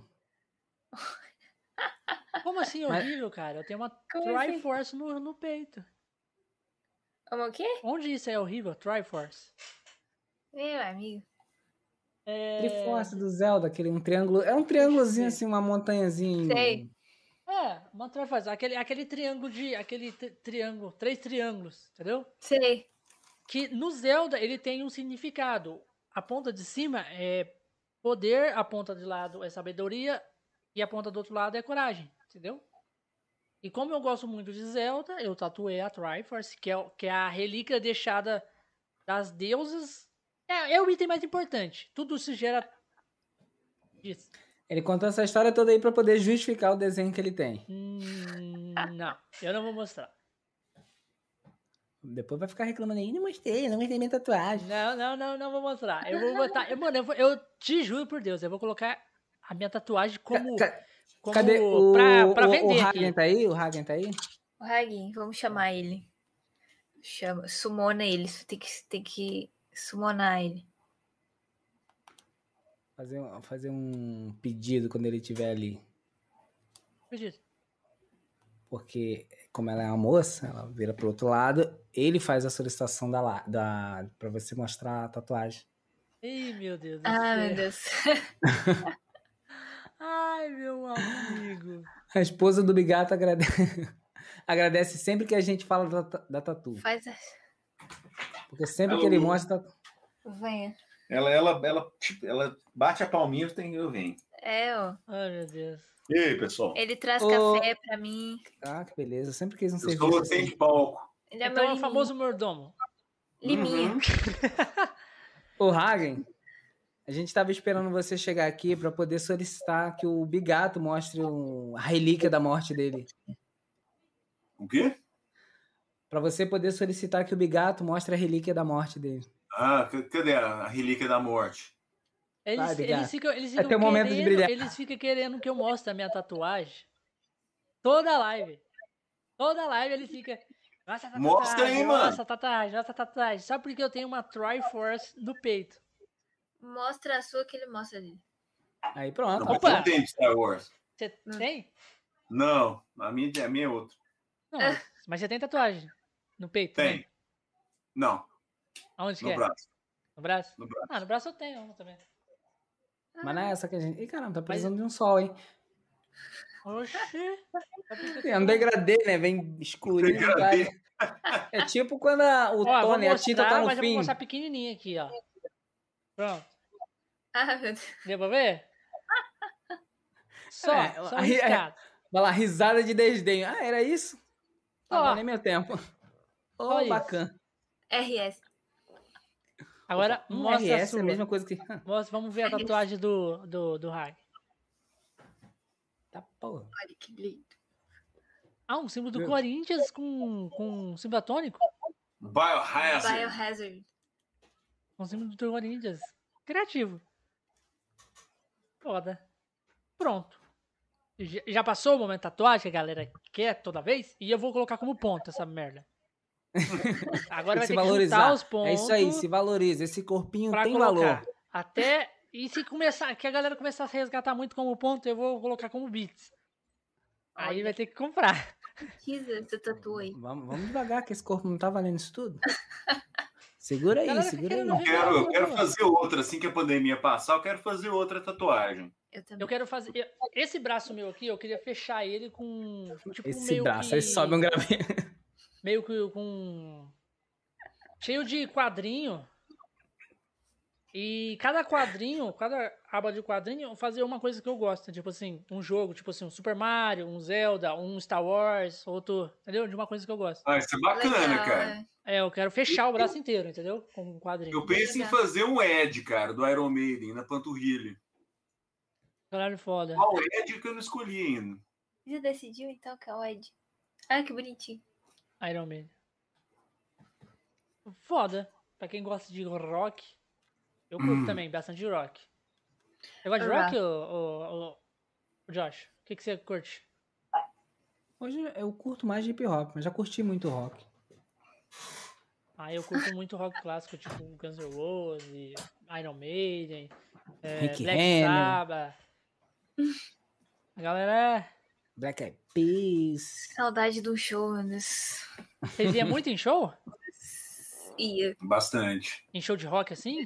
Como assim horrível, cara? Eu tenho uma Triforce no peito. Como o quê? Onde isso é horrível? Triforce. Meu amigo. Triforce do Zelda, um triângulo. É um triângulozinho assim, uma montanhazinha. Sei. Uma Triforce. Aquele triângulo triângulo. 3 triângulos, entendeu? Sei. Que no Zelda ele tem um significado. A ponta de cima é poder, a ponta de lado é sabedoria e a ponta do outro lado é coragem, entendeu? E como eu gosto muito de Zelda, eu tatuei a Triforce, que é a relíquia deixada das deusas. É o item mais importante. Tudo se gera disso. Ele contou essa história toda aí pra poder justificar o desenho que ele tem. Não, eu não vou mostrar. Depois vai ficar reclamando aí, não mostrei minha tatuagem. Não vou mostrar. Eu vou botar. Eu te juro por Deus, eu vou colocar a minha tatuagem como. Cadê pra vender. O Hagen tá aí? O Hagen tá aí? O Hagen, vamos chamar ele. Sumona ele. Tem que summonar ele. Fazer um pedido quando ele estiver ali. Pedido. Porque, como ela é uma moça, ela vira pro outro lado, ele faz a solicitação pra você mostrar a tatuagem. Ih, meu Deus do céu. Meu Deus. Ai, meu amigo. A esposa do Bigato agradece sempre que a gente fala da tatu. Porque sempre que ele mostra... Venha. Ela bate a palminha e eu venho. Ó. Ai, meu Deus. E aí, pessoal? Ele traz café pra mim. Que beleza. Eu sempre quis um serviço. Eu sou sem de palco. Ele é então é o famoso mordomo. Liminha. Ô, Hagen, a gente tava esperando você chegar aqui pra poder solicitar que o Bigato mostre a relíquia da morte dele. O quê? Pra você poder solicitar que o Bigato mostre a relíquia da morte dele. Cadê a relíquia da morte? Eles ficam teu momento de brilhar. Eles ficam querendo que eu mostre a minha tatuagem. Toda live eles ficam... Mostra aí, mano. Nossa, tatuagem. Só porque eu tenho uma Triforce no peito. Mostra a sua que ele mostra ali. Aí pronto. Opa! Eu tenho Star Wars. Você tem? Não, a minha é outra. Não, mas você tem tatuagem no peito? Tem. Né? Não. Aonde que no é? Braço. No braço? No braço. No braço eu tenho também. Mas não é essa que a gente... Ih, caramba, tá precisando de um sol, hein? Oxi. É um degradê, né? Vem escurinho. É tipo quando o Tony, a tinta tá no mas fim. Eu vou mostrar pequenininho aqui, ó. Pronto. Meu Deus. Deu pra ver? Só riscado. Vai lá, risada de desdém. Era isso? Não nem meu tempo. Bacana. RS. Agora, mostra a sua. É a mesma coisa que... Vamos ver a tatuagem do Rai. Tá, porra. Olha que lindo. Um símbolo do Corinthians com símbolo atônico? Biohazard. Um símbolo do Corinthians. Criativo. Foda. Pronto. Já passou o momento tatuagem que a galera quer toda vez? E eu vou colocar como ponto essa merda. Agora vai ter que juntar os pontos. É isso aí, se valoriza. Esse corpinho tem valor. E se começar, que a galera começar a se resgatar muito como ponto, eu vou colocar como bits. Aí vai ter que comprar. Precisa essa tatu aí. Vamos devagar, que esse corpo não tá valendo isso tudo. Segura aí, Galera, segura aí. Eu quero fazer outra, assim que a pandemia passar, eu quero fazer outra tatuagem. Eu quero fazer... Esse braço meu aqui, eu queria fechar ele com... Tipo, esse braço, aí sobe um gravinho. Meio que com... Cheio de quadrinho. E cada aba de quadrinho, fazer uma coisa que eu gosto. Tipo assim, um jogo, tipo assim, um Super Mario, um Zelda, um Star Wars, outro... Entendeu? De uma coisa que eu gosto. Isso é bacana, legal, cara. Eu quero fechar o braço inteiro, entendeu? Com um quadrinho. Eu penso em fazer um Ed, cara, do Iron Maiden, na panturrilha. Caralho, foda. Qual Ed que eu não escolhi ainda? Já decidiu, então, que é o Ed? Ah, que bonitinho. Iron Maiden. Foda. Pra quem gosta de rock, eu curto também, bastante rock. Você gosta de rock, ou Josh? O que você curte? Hoje eu curto mais de hip hop, mas já curti muito rock. Eu curto muito rock clássico, tipo Guns N' Roses, Iron Maiden, Black Sabbath. A galera Black Eyed Peas. Saudade do show, meu Deus. Vocês iam muito em show? Ia. Bastante. Em show de rock, assim?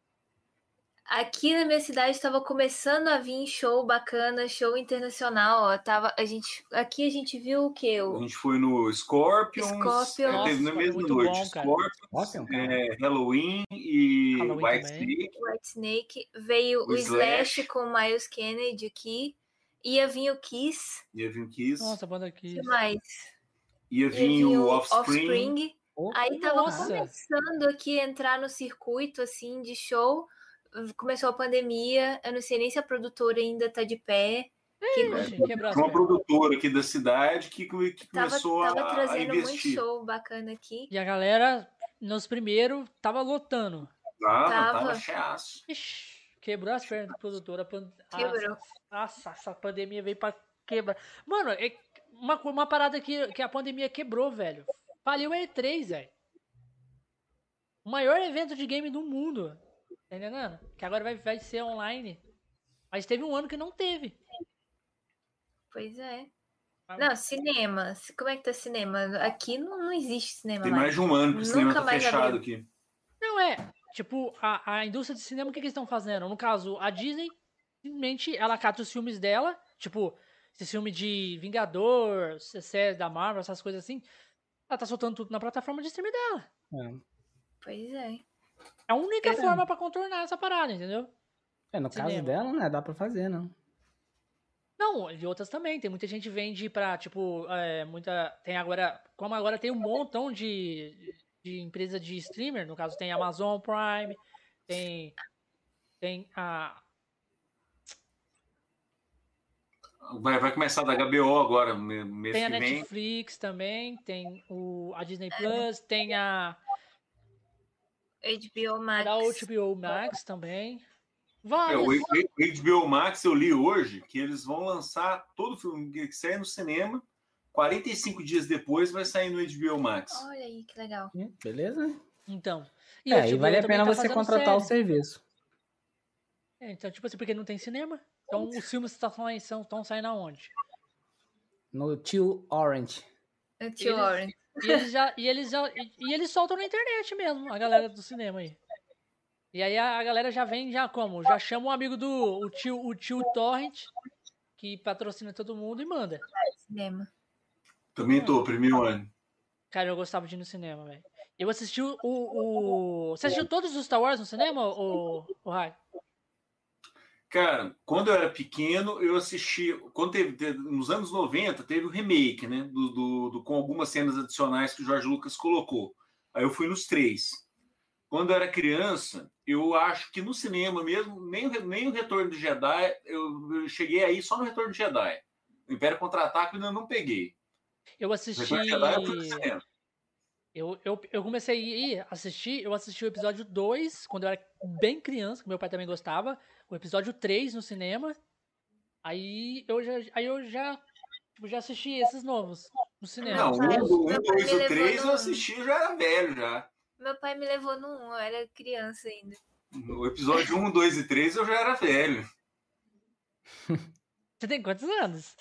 Aqui na minha cidade estava começando a vir show bacana, show internacional. Ó. Aqui a gente viu o quê? A gente foi no Scorpions. Teve na mesma noite. Scorpions, Halloween e White Snake. Veio o Slash com o Miles Kennedy aqui. Ia vir o Kiss. Nossa, banda Kiss. O que mais? Ia vir o Offspring. Aí tava começando aqui a entrar no circuito assim de show. Começou a pandemia, eu não sei nem se a produtora ainda tá de pé. Uma produtora aqui da cidade que começou tava a trazendo investir. muito show bacana aqui. E a galera, nos primeiros, tava lotando. Tava cheaço. Quebrou as pernas da produtora. Quebrou. Nossa, essa pandemia veio pra quebrar. Mano, uma parada que a pandemia quebrou, velho. Faliu a E3, velho. O maior evento de game do mundo. Tá entendendo? Que agora vai ser online. Mas teve um ano que não teve. Pois é. Não, cinema. Como é que tá cinema? Aqui não existe cinema Tem mais. Mais de um ano que o cinema tá fechado abriu. aqui. Não, tipo, a indústria de cinema, o que eles estão fazendo? No caso, a Disney, simplesmente, ela cata os filmes dela. Tipo, esse filme de Vingador, série da Marvel, essas coisas assim. Ela tá soltando tudo na plataforma de streaming dela. Pois é. É a única forma pra contornar essa parada, entendeu? No caso dela, né? Dá pra fazer, não. Não, de outras também. Tem muita gente que vende pra, tipo, tem agora... Como agora tem um montão de empresa de streamer, no caso tem Amazon Prime, tem a... Vai começar da HBO agora, mês que vem. Tem a Netflix também, tem a Disney Plus, tem a... HBO Max. Da HBO Max também. O HBO Max, eu li hoje que eles vão lançar todo filme que sair no cinema, 45 dias depois vai sair no HBO Max. Olha aí, que legal. Beleza? Então. E vale a pena você contratar o serviço. Então, tipo assim, porque não tem cinema. Então, os filmes estão saindo aonde? No Tio Orange. No Tio Orange. E eles soltam na internet mesmo, a galera do cinema aí. E aí a galera já vem, já chama um amigo o tio Torrent, que patrocina todo mundo e manda. Cinema. Também tô, primeiro ano. Cara, eu gostava de ir no cinema, velho. Eu assisti Você assistiu todos os Star Wars no cinema, o Rai? Cara, quando eu era pequeno, eu assisti... Quando nos anos 90, teve o remake, né? Com algumas cenas adicionais que o George Lucas colocou. Aí eu fui nos 3. quando eu era criança, eu acho que no cinema mesmo, nem o Retorno de Jedi, eu cheguei aí só no Retorno de Jedi. O Império Contra-Ataque eu ainda não peguei. Eu assisti... Retorno de Jedi eu fui no cinema. Eu comecei a assistir, eu assisti o episódio 2, quando eu era bem criança, que meu pai também gostava, o episódio 3 no cinema, aí eu já assisti esses novos no cinema. Não, o 2 e o 3 eu assisti, eu já era velho já. Meu pai me levou no 1, eu era criança ainda. No episódio 1, 2 e 3 eu já era velho. Você tem quantos anos?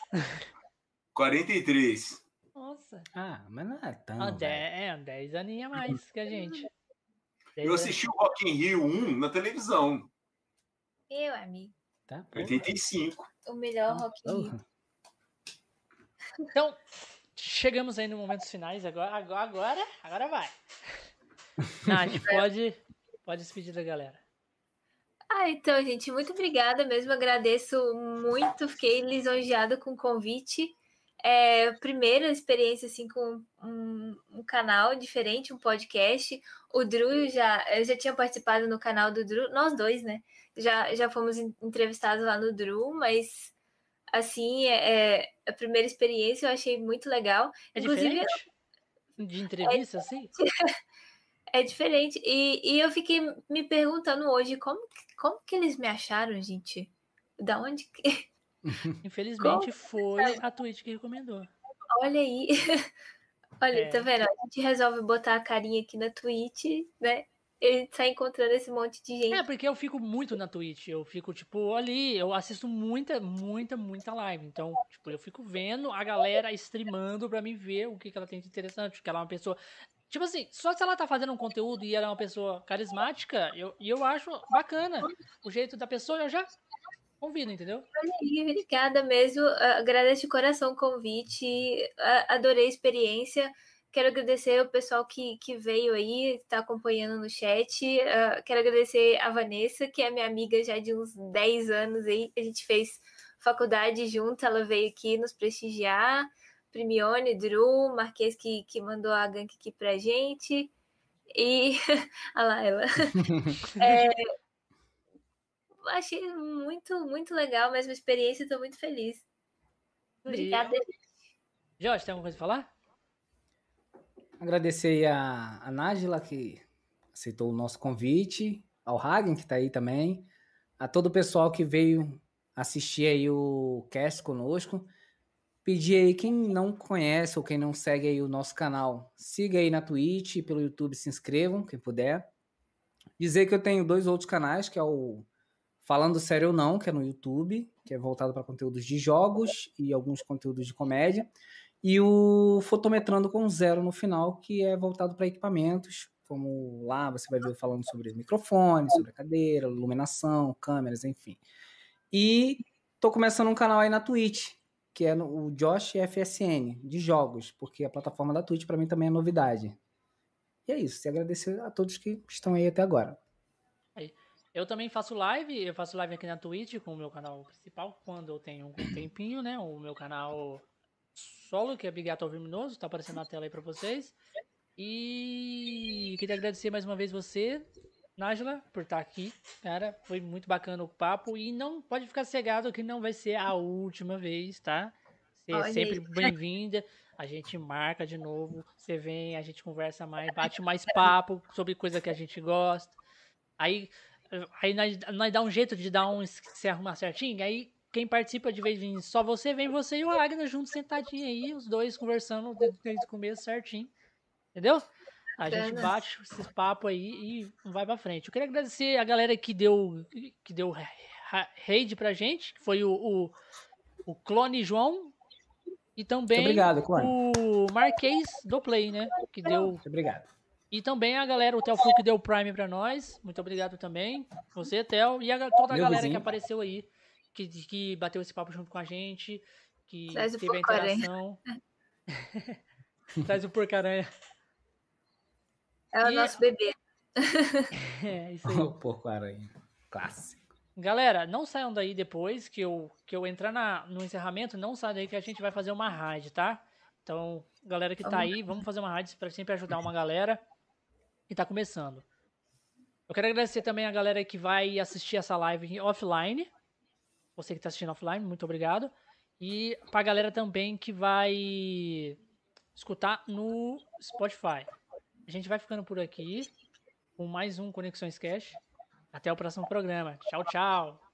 43. Nossa. Mas não é tão. 10 aninhos a mais que a gente. Eu assisti o Rock in Rio 1 na televisão. Eu, amigo. Tá, 85. O melhor Rock in Rio. Então, chegamos aí nos momentos finais. Agora vai. Nath, pode despedir da galera. Então, gente, muito obrigada mesmo. Agradeço muito. Fiquei lisonjeada com o convite. Primeira experiência assim com um canal diferente, um podcast. O Drew, eu já tinha participado no canal do Drew, nós dois, né? Já fomos entrevistados lá no Drew, mas assim, a primeira experiência eu achei muito legal. Inclusive, diferente? De entrevista, assim? É diferente. E eu fiquei me perguntando hoje como que eles me acharam, gente? Da onde que... Infelizmente foi a Twitch que recomendou. Olha aí. Olha, tá vendo? A gente resolve botar a carinha aqui na Twitch, né? Ele tá encontrando esse monte de gente. Porque eu fico muito na Twitch. Eu fico, tipo, ali, eu assisto muita live. Então, tipo, eu fico vendo a galera streamando pra me ver o que ela tem de interessante. Porque ela é uma pessoa... Tipo assim, só se ela tá fazendo um conteúdo e ela é uma pessoa carismática, eu acho bacana. O jeito da pessoa, eu já convido, entendeu? Olha aí, obrigada mesmo. Agradeço de coração o convite. Adorei a experiência. Quero agradecer o pessoal que veio aí, está acompanhando no chat. Quero agradecer a Vanessa, que é minha amiga já de uns 10 anos aí. A gente fez faculdade junto, ela veio aqui nos prestigiar. Primione, Drew, Marquês que mandou a gank aqui pra gente. E olha lá ela. Achei muito, muito legal, mas uma experiência, estou muito feliz. Obrigada. Jorge, tem alguma coisa pra falar? Agradecer aí a Nájila, que aceitou o nosso convite, ao Hagen, que tá aí também, a todo o pessoal que veio assistir aí o cast conosco. Pedir aí, quem não conhece ou quem não segue aí o nosso canal, siga aí na Twitch e pelo YouTube, se inscrevam, quem puder. Dizer que eu tenho 2 outros canais, que é o Falando Sério ou Não, que é no YouTube, que é voltado para conteúdos de jogos e alguns conteúdos de comédia. E o Fotometrando com 0 no final, que é voltado para equipamentos, como lá você vai ver eu falando sobre microfone, sobre a cadeira, iluminação, câmeras, enfim. E tô começando um canal aí na Twitch, que é o Josh FSN, de jogos, porque a plataforma da Twitch para mim também é novidade. E é isso, e agradecer a todos que estão aí até agora. Eu também faço live, aqui na Twitch com o meu canal principal, quando eu tenho um tempinho, né? O meu canal solo, que é Bigato Alviminoso, tá aparecendo na tela aí pra vocês. E queria agradecer mais uma vez você, Nájila, por estar aqui, cara. Foi muito bacana o papo e não pode ficar cegado que não vai ser a última vez, tá? Você é sempre bem-vinda. A gente marca de novo, você vem, a gente conversa mais, bate mais papo sobre coisa que a gente gosta. Aí nós dá um jeito de dar se arrumar certinho. Aí quem participa de vez em só você, vem você e o Agner juntos sentadinho aí, os dois conversando desde o começo certinho. Entendeu? A gente bate esses papos aí e vai pra frente. Eu queria agradecer a galera que deu raid pra gente, que foi o Clone João e também obrigado, o Marquês do Play, né? Que deu. Muito obrigado. E também a galera, o Telfu que deu o Prime pra nós. Muito obrigado também. Você, Tel, e toda a galera vizinho que apareceu aí, que bateu esse papo junto com a gente, que teve a interação. Traz o porco-aranha. É o nosso bebê. É, isso aí. O porco-aranha. Clássico. Galera, não saiam daí depois que eu entrar no encerramento, não saiam daí que a gente vai fazer uma raid, tá? Então, galera que tá aí, vamos fazer uma raid pra sempre ajudar uma galera que tá começando. Eu quero agradecer também a galera que vai assistir essa live offline. Você que está assistindo offline, muito obrigado. E pra galera também que vai escutar no Spotify. A gente vai ficando por aqui com mais um Conexões Cash. Até o próximo programa. Tchau, tchau.